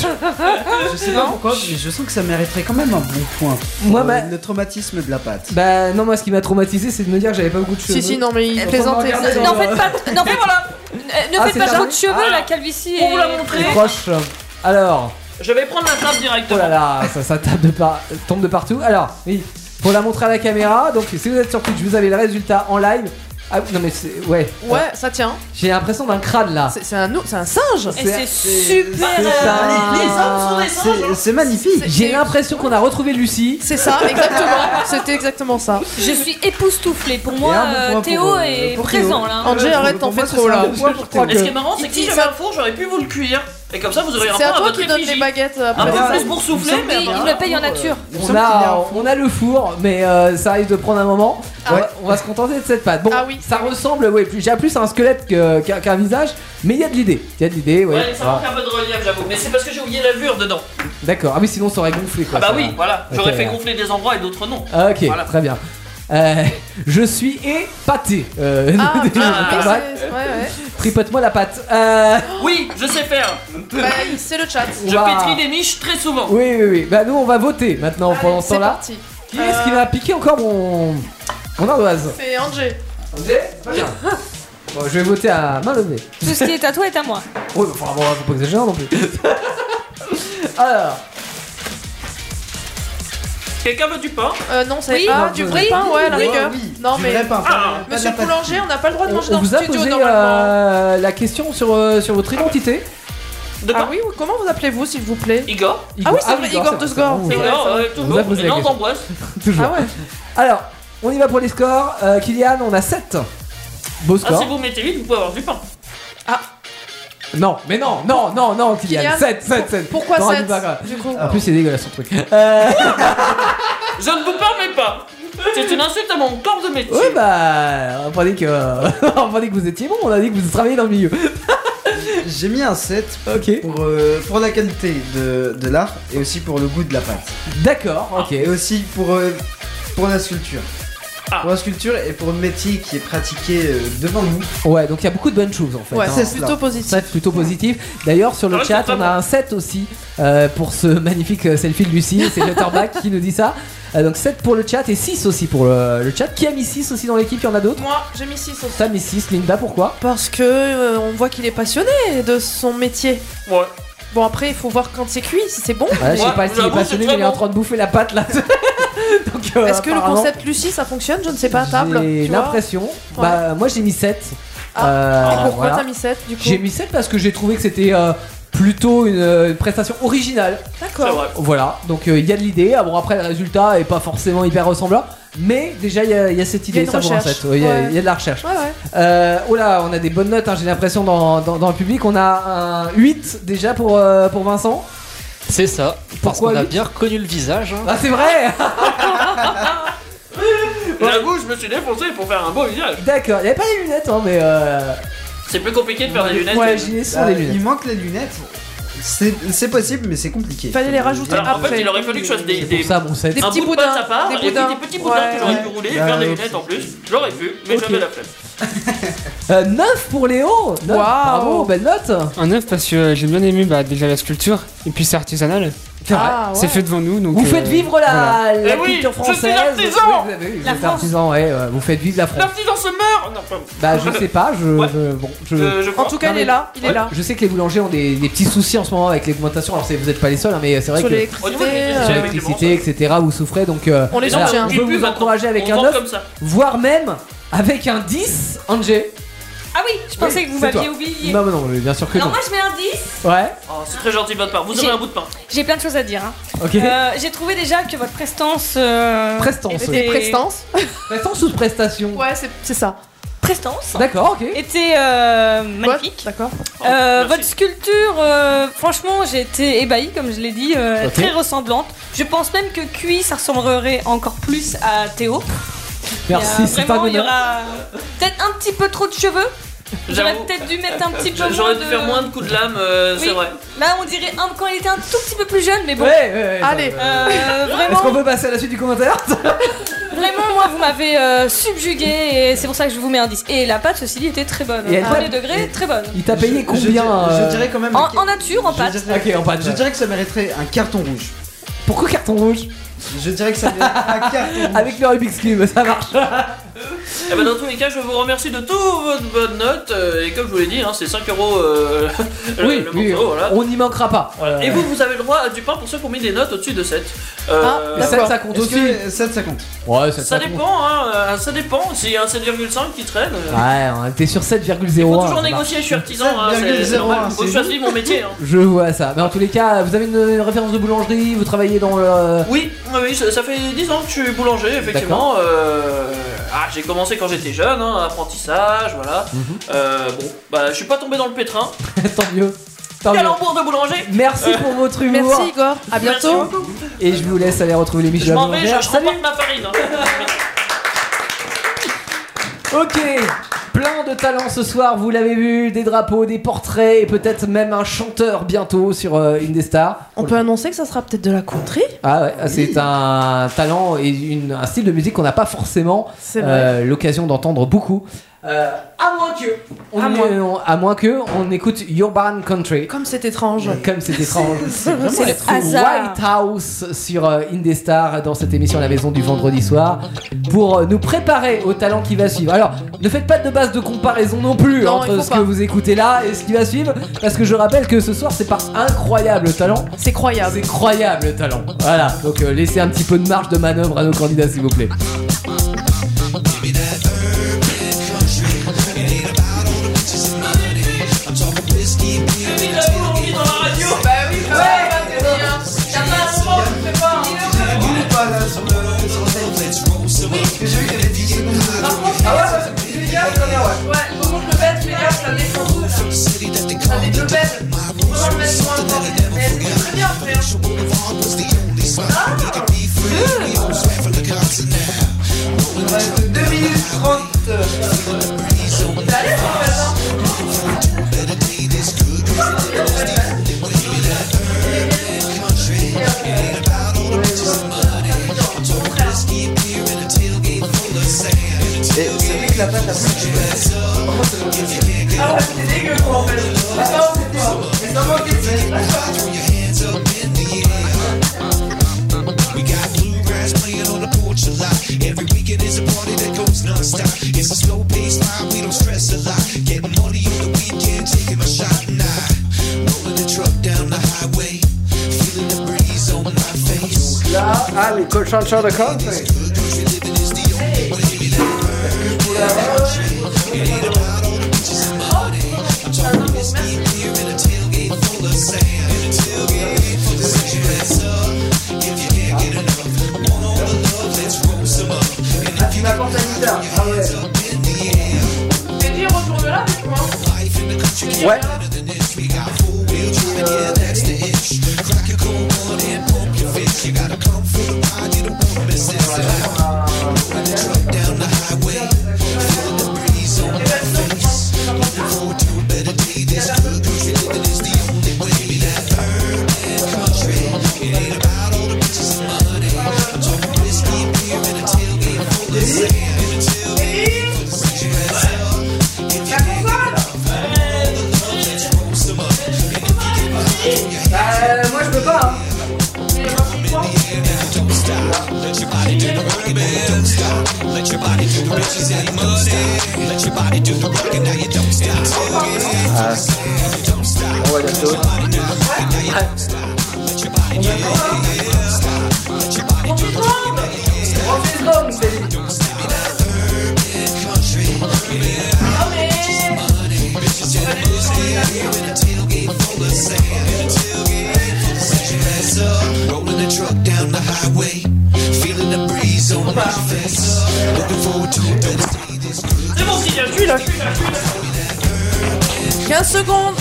Je sais pas pourquoi, mais je sens que ça mériterait quand même un bon point. Moi, Le traumatisme de la pâte. Bah non, moi ce qui m'a traumatisé c'est de me dire que j'avais pas beaucoup de cheveux. Si, non, mais il Faut plaisantait. pas me regarder N'en dans- faites pas, n'en faites voilà. Ne Ah, faites c'est pas ça trop de cheveux, Ah. la calvitie Pour vous la est- montrer. C'est proche. Alors, Je vais prendre la table oh directement. là là, ça tape tombe de partout. Alors, oui, pour la montrer à la caméra, donc si vous êtes sur Twitch, vous avez le résultat en live. Ah non mais c'est... Ouais. Ouais, ça tient. J'ai l'impression d'un crâne là. C'est un singe. Et c'est super. c'est un- Les hommes sont des singes. C'est magnifique. J'ai l'impression qu'on a retrouvé Lucie. C'est ça, exactement. C'était exactement ça. Je suis époustouflée. Pour Et moi, un bon point Théo pour, est pour présent Théo. là. André, arrête, t'en fais trop là. Et ce qui est marrant, c'est que si j'avais un four, j'aurais pu vous le cuire. Et comme ça, vous aurez un C'est peu à à toi votre qui donne les effigie. baguettes Un après. peu ça. plus pour souffler, mais Oui, il me paye en nature. On a le four, mais ça risque de prendre un moment. On va se contenter de cette pâte. Bon, Ah oui. ça ressemble, j'ai plus à un squelette qu'un visage, mais il y a de l'idée. Il y a de l'idée, ouais. Ouais, ça manque un peu de relief, j'avoue. Mais c'est parce que j'ai oublié la levure dedans. D'accord. Ah oui, sinon ça aurait gonflé quoi. Ah bah ça. oui, voilà. J'aurais Ok, fait ouais. gonfler des endroits et d'autres non. Ah, ok, Voilà. très bien. Je suis épaté. Ah, de- bien, de- oui, de- ouais. Tripote-moi la pâte. Oui, je sais faire. Bah, c'est le chat. Je Ouah. pétris des niches très souvent. Oui. Bah nous on va voter maintenant pendant ce C'est temps-là. parti. Qui est-ce qui va piquer encore mon ardoise? C'est André. Très bien. Bon, je vais voter à main levée. Tout ce qui est à toi est à moi. Ouais, enfin bon, faut pas exagérer non plus. Alors, Quelqu'un veut du pain? Non, c'est Oui, du vrai pain, ouais, à la rigueur. Non, Du mais. vrai pain, pas de Monsieur la pâte. Boulanger, on n'a pas le droit de manger on dans vous le a studio posé normalement. la question sur votre identité. De Ah quoi? oui, comment vous appelez-vous s'il vous plaît? Igor? Ah oui, c'est vrai, Igor de Sgore. C'est vrai, Igor, ça. On vous toujours. a posé Et la non, question. d'Ambroise. Toujours. Ah ouais. Alors, on y va pour les scores. Kylian, on a 7. Beau Ah, score. si vous mettez vite, vous pouvez avoir du pain. Non, mais non, Kylian. Kylian, 7. Pourquoi T'auras 7 du bagarre. du coup? En plus, c'est dégueulasse son truc. Je ne vous permets pas. C'est une insulte à mon corps de métier. Oui, bah, on a pas dit que vous étiez bon, on a dit que vous travaillez dans le milieu. J'ai mis un 7 pour la qualité de l'art et aussi pour le goût de la pâte. D'accord, ok. Et aussi pour la sculpture. Pour la sculpture et pour le métier qui est pratiqué devant nous. Ouais, donc il y a beaucoup de bonnes choses en fait. Ouais, hein. c'est plutôt positif. 7 plutôt positif. D'ailleurs, sur le Ouais, chat, c'est on très a un 7 aussi pour ce magnifique selfie de Lucie. C'est Letterback qui nous dit ça. Donc 7 pour le chat et 6 aussi pour le chat. Qui a mis 6 aussi dans l'équipe? Il y en a d'autres? Moi, j'ai mis 6 aussi. T'as mis 6, Linda, pourquoi? Parce que on voit qu'il est passionné de son métier. Ouais. Bon, après, il faut voir quand c'est cuit, si c'est bon. Ouais, je sais pas s'il est passionné, mais il est en train de bouffer la pâte là. Donc, Est-ce que le apparemment, concept Lucie ça fonctionne? Je ne sais pas à table. j'ai tu vois. l'impression. Ouais. Bah, moi j'ai mis 7. Et pourquoi voilà. t'as mis 7 du coup? J'ai mis 7 parce que j'ai trouvé que c'était plutôt une prestation originale. D'accord. Voilà, donc il y a de l'idée. Ah bon, après le résultat est pas forcément hyper ressemblant, mais déjà il y a cette idée, Il y a ça une vaut un recherche. 7. Il y a de la recherche. Oh là, on a des bonnes notes, hein, j'ai l'impression dans le public. On a un 8 déjà pour Vincent. C'est ça, parce Pourquoi qu'on a 8? bien reconnu le visage. hein. Ah, c'est vrai. J'avoue, je me suis défoncé pour faire un beau visage. D'accord, il n'y avait pas les lunettes, hein, mais C'est plus compliqué de faire des lunettes. ouais, que- j'ai sur les lunettes. Il manque les lunettes. C'est possible, mais c'est compliqué. Il fallait les rajouter Alors, en après. fait, il aurait fallu que je fasse des Pour ça, mon 7. Des un petits bout de pâte boudins, à part des et puis boudins. des petits boudins Ouais, que j'aurais ouais. pu rouler et faire des lunettes en plus. J'aurais pu, mais Ok. j'avais la flemme. 9 pour Léo. 9, bravo, belle note. Un 9 parce que j'ai bien aimé déjà la sculpture et puis c'est artisanal. C'est vrai. Ah, ouais. C'est fait devant nous donc. Vous faites vivre la Eh oui, culture je suis française. artisan. Oui, vous La êtes France. artisan, ouais, vous faites vivre la France. L'artisan se meurt. Non, pas. Bah je sais pas, Ouais. Je En crois. tout cas, Non, il mais- est là. Il est Ouais, là. Je sais que les boulangers ont des petits soucis en ce moment avec l'augmentation. Alors vous êtes pas les seuls, hein, mais c'est vrai Sur que l'électricité. Au niveau de l'électricité, sur avec les l'électricité, etc. Vous souffrez, donc On les voilà, soutient. on peut vous encourager avec On un vend 9, comme ça. voire même avec un 10, Angé. Ah oui, je pensais que vous c'est m'aviez toi. oublié. Non, mais non, mais bien sûr que Alors non. moi je mets un 10. Ouais, Oh, c'est très gentil de votre part. Vous avez J'ai- un bout de pain. J'ai plein de choses à dire. hein. ok. J'ai trouvé déjà que votre prestance. Prestance, était- oui. Prestance. Prestance ou prestation? Ouais, c'est ça. Prestance. D'accord, ok. Était magnifique. D'accord. Merci. Votre sculpture, franchement, j'ai été ébahie, comme je l'ai dit, Ok. très ressemblante. Je pense même que Cui, ça ressemblerait encore plus à Théo. Merci, c'est pas Vraiment, il y bonheur. aura peut-être un petit peu trop de cheveux. J'aurais J'avoue. peut-être dû mettre un petit peu moins J'aurais de... dû faire moins de coups de lame, Oui. c'est vrai. Là, on dirait quand il était un tout petit peu plus jeune, mais bon. Ouais. Allez. Est-ce Vraiment, qu'on peut passer à la suite du commentaire? vraiment, moi, vous m'avez subjugué et c'est pour ça que je vous mets un 10. Et la pâte, ceci dit, était très bonne. Et elle Premier t'a- degré, très bonne. Il t'a payé Je combien dirais quand même. En nature, en pâte. Ok, en pâte. Je dirais que ça mériterait un carton rouge. Pourquoi carton rouge? Je dirais que ça mériterait un carton rouge. Avec le Rubik's Cube, ça marche. Eh ben, dans tous les cas, je vous remercie de toutes vos bonnes notes. Et comme je vous l'ai dit, hein, c'est 5 euros Oui, le oui, morceau, voilà. on n'y manquera pas. Et vous avez le droit à du pain pour ceux qui ont mis des notes au-dessus de 7. Et 7, ça compte Est-ce aussi. que 7 ça compte? Ouais, Ça dépend, hein, ça dépend. S'il y a un 7,5 qui traîne. Ouais, on était sur 7,01. Faut toujours ça négocier, je suis artisan, hein, 7,01, c'est normal. c'est Faut que je fasse vivre mon métier. Hein. Je vois ça. Mais en tous les cas, vous avez une référence de boulangerie, vous travaillez dans le. Oui, ça fait 10 ans que je suis boulanger, effectivement. J'ai commencé quand j'étais jeune, hein, apprentissage, voilà. Bon, bah je suis pas tombé dans le pétrin. Tant mieux. Tant mieux. Calembour de boulanger. Merci pour votre humour. Merci Igor. À bientôt. Merci beaucoup. Et je vous laisse aller retrouver l'émission Je de la m'en vais, boulangère. je Salut. remporte ma farine. Hein. Ok, plein de talents ce soir, vous l'avez vu, des drapeaux, des portraits et peut-être même un chanteur bientôt sur Indestar. On peut annoncer que ça sera peut-être de la country. Ah ouais, c'est un talent et un style de musique qu'on n'a pas forcément C'est vrai. l'occasion d'entendre beaucoup. À moins que on écoute Urban Country. Comme c'est étrange. Comme c'est étrange. C'est vraiment C'est le étrange. hasard. White House sur Indestar dans cette émission La Maison du vendredi soir pour nous préparer au talent qui va suivre. Alors, ne faites pas de base de comparaison non plus Non, il entre faut ce pas. que vous écoutez là et ce qui va suivre parce que je rappelle que ce soir c'est par incroyable talent. C'est croyable. C'est croyable le talent. Voilà, donc laissez un petit peu de marge de manœuvre à nos candidats s'il vous plaît. Ah ouais, c'est dégueu quoi en fait. D'accord, c'est quoi? Mais ça manque We got bluegrass playing on the porch a lot. Every weekend is a party that goes non-stop. It's a slow pace ride, we don't stress a lot. Getting money on the weekend, taking a shot now. Rolling the truck down the highway, feeling the breeze on my face. Là, les chanteurs de country. Ah, tu m'apportes la guitare. Ah ouais. T'es dit retourne là avec moi. Ouais. Moi je peux pas. Hein. On va dire tout. Rolling the truck down the highway, feeling the breeze on my face. Looking forward to a better day this good. C'est bon, Sylvia, je suis là. 15 secondes.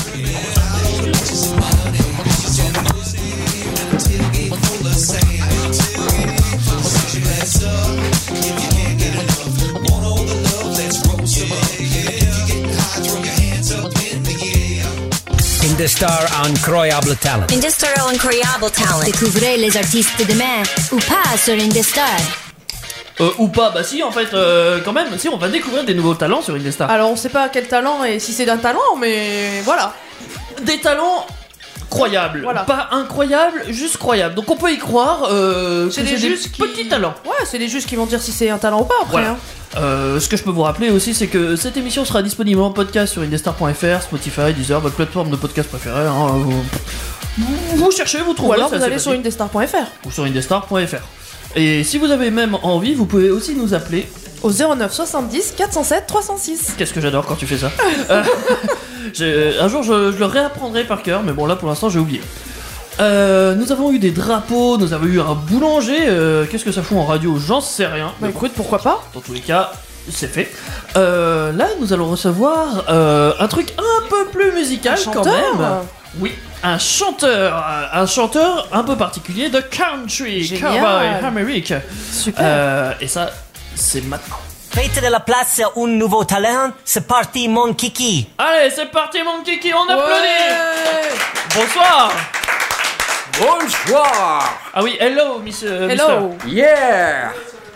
Indestar Incroyable Talent. Indestar Incroyable Talent. Découvrez les artistes de demain ou pas sur Indestar. Ou pas, bah si en fait, quand même, si on va découvrir des nouveaux talents sur Indestar. Alors on sait pas quel talent et si c'est d'un talent, mais voilà. Des talents croyables, Voilà. pas incroyables, juste croyables. Donc on peut y croire. C'est que des c'est justes qui- petits talents. Ouais, c'est les juges qui vont dire si c'est un talent ou pas après. Voilà. Hein. Ce que je peux vous rappeler aussi, c'est que cette émission sera disponible en podcast sur indestar.fr, Spotify, Deezer, votre plateforme de podcast préférée. Hein, vous cherchez, vous Ou trouverez. alors c'est vous assez allez sur facile. indestar.fr. Ou sur indestar.fr. Et si vous avez même envie, vous pouvez aussi nous appeler au 09 70 407 306. Qu'est-ce que j'adore quand tu fais ça. Un jour je le réapprendrai par cœur, mais bon là pour l'instant j'ai oublié. Nous avons eu des drapeaux, nous avons eu un boulanger. Qu'est-ce que ça fout en radio? J'en sais rien. Bah écoute, pourquoi pas? Dans tous les cas, c'est fait. Là, nous allons recevoir un truc un peu plus musical Un quand chanteur même. Oui, un chanteur un peu particulier de country, Génial. cowboy, Amérique. Super. Et ça, c'est maintenant. Faites de la place un nouveau talent. C'est parti, mon kiki. Allez, c'est parti, mon kiki, on applaudit. Bonsoir. Bonsoir. Ah oui, hello, monsieur. Hello. Mister. Yeah.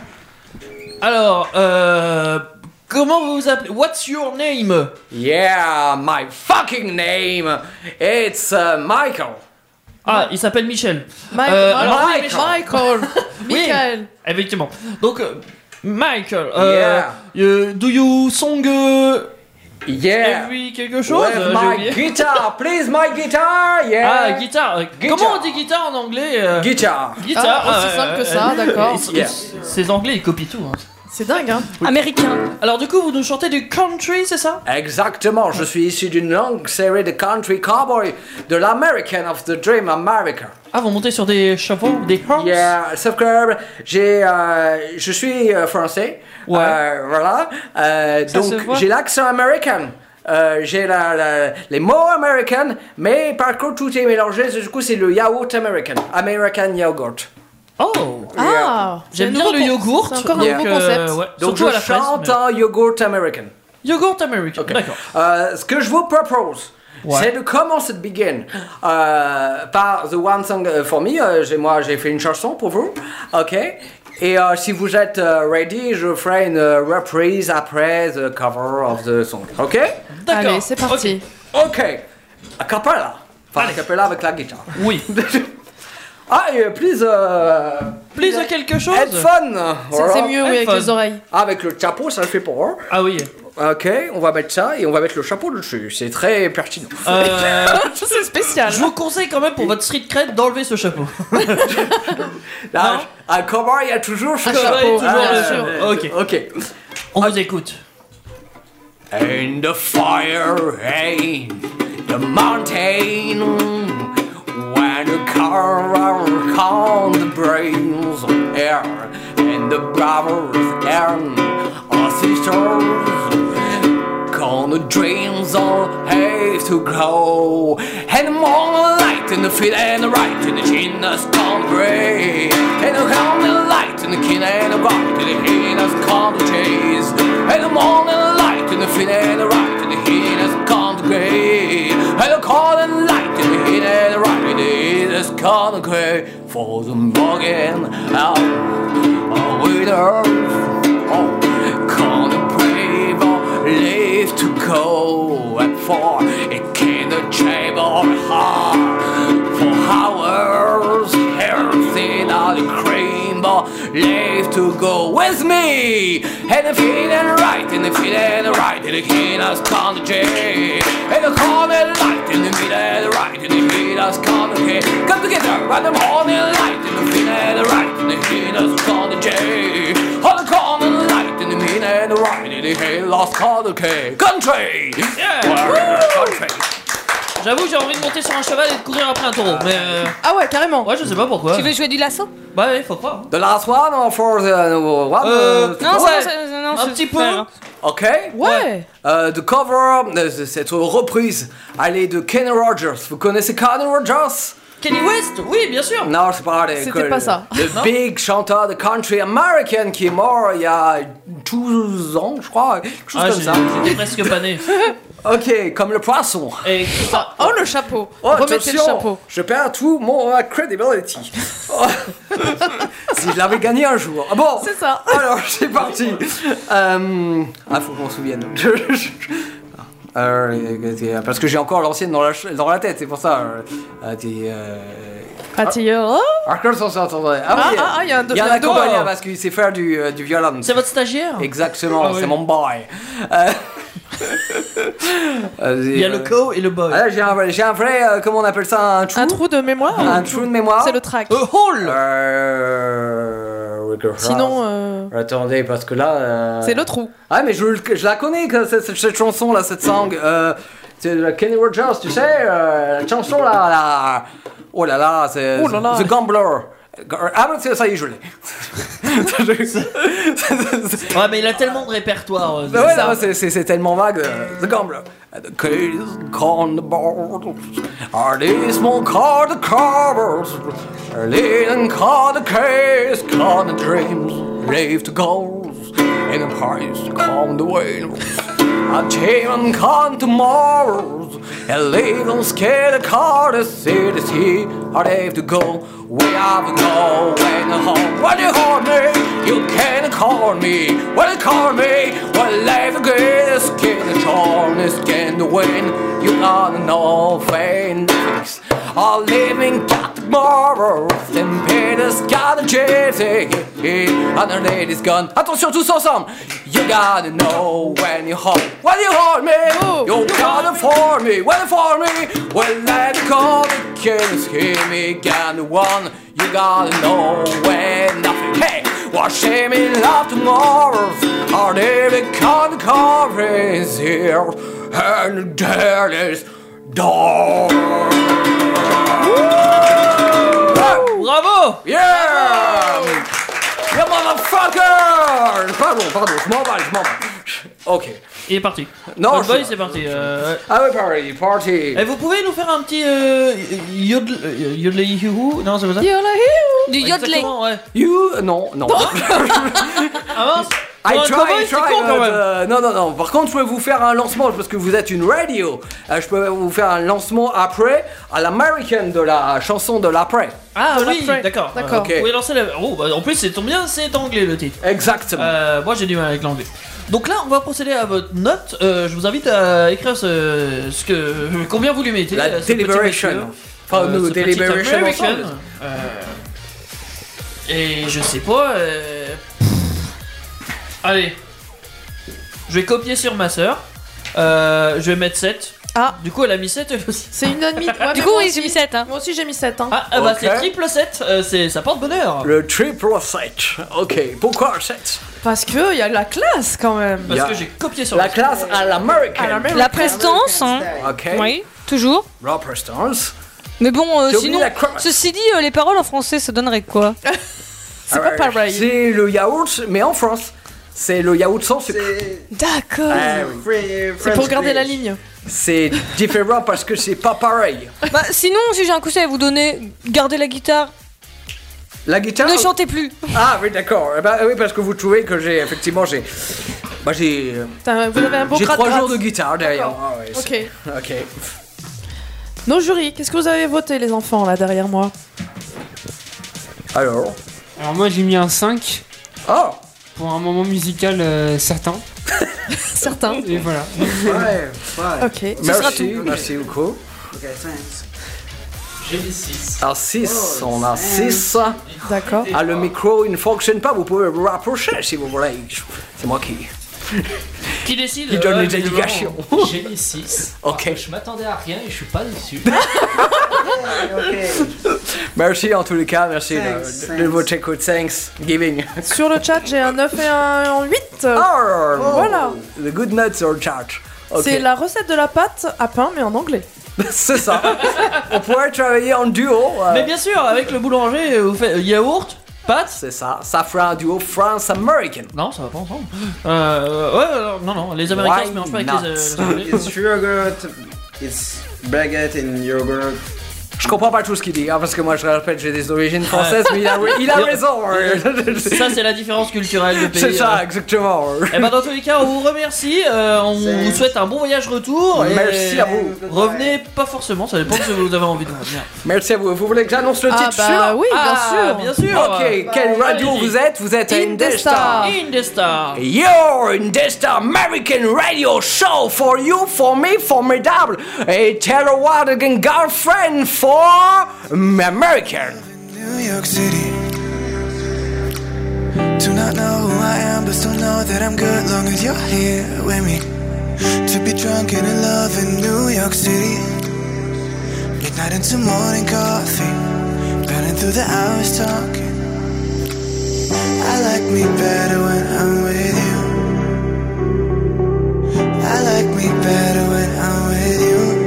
Alors, comment vous vous appelez? What's your name? Yeah, my fucking name. It's Michael. Ah, il s'appelle Michel. Michael. Oui, Michael. effectivement. Donc, Michael, Yeah. do you song Yeah. every quelque chose? With J'ai my oublié. guitar, please, my guitar. Yeah. Ah, guitare. Comment on dit guitare en anglais? Guitar. Guitare. Ah, aussi simple que ça, d'accord. Yeah. Ces anglais, ils copient tout. Hein. C'est dingue, hein. Américain. Alors, du coup, vous nous chantez du country, c'est ça? Exactement, je suis issu d'une longue série de country cowboy de l'American of the Dream America. Ah, vous montez sur des chevaux, des horses? Yeah, sauf que je suis français. Ouais. Voilà. Ça se Donc voit. j'ai l'accent américain. J'ai les mots américains, mais par contre tout est mélangé. Du coup, c'est le yaourt américain. American yogurt. Oh! Ah, J'aime c'est bien un le nouveau yogourt. c'est encore un Yeah. nouveau concept. Ouais. Donc Surtout à je la fraise, chante mais- en yogurt américain. Yogurt américain, Ok. d'accord. Ce que je vous propose, Ouais. c'est de commencer de begin par The One Song for Me. J'ai fait une chanson pour vous, ok. Et si vous êtes ready, je ferai une reprise après the cover of the song. Ok? D'accord. Allez, c'est parti. Ok. A cappella. Enfin, a cappella avec la guitare. Oui. Ah, et please. Please quelque chose. Headphone. C'est mieux, oui, avec les oreilles. Avec le chapeau, ça le fait pour. Ah oui. Ok, on va mettre ça et on va mettre le chapeau dessus. C'est très pertinent. C'est spécial. Je vous conseille quand même pour votre street cred d'enlever ce chapeau. Là, à comment il y a toujours ce chapeau. Toujours ok. On vous écoute. And the fire ain't the mountain when the car on the brains of air and the brothers and our sisters on the dreams all have to grow and the morning light and the feet and the right and the chin has gone gray and the morning light and the kin and the right and the hand has gone to chase and the morning light and the feet and the right and the hand has gone to gray and the morning light and the hand and the right and the hand has gone to gray for the morning out winners call the brave live to go and for it can the chamber heart for hours everything on the cream but live to go with me and the feet and the right and the feet and the right and the king has come to jail and the corn and the light and the feet and the right and the feet has come to jail come together and the morning light and the feet and the right and the king has come to jail on the corn and the light and the feet and the right and the king has come to jail country country. J'avoue, j'ai envie de monter sur un cheval et de courir après un taureau, mais Ah ouais, carrément. ouais, je sais pas pourquoi. Tu veux jouer du lasso? Bah ouais, faut croire. The last one or for the one? Non, ouais. non, Un petit peu. Ok. Ouais. The cover, cette reprise, elle est de Kenny Rogers. Vous connaissez Kenny Rogers? Kenny West, oui, bien sûr. Non, c'est pas vrai. C'était pas ça. Le big chanteur de country américain qui est mort il y a 12 ans, je crois. Quelque chose comme ça. J'étais presque pas né. Ok, comme le poisson. Et ça. Oh, le chapeau. Oh, Remettez attention, le chapeau. je perds tout mon credibility. Oh. Si je l'avais gagné un jour. Ah bon. C'est ça. Alors, c'est parti. Faut qu'on se souvienne. Parce que j'ai encore l'ancienne dans la tête, c'est pour ça. Attilleur. Ah oui, il y a un il y a un accompagnant parce qu'il sait faire du violon. C'est votre stagiaire? Exactement, c'est mon boy. Il y a le co et le boy. J'ai un vrai, comment on appelle ça, un trou? Un trou de mémoire. Un trou de mémoire. C'est le track. Hall. Sinon, attendez, parce que là. c'est le trou. Ah, mais je la connais, cette chanson là, cette song. C'est Kenny Rogers, tu sais, la chanson là. Oh là là, c'est The Gambler. Ah, mais ça y est, je l'ai. Ouais, mais il a tellement de répertoire. C'est tellement vague. The Gambler. The keys on the board. Are these small card the covers? Leading card the case, card the dreams. Leave the goals. And the price come the way. A team come tomorrows. And leave them scared the card the city. I have to go. We have to go when the home. When you hold me, you can't call me. When you call me, when life again, skin the charm, skin the wind. You gotta know things. All living got tomorrow. Then Peter's got a jersey. And the lady's gone. Attention tous ensemble. You gotta know when you hold. When you hold me, you gotta for me. When you for me, when life call the kings, hear me again the one. You gotta know when nothing. Hey, what shame in love tomorrow. Our living con is here. And there is door. Bravo! Yeah! Yeah, motherfucker! Pardon, je m'en vais. Ok. Il est parti. Non, le boy, c'est parti. Ah oui, party. Et vous pouvez nous faire un petit yodelay-hoo? Non, c'est pas ça? Du yodeling. Ouais. Non. Avance. I Pour un cowboy, c'est con, quand même. Non. Par contre, je peux vous faire un lancement parce que vous êtes une radio. Je peux vous faire un lancement après à l'American de la chanson de l'après. Ah oui, d'accord. Ok. Vous pouvez lancer la... Oh, bah, en plus, c'est tombe bien, c'est anglais le titre. Exactement. Moi, j'ai du mal avec l'anglais. Donc là, on va procéder à votre note. Je vous invite à écrire combien vous lui mettez. La deliberation. Enfin, nous, deliberation ensemble. Et je sais pas. Allez. Je vais copier sur ma sœur. Je vais mettre 7. Ah. Du coup, elle a mis 7 elle aussi. C'est une demi. Du coup, oui, j'ai mis 7. Hein. Moi aussi, j'ai mis 7. Hein. Ah, bah c'est triple 7. Ça porte bonheur. Le triple 7. Ok. Pourquoi 7? Parce que il y a de la classe quand même. Parce que j'ai copié sur la classe à l'American. La prestance, hein. Ok. Oui, toujours. La prestance. Mais bon, J'ai sinon, oublié la crosse. ceci dit, les paroles en français, ça donnerait quoi? C'est pas pareil. C'est le yaourt, mais en France. C'est le yaourt sans sucre. D'accord. C'est pour garder la ligne. C'est différent parce que c'est pas pareil. Bah, sinon, si j'ai un conseil à vous donner, gardez la guitare. La guitare. Ne chantez plus. Ah oui, d'accord. Bah, oui, parce que vous trouvez que j'ai effectivement j'ai. Bah j'ai. Vous avez un beau J'ai 3 gratte-gratte. jours de guitare derrière. D'accord. Ah, ouais, Ok. Ok. Nos jurys, qu'est-ce que vous avez voté les enfants là derrière moi? Alors moi j'ai mis un 5. Oh. Pour un moment musical certain. Certain. Et voilà. Ouais. Ok. Merci beaucoup. Ok, thanks. J'ai mis 6. À 6, on a 6. D'accord. Ah, le micro il ne fonctionne pas, vous pouvez vous rapprocher si vous voulez. C'est moi Qui décide qui donne les indications. J'ai mis 6. Ok. Je m'attendais à rien et je suis pas déçu. Merci en tous les cas, merci Thanks, de votre écoute. Thanksgiving. Sur le chat, j'ai un 9 et un 8. Oh, Voilà. The good nuts or chat. Ok. C'est la recette de la pâte à pain, mais en anglais. C'est ça. On pourrait travailler en duo. Mais bien sûr, avec le boulanger, vous faites yaourt, pâte. C'est ça. Ça fera un duo France-American. Non, ça va pas ensemble. Non, les Américains Why se mélangent pas avec not? les Anglais. It's yogurt, it's baguette and yogurt. Je comprends pas tout ce qu'il dit, hein, parce que moi je rappelle j'ai des origines françaises, mais il a raison. Ça, c'est la différence culturelle du pays. C'est ça, exactement. Et ben dans tous les cas, on vous remercie, on vous souhaite un bon voyage retour. Et Merci à vous. Revenez pas forcément, ça dépend de ce que vous avez envie de revenir. Merci à vous. Vous voulez que j'annonce le titre sûr? Oui, bien sûr. Ok, quelle radio vous êtes? Vous êtes à Indestar. Indestar. Yo, Indestar American Radio Show for you, for me, formidable. Et Taylor Wadigan girlfriend for American. New York City. Do not know who I am, but still know that I'm good long as you're here with me. To be drunk and in love in New York City. Midnight into morning coffee. Burning through the hours talking. I like me better when I'm with you. I like me better when I'm with you.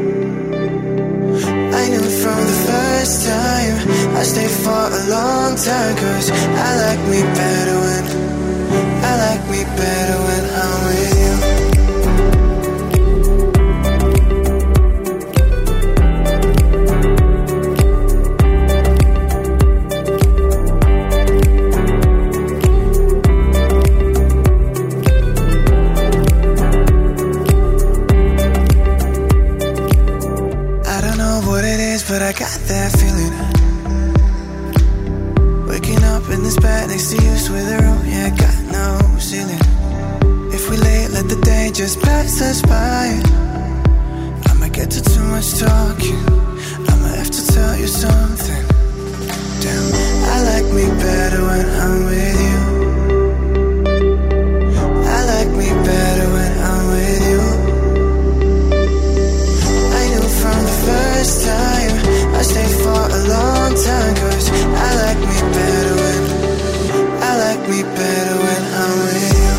I knew from the first time I stayed for a long time. Cause I like me better when I'm with you. But I got that feeling. Waking up in this bed next to you, swear the room, yeah, got no ceiling. If we late, let the day just pass us by. I'ma get to too much talking. I'ma have to tell you something. Damn, I like me better when I'm with you. I like me better when I'm with you. I knew from the first time I stayed for a long time. Cause I like me better when I'm with you.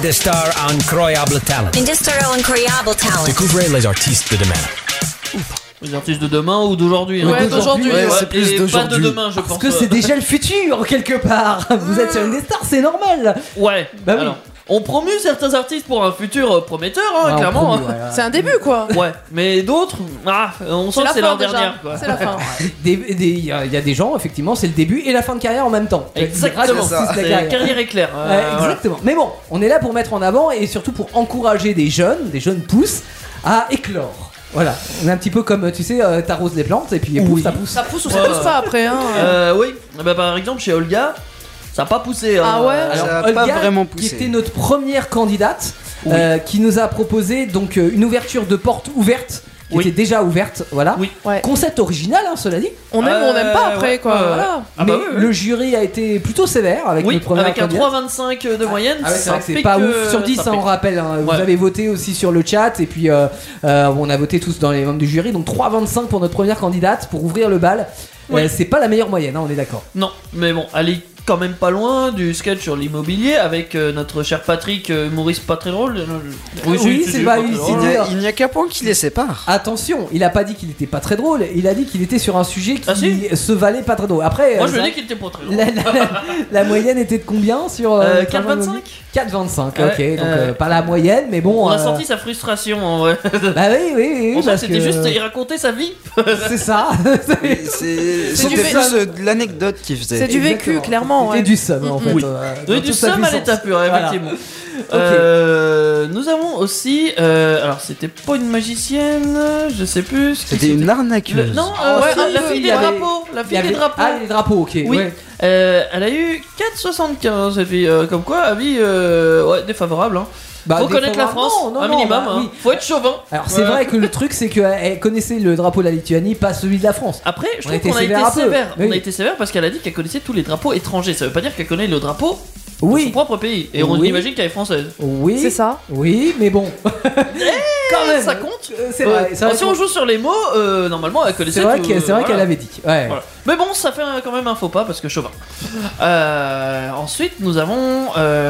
Indestar Incroyable Talent. Indestar Incroyable Talent. Découvrez les artistes de demain. Les artistes de demain ou d'aujourd'hui. hein. Ouais, d'aujourd'hui. Ouais, c'est plus Et d'aujourd'hui. pas de demain, je pense. Parce que c'est déjà le futur, quelque part. Vous êtes sur Indestar, c'est normal. Ouais. Bah oui. Alors, on promue certains artistes pour un futur prometteur, hein, Ah, on clairement. promue, hein. voilà. C'est un début, quoi. Ouais, mais d'autres, on sent que c'est leur dernière. Quoi. C'est la fin. Il y a des gens, effectivement, c'est le début et la fin de carrière en même temps. Exactement, C'est la c'est carrière éclair. Ouais, exactement. Mais bon, on est là pour mettre en avant et surtout pour encourager des jeunes pousses à éclore. Voilà, on est un petit peu comme, tu sais, t'arroses les plantes et puis pouf, ça pousse. Ça pousse ou ça pousse pas après, hein. Oui, bah, par exemple, chez Olga, ça n'a pas poussé. Ah ouais. Alors, Ça a Olga, pas vraiment qui poussé. était notre première candidate, Oui. qui nous a proposé donc une ouverture de porte ouverte, qui Oui. était déjà ouverte, voilà. Oui. Ouais. Concept original, hein, cela dit. On aime ou on n'aime pas après, ouais, quoi. ouais, ouais. Voilà. Ah Mais bah oui, oui. le jury a été plutôt sévère avec Oui, notre première avec un candidate. 3,25 de moyenne. Ah ouais, c'est ça vrai que c'est pique, pas ouf. Sur 10, ça hein, on pique. rappelle. Hein. Vous Ouais. avez voté aussi sur le chat et puis on a voté tous dans les membres du jury. Donc 3,25 pour notre première candidate pour ouvrir le bal. Oui. C'est pas la meilleure moyenne, hein, on est d'accord. Non, mais bon, elle est quand même pas loin du sketch sur l'immobilier avec notre cher Patrick, humoriste pas très drôle. Oui, c'est pas ici dire. Il n'y a qu'un point qui les sépare. Attention, il a pas dit qu'il était pas très drôle, il a dit qu'il était sur un sujet qui Ah, si se valait pas très drôle. Après, Moi je lui ai dit qu'il était pas très drôle. la moyenne était de combien sur 4,25 4,25, Ouais, ok, donc pas la moyenne, mais bon. On a senti sa frustration en vrai. Bah oui, On sent que parce c'était juste, il racontait sa vie. C'est ça. C'était du plus de l'anecdote qui faisait. C'est du vécu, Exactement. clairement. C'était Ouais. du somme en fait. Oui. dans Oui, du toute sa somme à puissance. l'état pur, Voilà. effectivement. Nous avons aussi, alors c'était pas une magicienne, je sais plus. ce qui C'était une arnaqueuse. Non, ouais, la un peu, fille il des y avait- drapeaux. La Il y fille avait- des drapeaux. Ah, les drapeaux, ok. Oui. Ouais. Elle a eu 4,75 cette fille, comme quoi avis ouais, défavorable. Hein. Bah, Faut connaître la défavorable, France, non, un non, minimum. bah, hein. oui. Faut être chauvin. Alors c'est vrai que le truc c'est qu'elle connaissait le drapeau de la Lituanie, pas celui de la France. Après, je On a trouve été qu'on a été sévère un peu. sévère. Oui. On a été sévère parce qu'elle a dit qu'elle connaissait tous les drapeaux étrangers. Ça veut pas dire qu'elle connaît le drapeau de Oui. son propre pays. Et on Oui. imagine qu'elle est française. Oui. C'est ça. Oui, mais bon. Quand même. Ça compte. C'est vrai. c'est vrai Si on joue sur les mots, normalement elle connaissait. c'est vrai tout, qu'elle c'est vrai voilà. qu'elle avait dit. Ouais. Voilà. Mais bon, ça fait quand même un faux pas parce que chauvin. Ensuite, nous avons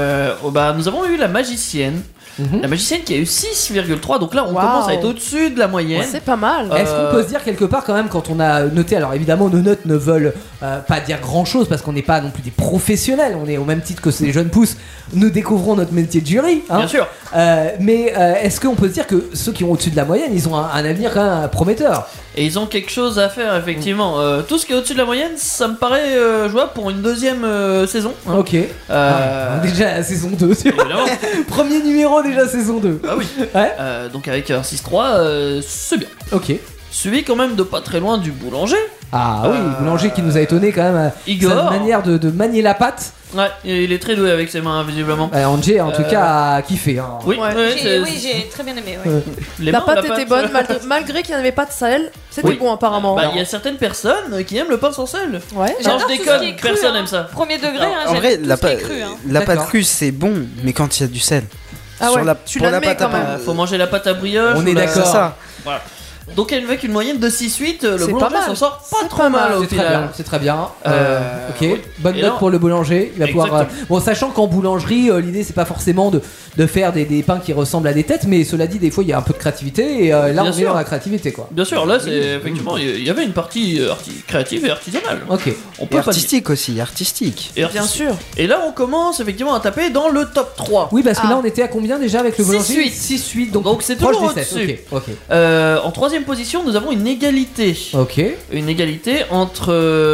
eu la magicienne. La magicienne qui a eu 6,3, donc là on Waouh. commence à être au-dessus de la moyenne. Ouais, c'est pas mal. Est-ce qu'on peut se dire quelque part quand même quand on a noté, alors évidemment nos notes ne veulent pas dire grand chose parce qu'on n'est pas non plus des professionnels, on est au même titre que ces jeunes pousses, nous découvrons notre métier de jury, hein. Bien sûr. Mais est-ce qu'on peut se dire que ceux qui ont au-dessus de la moyenne, ils ont un avenir quand même prometteur? Et ils ont quelque chose à faire effectivement. Tout ce qui est au-dessus de la moyenne, ça me paraît jouable pour une deuxième saison. Hein. Ok. Déjà la saison 2, Évidemment. premier numéro déjà saison 2. Ah oui. Ouais. Donc avec un 6-3, c'est bien. Ok. Suivi quand même de pas très loin du boulanger. Ah oui, Boulanger qui nous a étonné quand même. Igor. Sa manière de manier la pâte. Ouais, il est très doué avec ses mains visiblement. Angé en tout cas a kiffé. Hein. Oui, Ouais. ouais, c'est- Oui, j'ai très bien aimé. Ouais. les La mains, pâte était bonne, malgré qu'il n'y en avait pas de sel. C'était Oui. bon apparemment. Bah, il y a certaines personnes qui aiment le pain sans sel. Ouais. Non, J'adore je tout ce déconne, qui est cru, personne hein. aime ça. Premier degré, hein, En j'aime vrai, tout la ce qui est pâte cru, hein. la pâte D'accord. crue c'est bon, mais quand il y a du sel. Ah Sur ouais, la, tu pour la la mets pâte à quand même. pain. Faut manger la pâte à brioche. On ou est la- d'accord. C'est ça. Voilà. Donc avec une moyenne de 6-8, le C'est boulanger pas mal. s'en sort pas C'est trop pas mal mal. au C'est très bien, final. c'est très bien. Ok, oui. bonne Et note là- pour le boulanger. Il va pouvoir. Exactement. Bon, sachant qu'en boulangerie, l'idée c'est pas forcément de faire des pains qui ressemblent à des têtes, mais cela dit, des fois il y a un peu de créativité et là Bien on est sûr. dans la créativité quoi. Bien sûr, là c'est effectivement, il y avait une partie créative et artisanale. Ok. On Et peut pas dire. artistique aussi, artistique. Et Bien artistique. sûr. Et là on commence effectivement à taper dans le top 3. Oui, parce que Ah. là on était à combien déjà avec le boulanger 6-8. 6-8, donc c'est proche toujours des 7. au-dessus. Ok. En troisième position, nous avons une égalité. Ok. Une égalité entre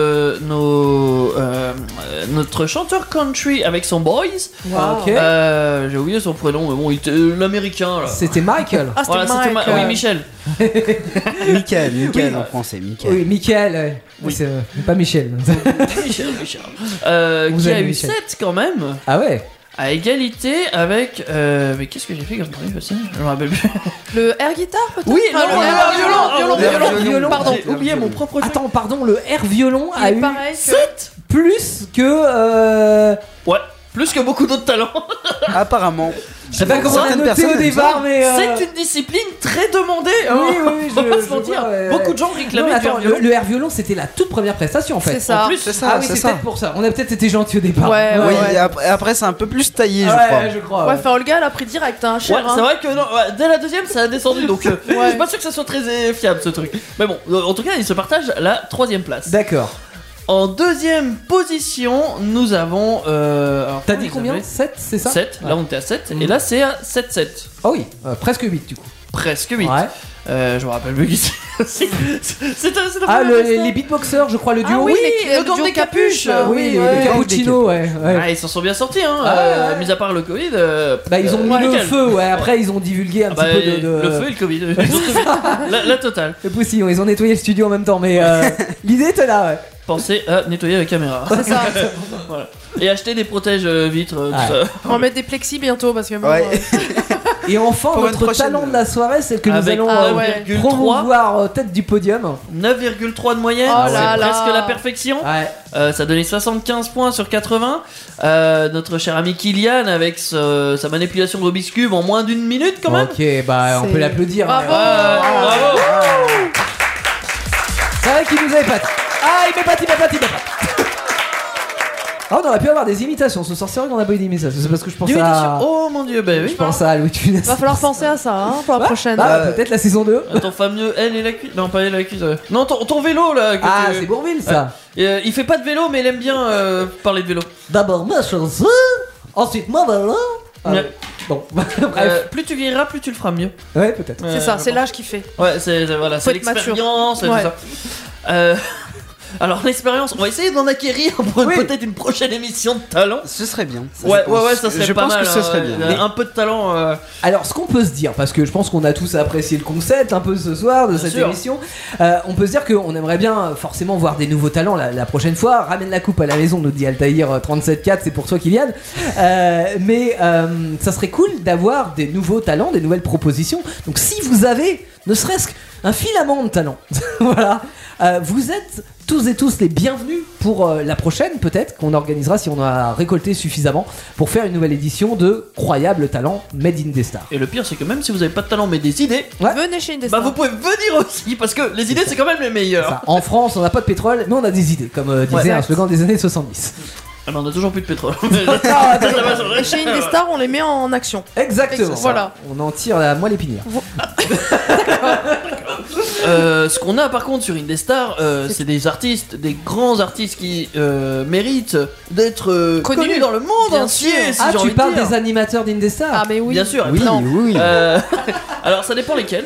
notre chanteur country avec son boys. Wow. Ok. J'ai oublié son prénom, mais bon, il était l'américain là. C'était Michael. Ah, c'était Voilà, c'était Mike. oui, Michel. Michael Oui. en français, Michael. Oui, Michael. Oui. C'est pas Michel. Michel. Vous Qui a avez eu Michel. 7 quand même. Ah ouais. À égalité avec. Mais qu'est-ce que j'ai fait comme truc aussi Je me rappelle plus. Le air guitar peut-être. Oui, Ah, non, le air violon. violon. Pardon. J'ai oublié mon propre jeu. Attends, pardon, le air violon Il a est eu pareil que- 7 plus que. Ouais, plus que beaucoup d'autres talents. Apparemment. Je sais pas comment on a noté au départ, mais. C'est une discipline très demandée. Oui, on va pas se mentir. Beaucoup de gens réclamaient Non, du attends, air violon. le air violon, c'était la toute première prestation en fait. C'est ça. En plus, C'est ça, Ah oui, c'est c'est ça. peut-être pour ça. On a peut-être été gentil au départ. Ouais, Oui, ouais. et après c'est un peu plus taillé, je Ouais, crois. je crois. Ouais, ouais. enfin Olga elle a pris direct, hein, Ouais, cher. c'est hein. vrai que non, dès la deuxième ça a descendu donc je suis pas sûr que ça soit très fiable ce truc. Mais bon, en tout cas il se partage la 3ème place. D'accord. En 2ème position, nous avons. T'as dit combien 7, c'est ça 7, là on était à 7, et là c'est à 7-7. Ah oui, presque 8 du coup. Presque 8. Ouais. Je me rappelle plus qui c'est. C'est Ah, les beatboxers, je crois, le duo. Ah oui, le gang des capuches. Oui, ouais. les cappuccinos, ouais. Ah, ils s'en sont bien sortis, hein. Mis à part le Covid. Bah, ils ont mis le nickel. feu, ouais. Après, ils ont divulgué un Bah, petit peu de. Le feu et le Covid. la totale. Le poussillon, ils ont nettoyé le studio en même temps, mais l'idée était là, ouais. Pensez à nettoyer la caméra. C'est ça. Voilà. Et acheter des protèges vitres, tout ça. On va mettre des plexis bientôt parce que bon, Ouais. Et enfin, Pour une notre prochaine- talent de la soirée, c'est que nous Avec allons 9,3. promouvoir tête du podium. 9,3 de moyenne, Oh c'est là là. presque la perfection. Ouais. Ça donnait 75 points sur 80. Notre cher ami Kylian avec sa manipulation de Rubik's Cube en moins d'une minute quand même. Ok, bah on C'est- peut l'applaudir. Bravo. Bravo. C'est vrai qu'il nous avait pas. Ah, il m'épate. Ah, on aurait pu avoir des imitations ce soir. C'est vrai qu'on a pas eu d'imitations. C'est parce que je pense à. Oh mon dieu, bah oui. Je pense à Louis de Funès. va falloir penser à ça hein, pour la prochaine. Peut-être la saison 2. Ton fameux L et la cuisse. Non, pas L et la cuisse. Non, ton vélo là. que Ah, tu- c'est Bourville ça. Il fait pas de vélo, mais il aime bien parler de vélo. D'abord ma chanson, ensuite ma vélo. Ouais. Bon, bref. Plus tu vieilliras, plus tu le feras mieux. Ouais, peut-être. C'est ça, c'est l'âge qui fait. Ouais, voilà, Faut c'est être mature. l'expérience et Ouais. tout ça. Alors l'expérience, on va essayer d'en acquérir pour peut-être une prochaine émission de talent. Ce serait bien. Ouais, ça serait Je pas pense mal. que ce serait bien. Un peu de talent. Alors, ce qu'on peut se dire, parce que je pense qu'on a tous apprécié le concept un peu ce soir de cette sûr. émission, on peut se dire qu'on aimerait bien forcément voir des nouveaux talents la prochaine fois. Ramène la coupe à la maison, nous dit Altaïr 37.4, c'est pour toi Kylian. Mais ça serait cool d'avoir des nouveaux talents, des nouvelles propositions. Donc, si vous avez ne serait-ce qu'un filament de talent, voilà, vous êtes tous et tous les bienvenus pour la prochaine, peut-être qu'on organisera si on a récolté suffisamment pour faire une nouvelle édition de Croyable Talent Made in the Star. Et le pire, c'est que même si vous avez pas de talent mais des idées, Venez chez Indestar. bah vous pouvez venir aussi parce que les idées c'est quand même les meilleures. Ça, en France, on n'a pas de pétrole, mais on a des idées, comme disait un slogan des années 70. Ah bah on a toujours plus de pétrole. Et chez Indestar, on les met en action. Exactement. Voilà. On en tire la moelle épinière. Ce qu'on a par contre sur Indestar, c'est des artistes, des grands artistes qui méritent d'être connus dans le monde Bien entier. sûr. Si Ah, j'ai tu envie de parles dire. des animateurs d'Indestar? Ah, mais oui. Bien sûr. Oui, Non. oui. Alors ça dépend lesquels.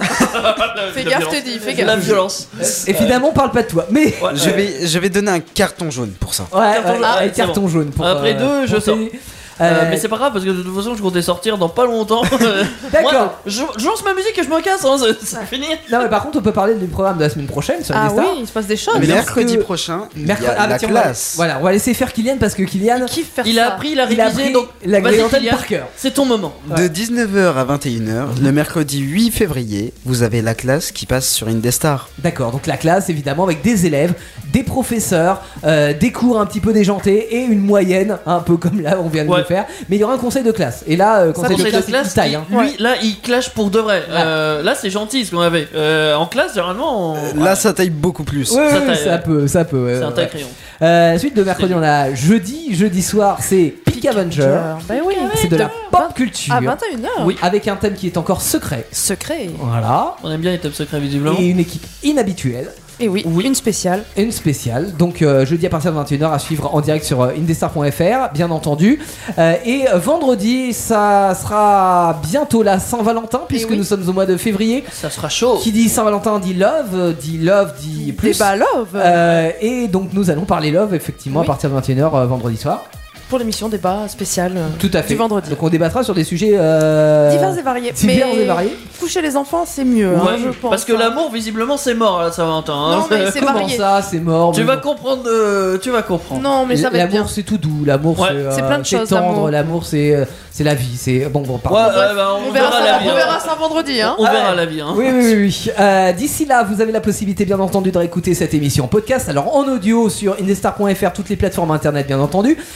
Fais gaffe, t'es dit, fais gaffe. La violence. Évidemment, on parle pas de toi, mais. Ouais, Je vais donner un carton jaune pour ça. Ouais, Carton jaune. un C'est carton bon. jaune. Pour, Après deux, je pour sors. tes- Mais c'est pas grave parce que de toute façon je comptais sortir dans pas longtemps. D'accord. Moi, je lance ma musique et je me casse, hein, c'est fini. Non, mais par contre, on peut parler du programme de la semaine prochaine sur Ah Indestar. oui, il se passe des choses. Mais Mercredi que- prochain, il y Mercredi, a la tiens, classe. Voilà, on va laisser faire Kylian parce que Kylian, Kiffe faire Il ça. a appris, il a il a révisé, pris donc la vas-y, grillantine Kylian, par cœur. c'est ton moment. De 19h à 21h, le mercredi 8 février, vous avez la classe qui passe sur Indestar. D'accord, donc la classe évidemment avec des élèves, des professeurs, des cours un petit peu déjantés et une moyenne, un peu comme là on vient de Ouais. le faire. Mais il y aura un conseil de classe. Et là, conseil de classe, c'est qui taille. Hein. lui, là, il clash pour de vrai. Là, c'est gentil ce qu'on avait. En classe, généralement, Là, ça taille beaucoup plus. Ouais, Ça ouais, taille, ça peut. c'est un ouais. taille crayon. Suite de mercredi, on a jeudi soir, c'est Peak Avenger. Bah oui. C'est de la pop culture. À 21h. Oui. Avec un thème qui est encore secret. Secret. Voilà. On aime bien les top secrets visiblement. Et une équipe inhabituelle. Et oui, une spéciale. Une spéciale. Donc jeudi à partir de 21h à suivre en direct sur indestar.fr, bien entendu. Et vendredi, ça sera bientôt la Saint-Valentin, puisque nous sommes au mois de février. Ça sera chaud. Qui dit Saint-Valentin dit love, dit plus. Débat love. Et donc nous allons parler love, effectivement, à partir de 21h vendredi soir. Pour l'émission débat spécial Tout à fait. du vendredi. Donc on débattra sur des sujets Divers et variés. divers Mais et variés. coucher les enfants, c'est mieux, hein, Ouais, je pense. parce que l'amour, visiblement, c'est mort à la Saint-Valentin. hein. Non, mais c'est Comment varié. ça, c'est mort? Tu mais vas bon. comprendre. Tu vas comprendre. Non, mais ça va être bien. L'amour c'est tout doux, l'amour Ouais. C'est plein de c'est choses, tendre, l'amour. l'amour c'est la vie, c'est bon pardon. Ouais, bah, on verra la vie. On verra ça vendredi, hein. On verra la vie. Hein. Oui. D'ici là, vous avez la possibilité, bien entendu, de réécouter cette émission en podcast. Alors en audio sur indestar.fr, toutes les plateformes internet, bien entendu. Et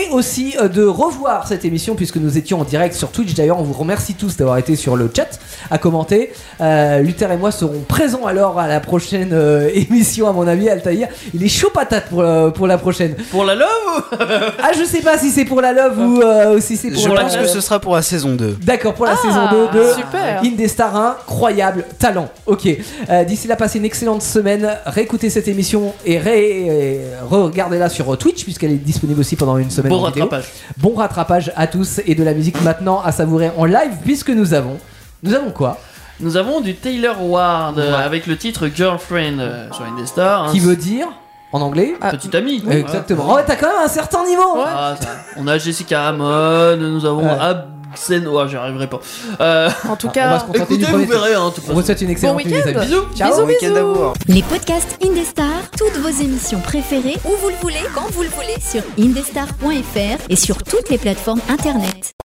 et aussi de revoir cette émission puisque nous étions en direct sur Twitch. D'ailleurs, on vous remercie tous d'avoir été sur le chat à commenter. Luther et moi serons présents alors à la prochaine émission, à mon avis. Altaïr, il est chaud patate pour la prochaine. Pour la love Ah, je sais pas si c'est pour la love ou si c'est pour Je pense que ce sera pour la saison 2. D'accord, pour la saison 2 de super. Indestar, incroyable talent. Ok, d'ici là, passez une excellente semaine. Réécoutez cette émission et regardez-la sur Twitch puisqu'elle est disponible aussi pendant une semaine. Bon en vidéo. rattrapage. Bon rattrapage à tous et de la musique maintenant à savourer en live puisque nous avons quoi? Nous avons du Taylor Ward avec le titre Girlfriend sur Indestar. Qui veut dire en anglais Petite amie. Exactement. Oh, t'as quand même un certain niveau. Ah, ça. On a Jessica Hammond, nous avons Absen. Ouais, j'y arriverai pas. En tout on va cas, se contenter écoutez, du vous premier verrez. titre. Hein, de toute On façon. vous souhaite une excellente Bon nuit, les week-end. amis. Bisous. Ciao. Bisous, Bon week-end bisous. à vous. Les podcasts Indestar, toutes vos émissions préférées, où vous le voulez, quand vous le voulez, sur indestar.fr et sur toutes les plateformes internet.